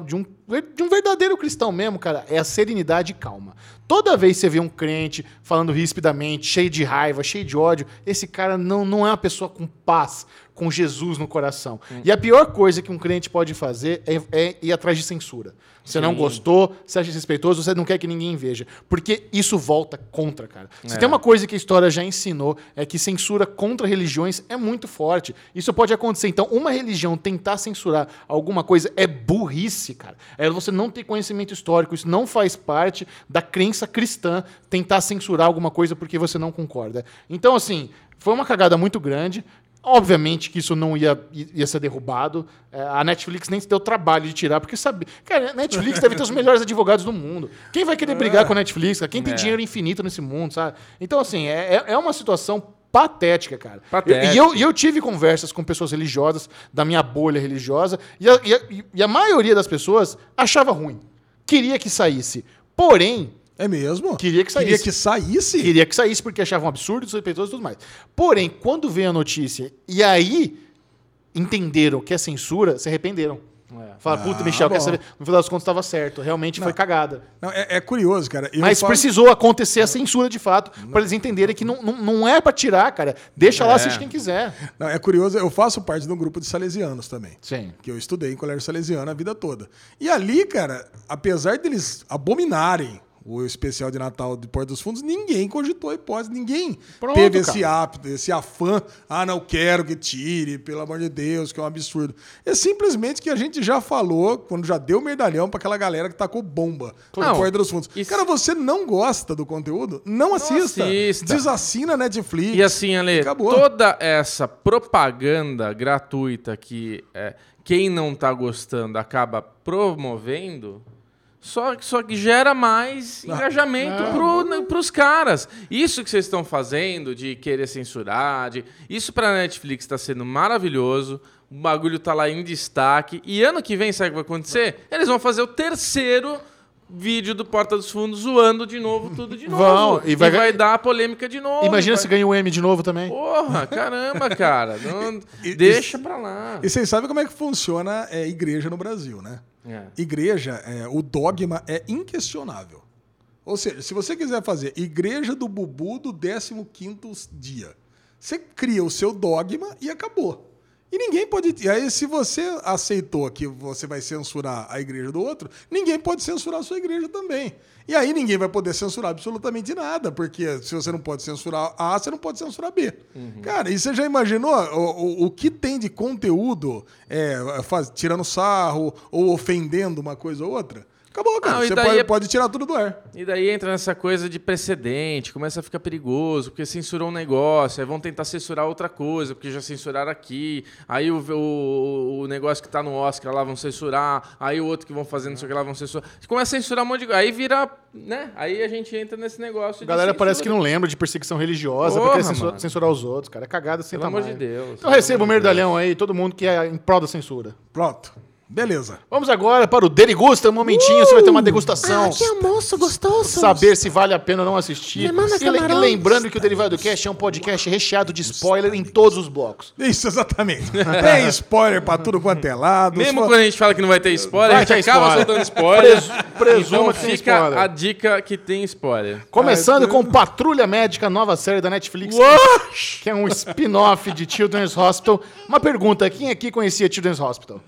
de um verdadeiro cristão mesmo, cara, é a serenidade e calma. Toda vez que você vê um crente falando rispidamente, cheio de raiva, cheio de ódio, esse cara não, não é uma pessoa com paz, com Jesus no coração. Hum. E a pior coisa que um crente pode fazer é, é ir atrás de censura. Você Sim. não gostou, você acha desrespeitoso, você não quer que ninguém veja. Porque isso volta contra, cara. Se é. tem uma coisa que a história já ensinou, é que censura contra religiões é muito forte. Isso pode acontecer. Então, uma religião tentar censurar alguma coisa é burrice, cara. É você não ter conhecimento histórico. Isso não faz parte da crença cristã tentar censurar alguma coisa porque você não concorda. Então, assim, foi uma cagada muito grande. Obviamente que isso não ia, ia ser derrubado. É, a Netflix nem se deu trabalho de tirar, porque sabe... Cara, a Netflix deve ter os melhores advogados do mundo. Quem vai querer brigar com a Netflix? Quem tem é. dinheiro infinito nesse mundo, sabe? Então, assim, é, é uma situação patética, cara. Patética. E eu, e eu tive conversas com pessoas religiosas, da minha bolha religiosa, e a, e a, e a maioria das pessoas achava ruim. Queria que saísse. Porém... É mesmo? Queria que saísse. Queria que saísse? Queria que saísse, porque achavam absurdo, desrespeitoso e tudo mais. Porém, quando veio a notícia, e aí entenderam que é censura, se arrependeram. É. Falaram, puta, ah, Michel, quer saber? No final das contas estava certo. Realmente não, foi cagada. Não, é, é curioso, cara. Eu Mas falo... precisou acontecer a censura de fato, para eles entenderem que não, não, não é para tirar, cara. Deixa é. lá, assiste quem quiser. Não, é curioso, eu faço parte de um grupo de salesianos também. Sim. Que eu estudei em colégio salesiano a vida toda. E ali, cara, apesar deles abominarem o especial de Natal de Porta dos Fundos, ninguém cogitou a hipótese, ninguém Pronto, teve esse apto, esse afã, ah, não quero que tire, pelo amor de Deus, que é um absurdo. É simplesmente que a gente já falou, quando já deu merdalhão pra aquela galera que tacou bomba na Porta dos Fundos. Isso... Cara, você não gosta do conteúdo? Não, não assista. assista. Desassina a Netflix. E assim, Ale, acabou. Toda essa propaganda gratuita que é, quem não tá gostando acaba promovendo... Só, só que gera mais engajamento para os caras. Isso que vocês estão fazendo de querer censurar, de, isso para a Netflix está sendo maravilhoso. O bagulho tá lá em destaque. E ano que vem, sabe o que vai acontecer? Eles vão fazer o terceiro vídeo do Porta dos Fundos zoando de novo tudo de novo. Vão, e vai, e vai dar a polêmica de novo. Imagina vai... se ganha o M de novo também. Porra, caramba, cara. Não, e, deixa para lá. E vocês sabem como é que funciona é, igreja no Brasil, né? É. Igreja, é, o dogma é inquestionável. Ou seja, se você quiser fazer igreja do Bubu do décimo quinto dia, você cria o seu dogma e acabou. E ninguém pode... E aí, se você aceitou que você vai censurar a igreja do outro, ninguém pode censurar a sua igreja também. E aí ninguém vai poder censurar absolutamente nada, porque se você não pode censurar A, você não pode censurar B. Uhum. Cara, e você já imaginou o, o, o que tem de conteúdo é, faz, tirando sarro ou ofendendo uma coisa ou outra? Acabou, cara. Não, você pode, é... pode tirar tudo do ar. E daí entra nessa coisa de precedente, começa a ficar perigoso, porque censurou um negócio, aí vão tentar censurar outra coisa, porque já censuraram aqui, aí o, o, o negócio que tá no Oscar lá vão censurar, aí o outro que vão fazer não sei o que lá vão censurar. Começa a censurar um monte de coisa, aí vira, né? Aí a gente entra nesse negócio de A galera censura. Parece que não lembra de perseguição religiosa, Porra, porque censurar, censurar os outros, cara. É cagada sem tamanho. tamanho. Pelo amor de Deus. Então receba o merdalhão aí, todo mundo que é em prol da censura. Pronto. Beleza. Vamos agora para o Derigusta, um momentinho, uh! Você vai ter uma degustação. Ah, que almoço gostoso. Saber se vale a pena ou não assistir. E, e lembrando que o Derivado Cast é um podcast recheado de spoiler em todos os blocos. Isso, exatamente. Tem spoiler para tudo quanto é lado. Mesmo quando a gente fala que não vai ter spoiler, vai a gente acaba spoiler. soltando spoiler. Presu presuma então que tem fica spoiler. a dica que tem spoiler. Começando ah, com Patrulha Médica, nova série da Netflix, que, que é um spin-off de Children's Hospital. Uma pergunta, quem aqui conhecia Children's Hospital?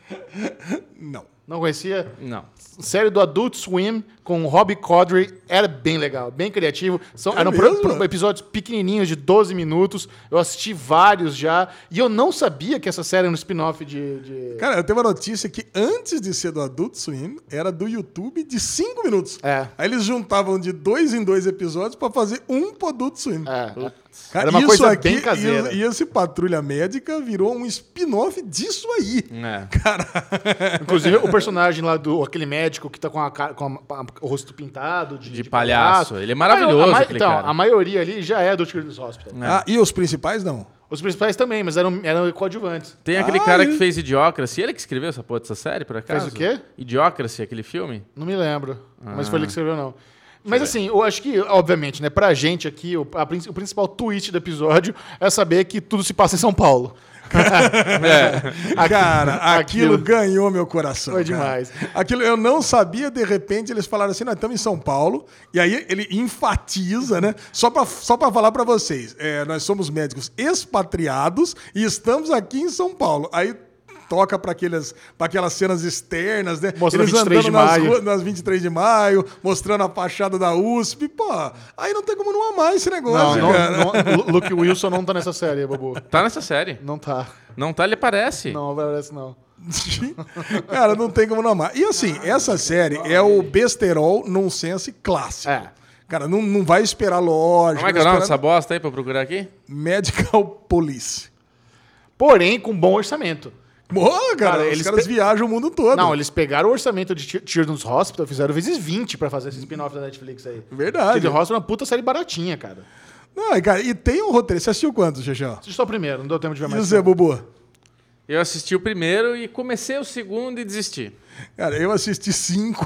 Não. Não conhecia? Não. Série do Adult Swim com o Robbie Corddry. Era bem legal, bem criativo. São, é eram pro, pro, episódios pequenininhos de doze minutos. Eu assisti vários já. E eu não sabia que essa série era um spin-off de, de... Cara, eu tenho uma notícia que antes de ser do Adult Swim, era do YouTube de cinco minutos. É. Aí eles juntavam de dois em dois episódios pra fazer um pro Adult Swim. É. Cara, era uma isso coisa aqui, bem caseira. E, e esse Patrulha Médica virou um spin-off disso aí. É. Cara. Inclusive, o personagem lá do aquele médico que tá com, a, com a, a, o rosto pintado de, de, de palhaço. palhaço. Ele é maravilhoso. A, a, aquele então, cara. a maioria ali já é do Children's Hospital. É. Ah, e os principais não? Os principais também, mas eram, eram coadjuvantes. Tem aquele ah, cara ele... que fez Idiocracy. Ele que escreveu essa porra dessa série, por acaso? Fez o quê? Idiocracy, aquele filme? Não me lembro. Ah. Mas foi ele que escreveu, não. Mas assim, eu acho que, obviamente, né, pra gente aqui, o, a, o principal twist do episódio é saber que tudo se passa em São Paulo. é. Cara, aquilo, aquilo ganhou meu coração. Foi cara. demais. Aquilo eu não sabia, de repente eles falaram assim, nós estamos em São Paulo, e aí ele enfatiza, né? Só pra, só pra falar pra vocês, é, nós somos médicos expatriados e estamos aqui em São Paulo. Aí toca para aquelas, pra aquelas cenas externas, né? Mostrando Eles vinte e três andando de nas, maio. ruas, nas vinte e três de maio, mostrando a fachada da U S P. Pô, aí não tem como não amar esse Não, negócio, não, cara. não, Luke Wilson não tá nessa série, Babu. Tá nessa série. Não tá. Não tá, ele aparece. Não, parece não. Cara, não tem como não amar. E assim, essa série é o besterol nonsense clássico. É. Cara, não, não vai esperar lógica. Como é que é o nome dessa bosta aí pra eu procurar aqui? Medical Police. Porém, com bom orçamento. Boa, cara, Cara, os eles caras pe- viajam o mundo todo. Não, eles pegaram o orçamento de Ch- Children's Hospital, fizeram vezes vinte pra fazer esse spin-off da Netflix aí. Verdade. Children's Hospital é uma puta série baratinha, cara. Não, e, cara, e tem um roteiro. Você assistiu quantos, Xexão? Assisti só o primeiro, não deu tempo de ver E mais. o Zé Bubu? Eu assisti o primeiro e comecei o segundo e desisti. Cara, eu assisti cinco.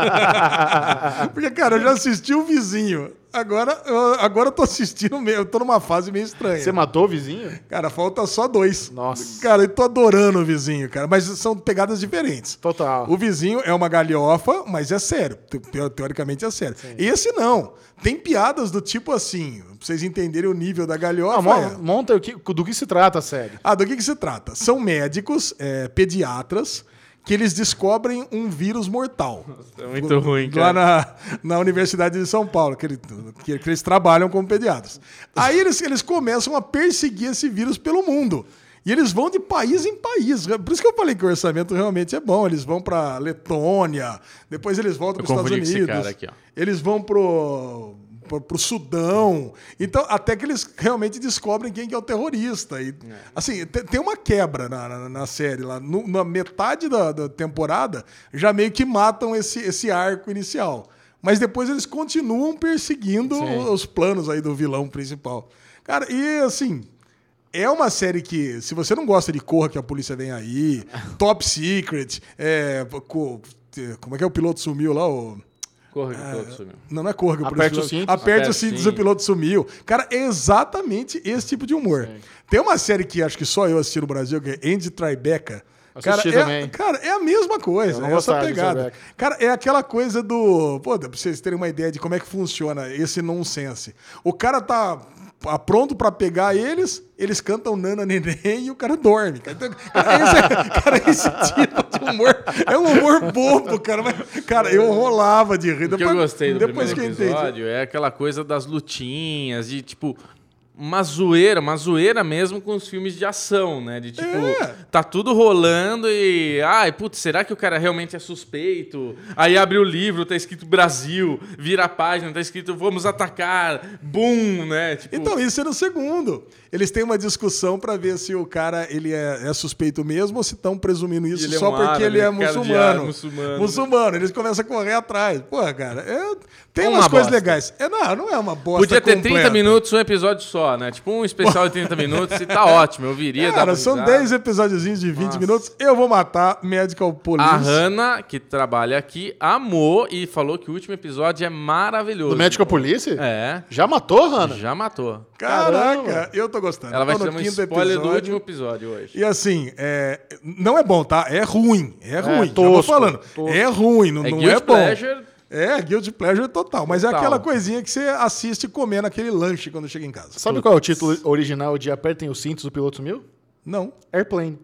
Porque, cara, eu já assisti o Vizinho. Agora eu, agora eu tô assistindo meio. Eu tô numa fase meio estranha. Você matou o vizinho? Cara, falta só dois. Nossa. Cara, eu tô adorando o Vizinho, cara. Mas são pegadas diferentes. Total. O Vizinho é uma galhofa, mas é sério. Te- Teoricamente é sério. Esse não. Tem piadas do tipo assim, pra vocês entenderem o nível da galhofa. Ah, mo- é. monta o que- do que se trata a série. Ah, do que, que se trata? São médicos, é, pediatras, que eles descobrem um vírus mortal. É muito ruim, Lá cara. na, na Universidade de São Paulo, que, ele- que- que eles trabalham como pediatras. Aí eles, eles começam a perseguir esse vírus pelo mundo. E eles vão de país em país. Por isso que eu falei que o orçamento realmente é bom. Eles vão para Letônia, depois eles voltam Eu para os Estados confundi com Unidos. esse cara aqui, ó. Eles vão pro pro, pro Sudão. Então, até que eles realmente descobrem quem que é o terrorista. E, assim, te- tem uma quebra na, na, na série lá. No- na metade da, da temporada, já meio que matam esse, esse arco inicial. Mas depois eles continuam perseguindo Sim. os planos aí do vilão principal. Cara, e assim... É uma série que, se você não gosta de Corra que a polícia vem aí, Top Secret, é, co- como é que é o piloto sumiu lá? O, Corra que o piloto sumiu. não, não é Corra que o Aperte piloto os cintos. Aperte Aperte os cintos, sim. o piloto sumiu. Cara, é exatamente esse tipo de humor. Tem uma série que acho que só eu assisti no Brasil, que é Andy Tribeca. Cara, Assisti é, também. cara, é a mesma coisa, Eu não é essa gostava de pegada. Tribeca. Cara, é aquela coisa do... Pô, pra vocês terem uma ideia de como é que funciona esse nonsense. O cara tá ah, pronto pra pegar eles, eles cantam Nana Neném e o cara dorme. Cara, então, cara, esse, cara, esse tipo de humor é um humor bobo, cara. Mas, cara, eu rolava de rir. O que eu gostei do depois primeiro que eu entendi. episódio é aquela coisa das lutinhas, de tipo... Uma zoeira, uma zoeira mesmo com os filmes de ação, né? De tipo, É. tá tudo rolando e... Ai, putz, será que o cara realmente é suspeito? Aí abre o livro, tá escrito Brasil, vira a página, tá escrito vamos atacar, bum, né? Tipo, Então, isso é no segundo. Eles têm uma discussão pra ver se o cara ele é, é suspeito mesmo ou se estão presumindo isso ele é só um porque árabe, ele é cara de muçulmano. árabe, muçulmano. Muçulmano. Eles começam a correr atrás. Pô, cara, é- tem Uma umas coisas bosta. legais. É, não, não é uma bosta podia ter completa. trinta minutos, um episódio só, né? Tipo um especial de trinta minutos e tá ótimo, eu viria. Cara, dava são risada. dez episódiozinhos de vinte Nossa. minutos. Eu vou matar Medical Police. A Hannah, que trabalha aqui, amou e falou que o último episódio é maravilhoso. Do Medical Police? É. Já matou, Hannah? Já matou. Caraca, Caramba. eu tô gostando. Ela vai Tô te no dar um quinto spoiler do episódio. último episódio hoje. E assim, é, não é bom, tá? É ruim. É ruim. Já tô tosco, falando. tosco. É ruim, não É não guilty é bom. pleasure. É, guilty pleasure total. Mas é Total. aquela coisinha que você assiste comendo aquele lanche quando chega em casa. Sabe qual é o título original de Apertem os Cintos, o Piloto Sumiu? Não. Airplane.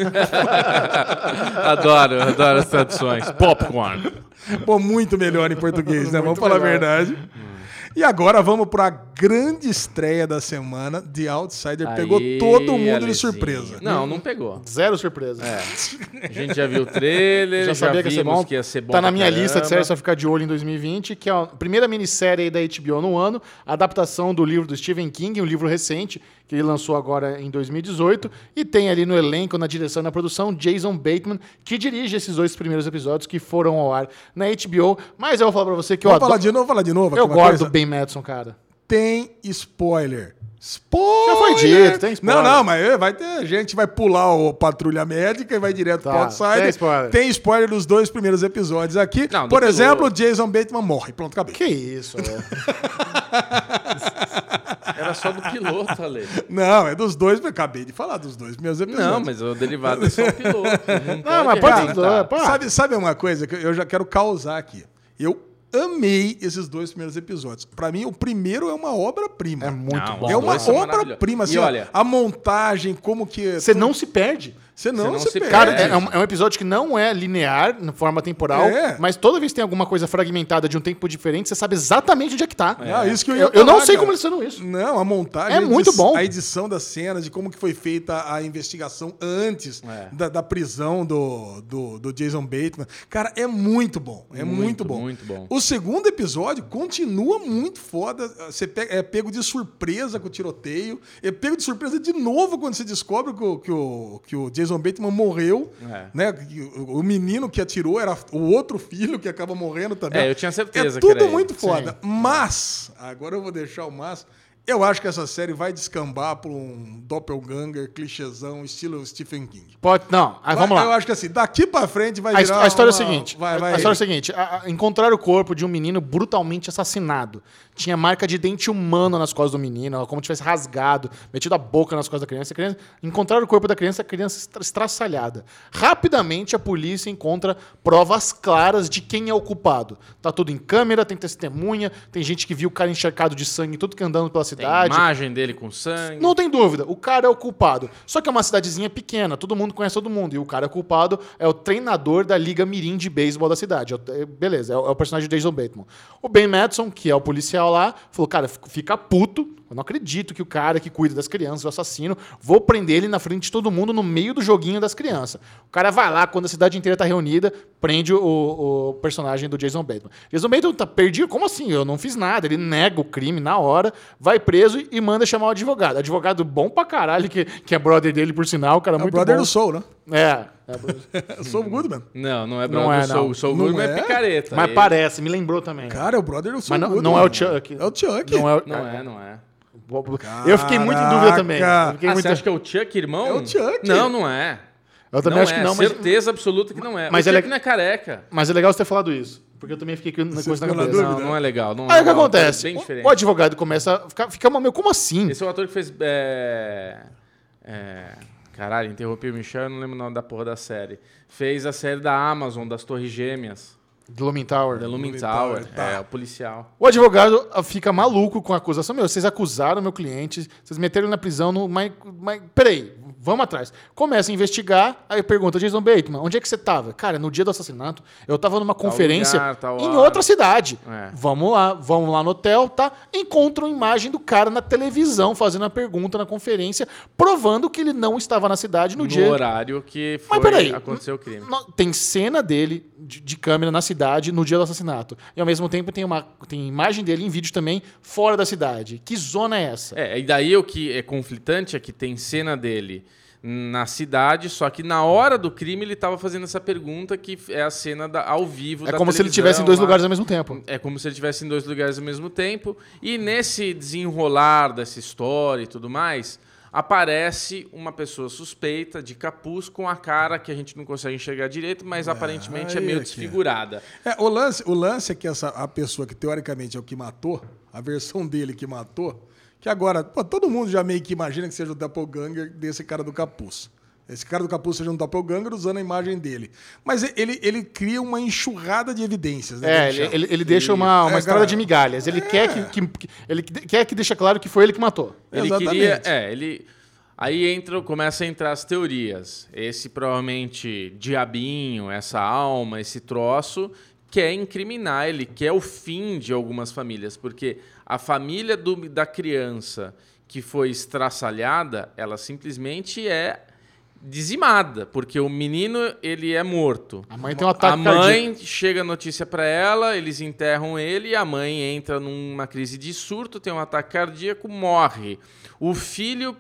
Adoro, adoro as traduções. Popcorn. Pô, muito melhor em português, né? Vamos Muito falar a melhor. verdade. E agora vamos para a grande estreia da semana. The Outsider pegou Aí, todo mundo de Alezinho. surpresa. Não, não pegou. Zero surpresa. É. A gente já viu o trailer, Já já, sabia que ia ser vimos bom. que ia ser bom Tá na pra minha caramba. lista de séries pra ficar de olho em dois mil e vinte, que é a primeira minissérie aí da H B O no ano, adaptação do livro do Stephen King, um livro recente, que ele lançou agora em dois mil e dezoito, e tem ali no elenco, na direção e na produção, Jason Bateman, que dirige esses dois primeiros episódios que foram ao ar na H B O, mas eu vou falar pra você que eu Vamos falar adoro... de novo, falar de novo. Eu aqui uma gosto coisa. do Ben Madison, cara. Tem spoiler. Spoiler! Já foi dito, tem spoiler. Não, não, mas vai ter, a gente vai pular o Patrulha Médica e vai direto Tá, pro Outsider. tem spoiler. Tem spoiler dos dois primeiros episódios aqui. Não, do Por exemplo, piloto. Jason Bateman morre. Pronto, acabei. Que isso, velho. Era só do piloto, Ale. Não, é dos dois, eu acabei de falar dos dois primeiros episódios. Não, mas o derivado é só o piloto. Não, mas pode pode arrebentar. pá. Sabe, sabe uma coisa que eu já quero causar aqui? Eu amei esses dois primeiros episódios. Pra mim, o primeiro é uma obra-prima. É muito Não, bom. É uma dois são obra-prima, assim, E ó, olha- a montagem, como que... Você não se perde. Você não, Você não se se perde. Cara, É. é, um, é um episódio que não é linear, na forma temporal, É. mas toda vez que tem alguma coisa fragmentada de um tempo diferente, você sabe exatamente onde é que tá. Ah, isso que eu, ia Eu, eu não falar, sei cara. como eles fizeram isso. Não, a montagem, É a muito edi- bom. A edição das cenas, de como que foi feita a investigação antes É. da, da prisão do, do, do Jason Bateman. Cara, é muito bom. É muito, Muito, bom. muito bom. O segundo episódio continua muito foda. Você pega- é pego de surpresa com o tiroteio. É pego de surpresa de novo quando você descobre que o, que o, que o Jason Bateman morreu. É. Né? Que O, o menino que atirou era o outro filho que acaba morrendo também. É, eu tinha certeza É que era tudo ele. muito foda. Mas, agora eu vou deixar o mas. Eu acho que essa série vai descambar por um doppelganger, clichêzão, estilo Stephen King. Pode, não, aí vamos Vai- Eu lá. acho que assim, daqui pra frente vai A, his- virar a história é uma- a seguinte: Vai, a- vai. a história é a seguinte: a- a- encontraram o corpo de um menino brutalmente assassinado. Tinha marca de dente humano nas costas do menino, como tivesse rasgado, metido a boca nas costas da criança. A criança encontraram o corpo da criança, a criança estra- estraçalhada. Rapidamente a polícia encontra provas claras de quem é o culpado. Tá tudo em câmera, tem testemunha, tem gente que viu o cara encharcado de sangue, tudo que andando pela Tem cidade. imagem dele com sangue. Não tem dúvida, o cara é o culpado. Só que é uma cidadezinha pequena, todo mundo conhece todo mundo. E o cara culpado é o treinador da Liga Mirim de Beisebol da cidade. É o- é- Beleza, é o, é o personagem de Jason Bateman. O Ben Madison, que é o policial lá, falou, cara, fico- fica puto. Eu não acredito que o cara que cuida das crianças, o assassino, vou prender ele na frente de todo mundo no meio do joguinho das crianças. O cara vai lá, quando a cidade inteira tá reunida, prende o, o personagem do Jason Bateman. Jason Bateman tá perdido? Como assim? Eu não fiz nada. Ele nega o crime na hora, vai preso e manda chamar o advogado. Advogado bom pra caralho, que, que é brother dele, por sinal, o cara É o muito brother bom. do Soul, né? É. é Soul Goodman. Não, não é Não Brother é, Soul. não. O Soul Não Goodman é? é picareta. Mas Ele- parece, me lembrou também. Cara, é o brother do Soul Mas não, Goodman. não é o Chuck. É o Chuck. Não é o... Não é, não é. Eu fiquei muito em dúvida também. Eu, fiquei Ah, muito... você acha que é o Chuck, irmão? É o Chuck. Não, não é. eu também não acho é. que não, mas... Certeza absoluta que não é. Mas o ele Chuck é- não é careca. Mas é legal você ter falado isso. Porque eu também fiquei com Você coisa na ficou na cabeça. dúvida? Não, não é legal. Não Aí é o que legal. acontece? É bem O, diferente. o advogado começa a ficar, ficar meu, como assim? Esse é o ator que fez. É... é, Caralho, interrompi o Michel, eu não lembro o nome da porra da série. Fez a série da Amazon, das Torres Gêmeas. The Looming Tower. The Looming Looming Tower. Tower, tá. É, o policial. O advogado ah, fica maluco com a acusação. Meu, vocês acusaram meu cliente, vocês meteram ele na prisão, no, mas, mas peraí, vamos atrás. Começa a investigar, aí pergunta, Jason Bateman, onde é que você estava? Cara, no dia do assassinato, eu estava numa conferência lugar, tal em hora. outra cidade. É. Vamos lá, vamos lá no hotel, tá? Encontram imagem do cara na televisão fazendo a pergunta na conferência, provando que ele não estava na cidade no, No dia. horário que foi, Mas peraí, aconteceu o crime. no- tem cena dele de, de câmera na cidade no dia do assassinato. E ao mesmo tempo tem, uma, tem imagem dele em vídeo também fora da cidade. Que zona é essa? É, e daí o que é conflitante é que tem cena dele na cidade, só que na hora do crime ele estava fazendo essa pergunta que é a cena da, ao vivo É da como se ele televisão estivesse em dois lá. lugares ao mesmo tempo. É como se ele estivesse em dois lugares ao mesmo tempo. E nesse desenrolar dessa história e tudo mais, aparece uma pessoa suspeita de capuz com a cara que a gente não consegue enxergar direito, mas aparentemente é aí meio aqui. desfigurada. É, o, lance, o lance é que essa, a pessoa que teoricamente é o que matou, a versão dele que matou, que agora, pô, todo mundo já meio que imagina que seja o doppelganger desse cara do capuz. Esse cara do capuz seja um doppelganger usando a imagem dele. Mas ele, ele cria uma enxurrada de evidências. Né, É, que ele, ele chama. ele, ele deixa uma, uma É, estrada cara. de migalhas. Ele, quer que, que- que- ele quer que deixe claro que foi ele que matou. Ele Exatamente. queria. É, ele. Aí entra, começa a entrar as teorias. Esse provavelmente diabinho, essa alma, esse troço, quer incriminar, ele quer o fim de algumas famílias, porque a família do- da criança que foi estraçalhada, ela simplesmente é dizimada, porque o menino ele é morto. A mãe tem um ataque A mãe cardíaco. chega a notícia pra ela, eles enterram ele e a mãe entra numa crise de surto, tem um ataque cardíaco, morre. O filho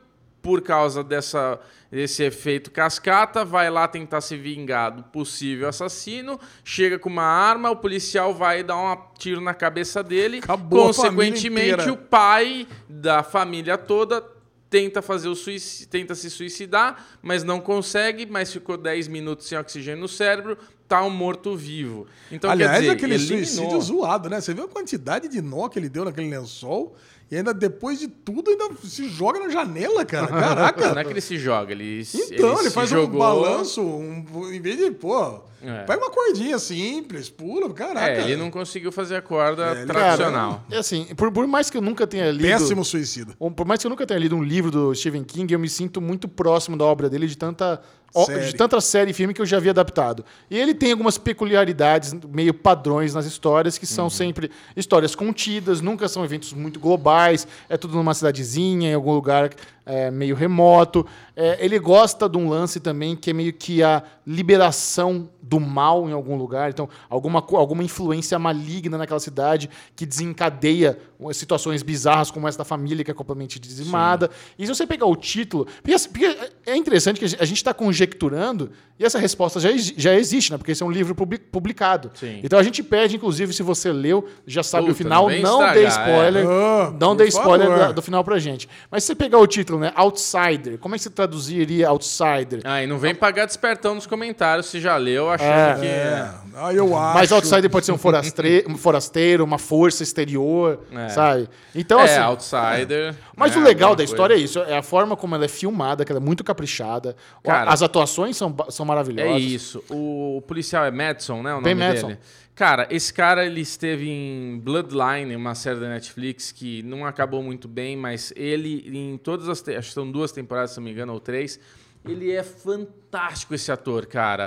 por causa dessa, desse efeito cascata, vai lá tentar se vingar do possível assassino, chega com uma arma, o policial vai dar um tiro na cabeça dele, Acabou consequentemente o pai da família toda tenta fazer o suic... tenta se suicidar, mas não consegue, mas ficou dez minutos sem oxigênio no cérebro, tá um morto-vivo. Então, Aliás, quer dizer, aquele eliminou. suicídio zoado, né? Você viu a quantidade de nó que ele deu naquele lençol? E ainda, depois de tudo, ainda se joga na janela, cara. Caraca. Não é que ele se joga, ele Então, ele, ele faz se um jogou... balanço, um, em vez de, pô, É. pega uma cordinha simples, pula, caraca. É, ele não conseguiu fazer a corda É, ele- tradicional. É assim, por, por mais que eu nunca tenha lido... Péssimo suicida. Ou por mais que eu nunca tenha lido um livro do Stephen King, eu me sinto muito próximo da obra dele, de tanta, ó, Série. de tanta série e filme que eu já vi adaptado. E ele tem algumas peculiaridades, meio padrões nas histórias, que são sempre histórias contidas, nunca são eventos muito globais, é tudo numa cidadezinha, em algum lugar é, meio remoto. É, ele gosta de um lance também que é meio que a liberação do mal em algum lugar. Então, alguma, co- alguma influência maligna naquela cidade que desencadeia situações bizarras como essa da família que é completamente dizimada. E se você pegar o título... Porque, assim, porque é interessante que a gente está conjecturando e essa resposta já, exi- já existe, né? Porque esse é um livro publi- publicado. Sim. Então a gente pede, inclusive, se você leu, já sabe Puta, o final, não vem não estragar, dê spoiler. é. Ah, não por dê spoiler favor. da- do final pra gente. Mas se você pegar o título, né? Outsider, como é que você traduziria Outsider? Ah, e não vem pagar despertão nos comentários se já leu, achando É. que... É, aí eu acho. Mas outsider pode ser um, forastre- um forasteiro, uma força exterior, É. sabe? Então, é, assim. outsider. Mas né, o legal alguma da coisa. história é isso, é a forma como ela é filmada, que ela é muito caprichada. Cara, As atuações são, ba- são maravilhosas. É isso. O, o policial é Madison, né? O Ben nome Madison. dele. Cara, esse cara ele esteve em Bloodline, uma série da Netflix que não acabou muito bem, mas ele em todas as te- acho que são duas temporadas, se não me engano, ou três. Ele é fantástico, esse ator, cara.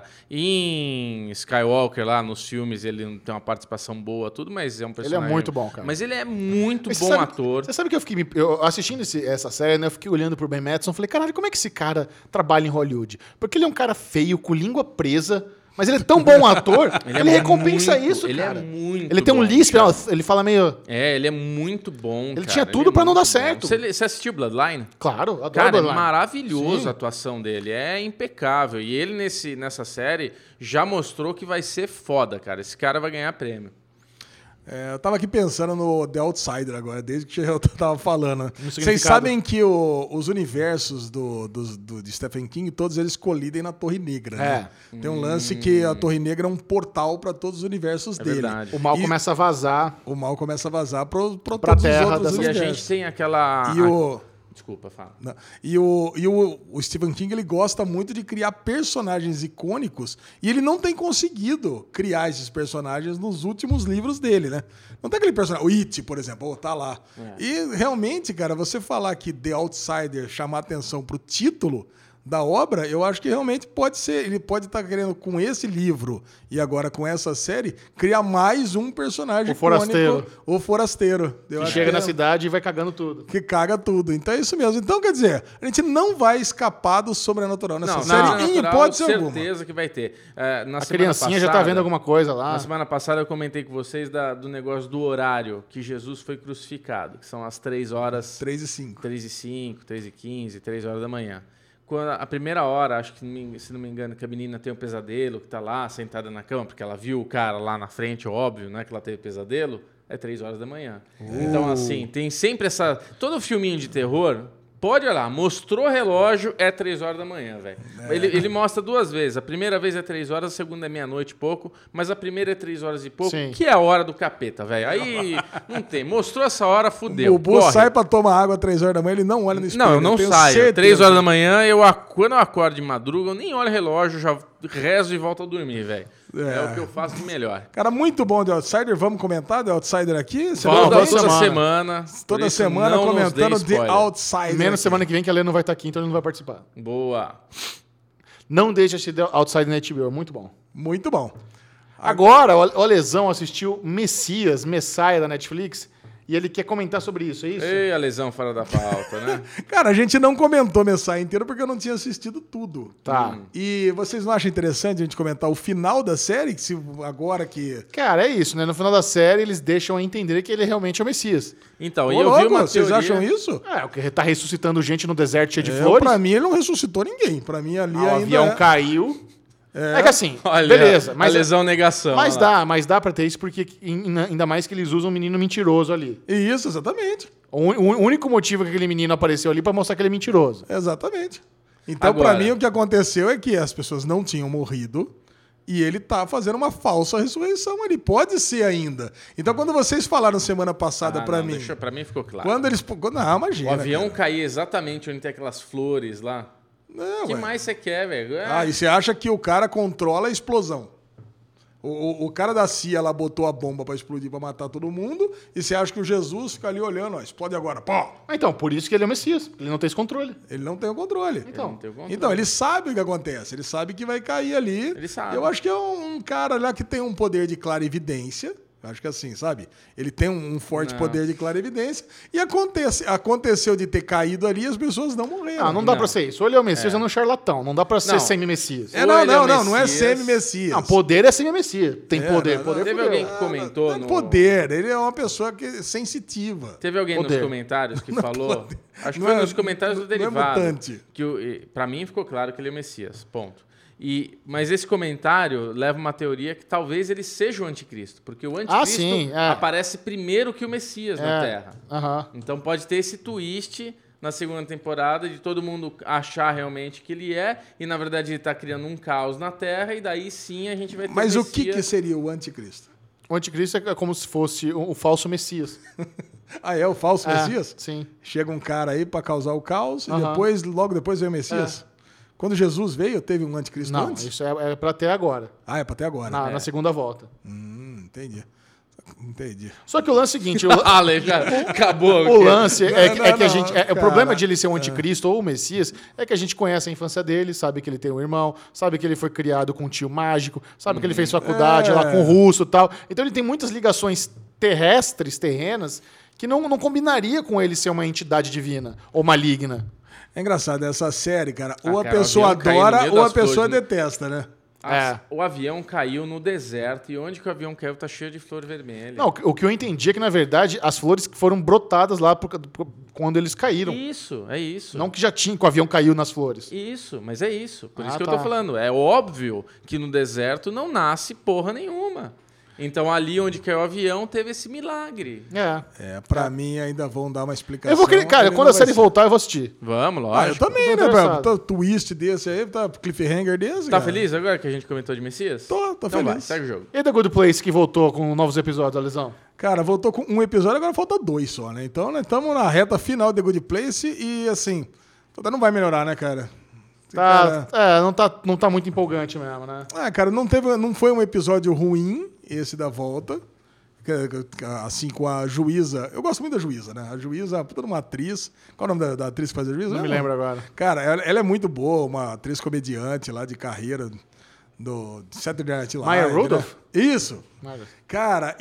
Em Skywalker, lá nos filmes, ele não tem uma participação boa, tudo, mas é um personagem... muito bom, cara. Mas ele é muito Mas bom você sabe- ator. Você sabe que eu fiquei me- eu, assistindo esse- essa série, né? Eu fiquei olhando pro Ben Madison e falei, caralho, como é que esse cara trabalha em Hollywood? Porque ele é um cara feio, com língua presa, mas ele é tão bom ator, ele, Ele é recompensa muito- isso, ele é cara. muito Ele tem um bom, lisp, cara. ó, ele fala meio... É, ele é muito bom, Ele cara. tinha tudo é pra não muito dar bom. certo. Você, você assistiu Bloodline? Claro, adoro Cara, é Bloodline. maravilhoso Sim. a atuação dele, é impecável. E ele nesse, nessa série já mostrou que vai ser foda, cara. Esse cara vai ganhar prêmio. É, eu tava aqui pensando no The Outsider agora, desde que eu tava falando. Vocês significado. sabem que o- os universos do, do, do- de Stephen King, todos eles colidem na Torre Negra, né? Tem um lance que a Torre Negra é um portal para todos os universos É dele. verdade. O mal E começa a vazar. o mal começa a vazar para Pra todos terra os outros dessas- E a universos. gente tem aquela... E o... Desculpa, fala. Não. E, o, e o, o Stephen King ele gosta muito de criar personagens icônicos e ele não tem conseguido criar esses personagens nos últimos livros dele, né? Não tem aquele personagem, o It, por exemplo, oh, tá lá. É. E realmente, cara, você falar que The Outsider chamar atenção pro título da obra, eu acho que realmente pode ser, ele pode estar querendo com esse livro e agora com essa série criar mais um personagem O forasteiro. icônico, o forasteiro. Eu Que acho chega que na é- cidade e vai cagando tudo. que caga tudo. Então é isso mesmo. Então, quer dizer, a gente não vai escapar do sobrenatural nessa Não, série, não, em natural, hipótese alguma. certeza que vai ter. É, na A semana criancinha já tá passada- vendo alguma coisa lá. Na semana passada eu comentei com vocês da- do negócio do horário que Jesus foi crucificado, que são as três horas... três e cinco. três e cinco, três e quinze, três horas da manhã. Quando a primeira hora, acho que, se não me engano, que a menina tem um pesadelo, que tá lá sentada na cama, porque ela viu o cara lá na frente, óbvio, né, que ela teve pesadelo, é três horas da manhã. Então, assim, tem sempre essa... Todo filminho de terror, pode olhar, mostrou relógio, é três horas da manhã, velho. Ele, ele mostra duas vezes. A primeira vez é três horas, a segunda é meia-noite e pouco, mas a primeira é três horas e pouco, Sim. que é a hora do capeta, velho. Aí, não tem. Mostrou essa hora, fudeu. O Bu Corre. sai pra tomar água três horas da manhã, ele não olha no espelho. Não, eu não tenho saio. certeza. Três horas da manhã, eu, ac- quando eu acordo de madruga, eu nem olho o relógio, já rezo e volto a dormir, velho. É. É. o que eu faço de melhor. Cara, muito bom The Outsider. Vamos comentar The Outsider aqui? Você Toda, vai toda toda semana. semana. por toda isso semana não nos comentando dê The spoiler. Outsider. Menos aqui. semana que vem que a Lê não vai estar aqui, então ele não vai participar. Boa. Não deixe de assistir The Outside na H B O, é muito bom. Muito bom. Agora, o o Lesão assistiu Messias, Messiah da Netflix. E ele quer comentar sobre isso, é isso? Ei, a lesão fora da pauta, né? Cara, a gente não comentou Messiah inteiro porque eu não tinha assistido tudo. Tá. E vocês não acham interessante a gente comentar o final da série? Se agora que... Cara, é isso, né? No final da série, eles deixam a entender que ele realmente é o Messias. Então, Ô, e eu louco, vi uma vocês teoria... acham isso? É, o que tá ressuscitando gente no deserto cheio de É, flores. pra mim, ele não ressuscitou ninguém. Pra mim, ali Ah, o ainda avião é... caiu. É, que assim, Olha, beleza. a Mas, lesão negação. mas olha lá. dá, mas dá pra ter isso porque in- ainda mais que eles usam um menino mentiroso ali. Isso, exatamente. O, un- o único motivo que aquele menino apareceu ali pra mostrar que ele é mentiroso. Exatamente. Então, Agora- pra mim, o que aconteceu é que as pessoas não tinham morrido e ele tá fazendo uma falsa ressurreição ali. Pode ser ainda. Então, quando vocês falaram semana passada Ah, pra não, mim... deixa- pra mim ficou claro. Quando eles... Não, imagina. O avião cara. cair exatamente onde tem aquelas flores lá. Não, O que ué. mais você quer, velho? É. Ah, e você acha que o cara controla a explosão? O, o, o cara da C I A lá botou a bomba pra explodir, pra matar todo mundo, e você acha que o Jesus fica ali olhando, ó, explode agora, pô! Ah, então, por isso que ele é o Messias. Ele não tem esse controle. Ele não tem o controle. Então, Não tem o controle. Então, ele sabe o que acontece, ele sabe que vai cair ali. Ele sabe. Eu acho que é um, um cara lá que tem um poder de clarividência. Eu acho que assim, sabe? Ele tem um, um forte Não. poder de clarividência. E acontece, aconteceu de ter caído ali e as pessoas não morreram. Ah, não dá Não. pra ser isso. Ou ele é o Messias ou ele é um charlatão. Não dá pra ser Não. semi-Messias. É, Ou não, ele é não, o não, não é Messias. semi-messias. Não, poder é semi-Messias. Tem É, poder. não, poder Teve fudeu. alguém que comentou Não é no... poder, ele é uma pessoa que é sensitiva. Teve alguém Poder. nos comentários que falou... Acho que Não foi é- nos comentários do não é Derivado. mutante. Que o, e, pra mim ficou claro que ele é o Messias. Ponto. E, mas esse comentário leva uma teoria que talvez ele seja o anticristo. Porque o anticristo sim, é. aparece primeiro que o Messias na É. Terra. Aham. Então pode ter esse twist na segunda temporada de todo mundo achar realmente que ele é e na verdade ele está criando um caos na Terra e daí sim a gente vai ter Mas o o que, que Messias. seria o anticristo? O anticristo é como se fosse o, o falso Messias. Ah, é o falso É, Messias? sim. Chega um cara aí pra causar o caos e Aham. depois, logo depois vem o Messias? Quando Jesus veio, teve um anticristo Não, antes? isso é, é pra ter agora. Ah, é pra ter agora. Na, na segunda volta. Hum, entendi. Entendi. Só que o lance é o seguinte... o, lan- Ah, Ale, já acabou. o lance é, que- Não, é que a não, gente... é- cara. o problema de ele ser um anticristo ou o Messias é que a gente conhece a infância dele, sabe que ele tem um irmão, sabe que ele foi criado com um tio mágico, sabe que ele fez faculdade É. lá com o russo e tal. Então ele tem muitas ligações terrestres, terrenas, que não, não combinaria com ele ser uma entidade divina ou maligna. É engraçado, essa série, cara, Ah, ou a cara, o pessoa avião caiu no adora meio ou a das pessoa flores, né? detesta, né? As- É. O avião caiu no deserto e onde que o avião caiu tá cheio de flor vermelha. Não, o que eu entendi é que, na verdade, as flores foram brotadas lá por- por- quando eles caíram. Isso, é isso. Não que já tinha, que o avião caiu nas flores. Isso, mas é isso. Por Ah, isso que tá. eu tô falando. É óbvio que no deserto não nasce porra nenhuma. Então ali onde caiu o avião teve esse milagre. É. É, pra mim ainda vão dar uma explicação. Eu vou querer, cara, Ele quando não a série vai ser- voltar, eu vou assistir. Vamos, Ah, eu lógico. também, Tô né, interessado. velho? Tá twist desse aí, tá cliffhanger desse. Tá cara. feliz agora que a gente comentou de Messias? Tô, tô então feliz. vai, segue o jogo. E The Good Place, que voltou com novos episódios, Alisão? Cara, voltou com um episódio, agora falta dois só, né? Então, nós estamos na reta final de The Good Place e, assim, não vai melhorar, né, cara? Tá, Cara, é, não tá, não tá muito empolgante mesmo, né? ah, cara, não, teve, não foi um episódio ruim, esse da volta. Que- que- Assim, com a juíza. Eu gosto muito da juíza, né? A juíza, puta de uma atriz. Qual é o nome da, da atriz que faz a juíza? Não me lembro agora. Cara, ela, ela é muito boa, uma atriz comediante lá de carreira do Saturday Night Live. Maya né? Rudolph? Isso. Cara,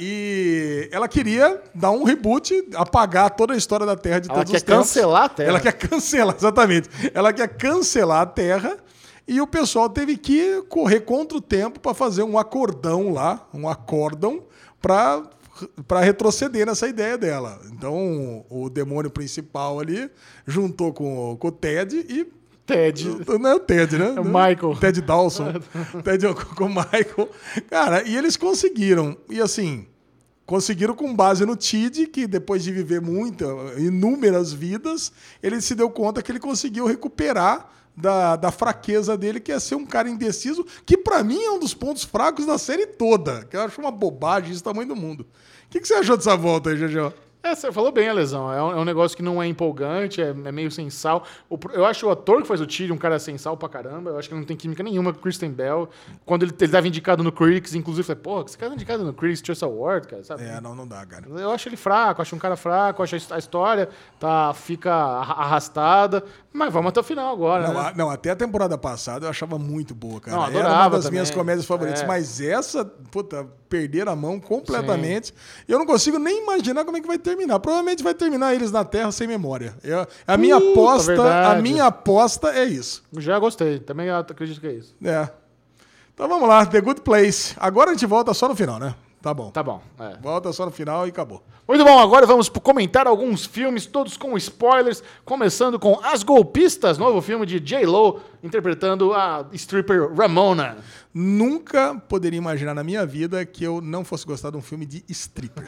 e ela queria dar um reboot, apagar toda a história da Terra de Ela todos quer os tempos. cancelar a Terra. Ela quer cancelar, exatamente. Ela quer cancelar a Terra e o pessoal teve que correr contra o tempo para fazer um acordão lá, um acórdão, para para retroceder nessa ideia dela. Então, o demônio principal ali juntou com, o- com o Ted e Ted. não é o Ted, né? É o Michael. Ted Dawson. Ted com o Michael. Cara, e eles conseguiram. E assim, conseguiram com base no Tid, que depois de viver muitas, inúmeras vidas, ele se deu conta que ele conseguiu recuperar da, da fraqueza dele, que é ser um cara indeciso, que pra mim é um dos pontos fracos da série toda. Que eu acho uma bobagem isso, tamanho do mundo. O que, que você achou dessa volta aí, G G? É, você falou bem, Lesão. É um, é um negócio que não é empolgante, é, é meio sem sal. O pro- eu acho o ator que faz o Tyrion um cara sem sal pra caramba. Eu acho que não tem química nenhuma com o Kristen Bell. Quando ele, ele tava indicado no Critics, inclusive, eu falei, porra, esse cara é indicado no Critics Choice Award, cara, sabe? É, não, não dá, cara. Eu acho ele fraco, acho um cara fraco, acho a his- a história tá, fica arra- arrastada. Mas vamos até o final agora, Não, né? a- não, até a temporada passada eu achava muito boa, cara. Não, Era uma adorava das minhas também. comédias favoritas. É. Mas essa, puta, perderam a mão completamente. E eu não consigo nem imaginar como é que vai terminar. terminar. Provavelmente vai terminar eles na Terra sem memória. Eu, a minha Puta, aposta, verdade. a minha aposta é isso. Já gostei. Também acredito que é isso. É. Então vamos lá, The Good Place. Agora a gente volta só no final, né? Tá bom. Tá bom. É. Volta só no final e acabou. Muito bom, agora vamos comentar alguns filmes, todos com spoilers, começando com As Golpistas, novo filme de J-Lo, interpretando a stripper Ramona. Nunca poderia imaginar na minha vida que eu não fosse gostar de um filme de strippers.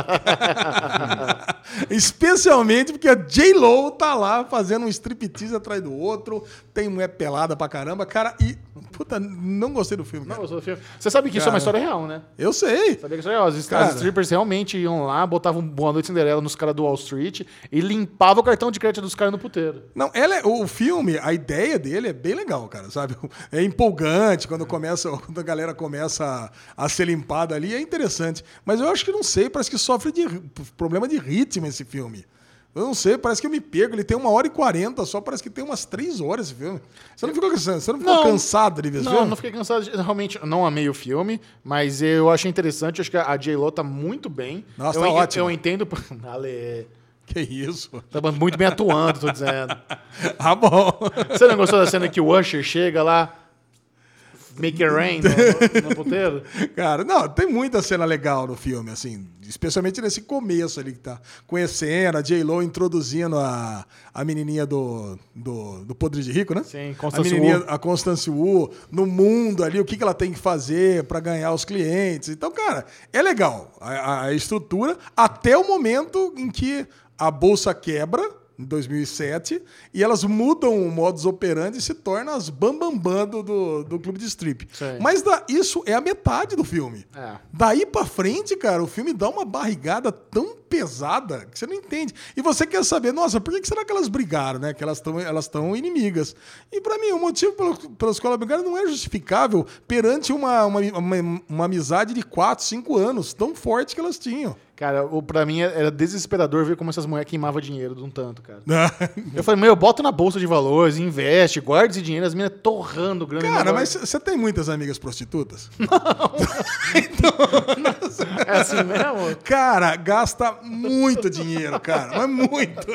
Especialmente porque a J-Lo tá lá fazendo um striptease atrás do outro, tem mulher pelada pra caramba, cara, e, puta, não gostei do filme, Não cara. gostou do filme? Você sabe que isso é uma Cara. história real, né? Eu sei. Sabia que isso é real. As, as Cara. strippers realmente iam lá, botavam Boa Noite Cinderela nos caras do Wall Street e limpavam o cartão de crédito dos caras no puteiro. Não, ela é, o filme, a ideia dele é bem legal, cara, sabe? É empolgante quando começa, quando a galera começa a, a ser limpada ali, é interessante. Mas eu acho que não sei, parece que sofre de ri- problema de ritmo esse filme. Eu não sei, parece que eu me pego. Ele tem uma hora e quarenta só, parece que tem umas três horas esse filme. Você não ficou, cansado- você não ficou Não. cansado de ver esse Não, filme? não fiquei cansado. De, realmente, não amei o filme, mas eu achei interessante. Acho que a J-Lo tá muito bem. Nossa, eu, tá en- ótimo. Eu entendo... Ale, Que isso? tá muito bem atuando, tô dizendo. Ah, bom. Você não gostou da cena que o Usher chega lá, make it rain no, no, no puteiro? Cara, não, tem muita cena legal no filme, assim, especialmente nesse começo ali que tá conhecendo, a J-Lo introduzindo a, a menininha do, do, do Podre de Rico, né? Sim, a Constance menininha, Wu. a Constance Wu, no mundo ali, o que, que ela tem que fazer pra ganhar os clientes. Então, cara, é legal a, a- a estrutura até o momento em que a bolsa quebra, em dois mil e sete, e elas mudam o modus operandi e se tornam as bambambam do, do, do clube de strip. Sim. Mas da- isso é a metade do filme. É. Daí pra frente, cara, o filme dá uma barrigada tão pesada que você não entende. E você quer saber, nossa, por que que será que elas brigaram, né? Que elas estão elas tão inimigas. E pra mim, o motivo pelo, pelos quais elas brigaram não é justificável perante uma, uma, uma, uma amizade de quatro, cinco anos, tão forte que elas tinham. Cara, o, pra mim era desesperador ver como essas mulheres queimavam dinheiro de um tanto, cara. Eu falei, meu, bota na bolsa de valores, investe, guarda esse dinheiro, as meninas torrando grana. Cara, no mas negócio. você tem muitas amigas prostitutas? É assim mesmo? Cara, gasta muito dinheiro, cara, mas muito.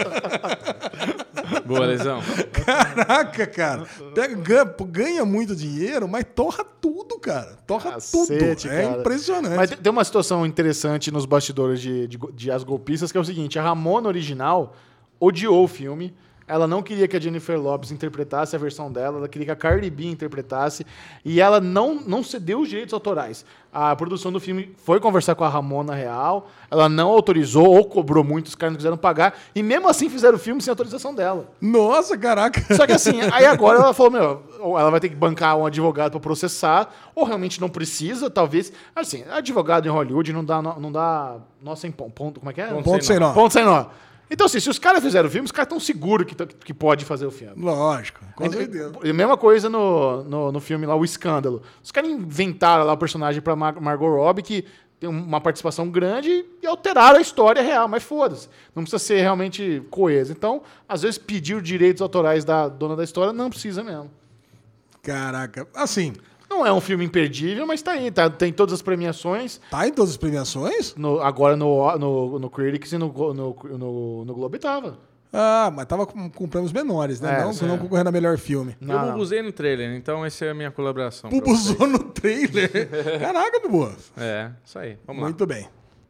Boa, Lesão. Caraca, cara. Pega, ganha, ganha muito dinheiro, mas torra tudo, cara. Torra Cacete, tudo. É cara. impressionante. Mas tem- tem uma situação interessante nos bastidores de, de, de As Golpistas, que é o seguinte, a Ramona original odiou o filme, ela não queria que a Jennifer Lopez interpretasse a versão dela, ela queria que a Cardi B interpretasse, e ela não, não cedeu os direitos autorais. A produção do filme foi conversar com a Ramona real, ela não autorizou ou cobrou muito, os caras não quiseram pagar, e mesmo assim fizeram o filme sem autorização dela. Nossa, caraca. Só que assim, aí agora ela falou, meu, ou ela vai ter que bancar um advogado pra processar, ou realmente não precisa, talvez. Assim, advogado em Hollywood não dá, no- não dá nossa em ponto, ponto, como é que é? Ponto Ponto sem nó. Ponto sem nó. Então, assim, se os caras fizeram o filme, os caras estão seguros que, t- que pode fazer o filme. Lógico, com E- certeza. e a mesma coisa no, no, no filme lá, O Escândalo. Os caras inventaram lá o personagem pra Mar- Margot Robbie, que tem uma participação grande, e alteraram a história real, mas foda-se. Não precisa ser realmente coesa. Então, às vezes, pedir os direitos autorais da dona da história não precisa mesmo. Caraca. Assim, Não é um filme imperdível, mas tá aí. Tá, tem todas as premiações. tá em todas as premiações? No- agora no, no, no Critics e no, Go- no, no, no Globo tava. Ah, mas tava com, com prêmios menores, né? É, não, sim. não concorrendo a melhor filme. Não, eu não. bubuzei no trailer, então essa é a minha colaboração. pra Bubuzou vocês. no trailer. Caraca, Bubu. É, isso aí. Vamos Muito bem.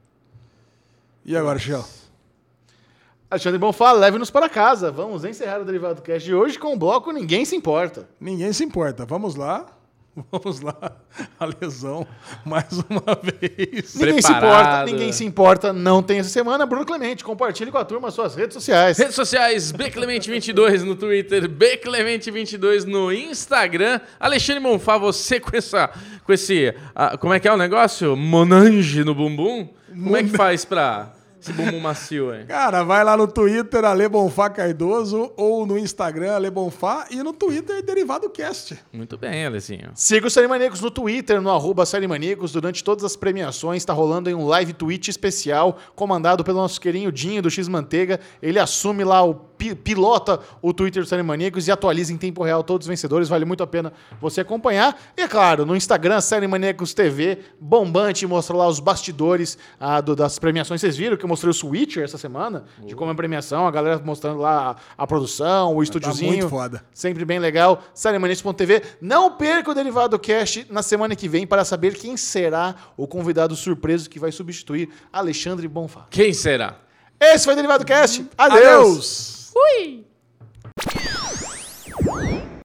E agora, Chel? Alexandre Bonfá, leve-nos para casa. Vamos encerrar o Derivado Cast de hoje com o bloco Ninguém Se Importa. Ninguém se importa. Vamos lá. Vamos lá. A lesão, mais uma vez. Ninguém se Preparado. importa, ninguém se importa, não tem essa semana. Bruno Clemente, compartilhe com a turma as suas redes sociais. Redes sociais, B Clemente vinte e dois no Twitter, B Clemente vinte e dois no Instagram. Alexandre Monfá, você com essa, com esse, ah, como é que é o negócio? Monange no bumbum? Como é que faz pra esse bumbum macio aí? Cara, vai lá no Twitter, Ale Bonfá Cardoso, ou no Instagram, Ale Bonfá, e no Twitter, Derivado Cast. Muito bem, Alezinho. Siga os Série Maníacos no Twitter, no arroba Série Maníacos. Durante todas as premiações, está rolando em um live Twitch especial, comandado pelo nosso querido Dinho do X-Manteiga. Ele assume lá o pi- pilota o Twitter do Série Maníacos e atualiza em tempo real todos os vencedores. Vale muito a pena você acompanhar. E, é claro, no Instagram, Série Maníacos T V, bombante, mostra lá os bastidores ah, do- das premiações. Vocês viram que eu mostrei o Switcher essa semana? De como é a premiação, a galera mostrando lá a, a produção, o estúdiozinho. muito foda. Sempre bem legal. série maníacos ponto t v. Não perca o Derivado Cast na semana que vem para saber quem será o convidado surpreso que vai substituir Alexandre Bonfá. Quem será? Esse foi o Derivado Cast. Adeus. Adeus! Fui!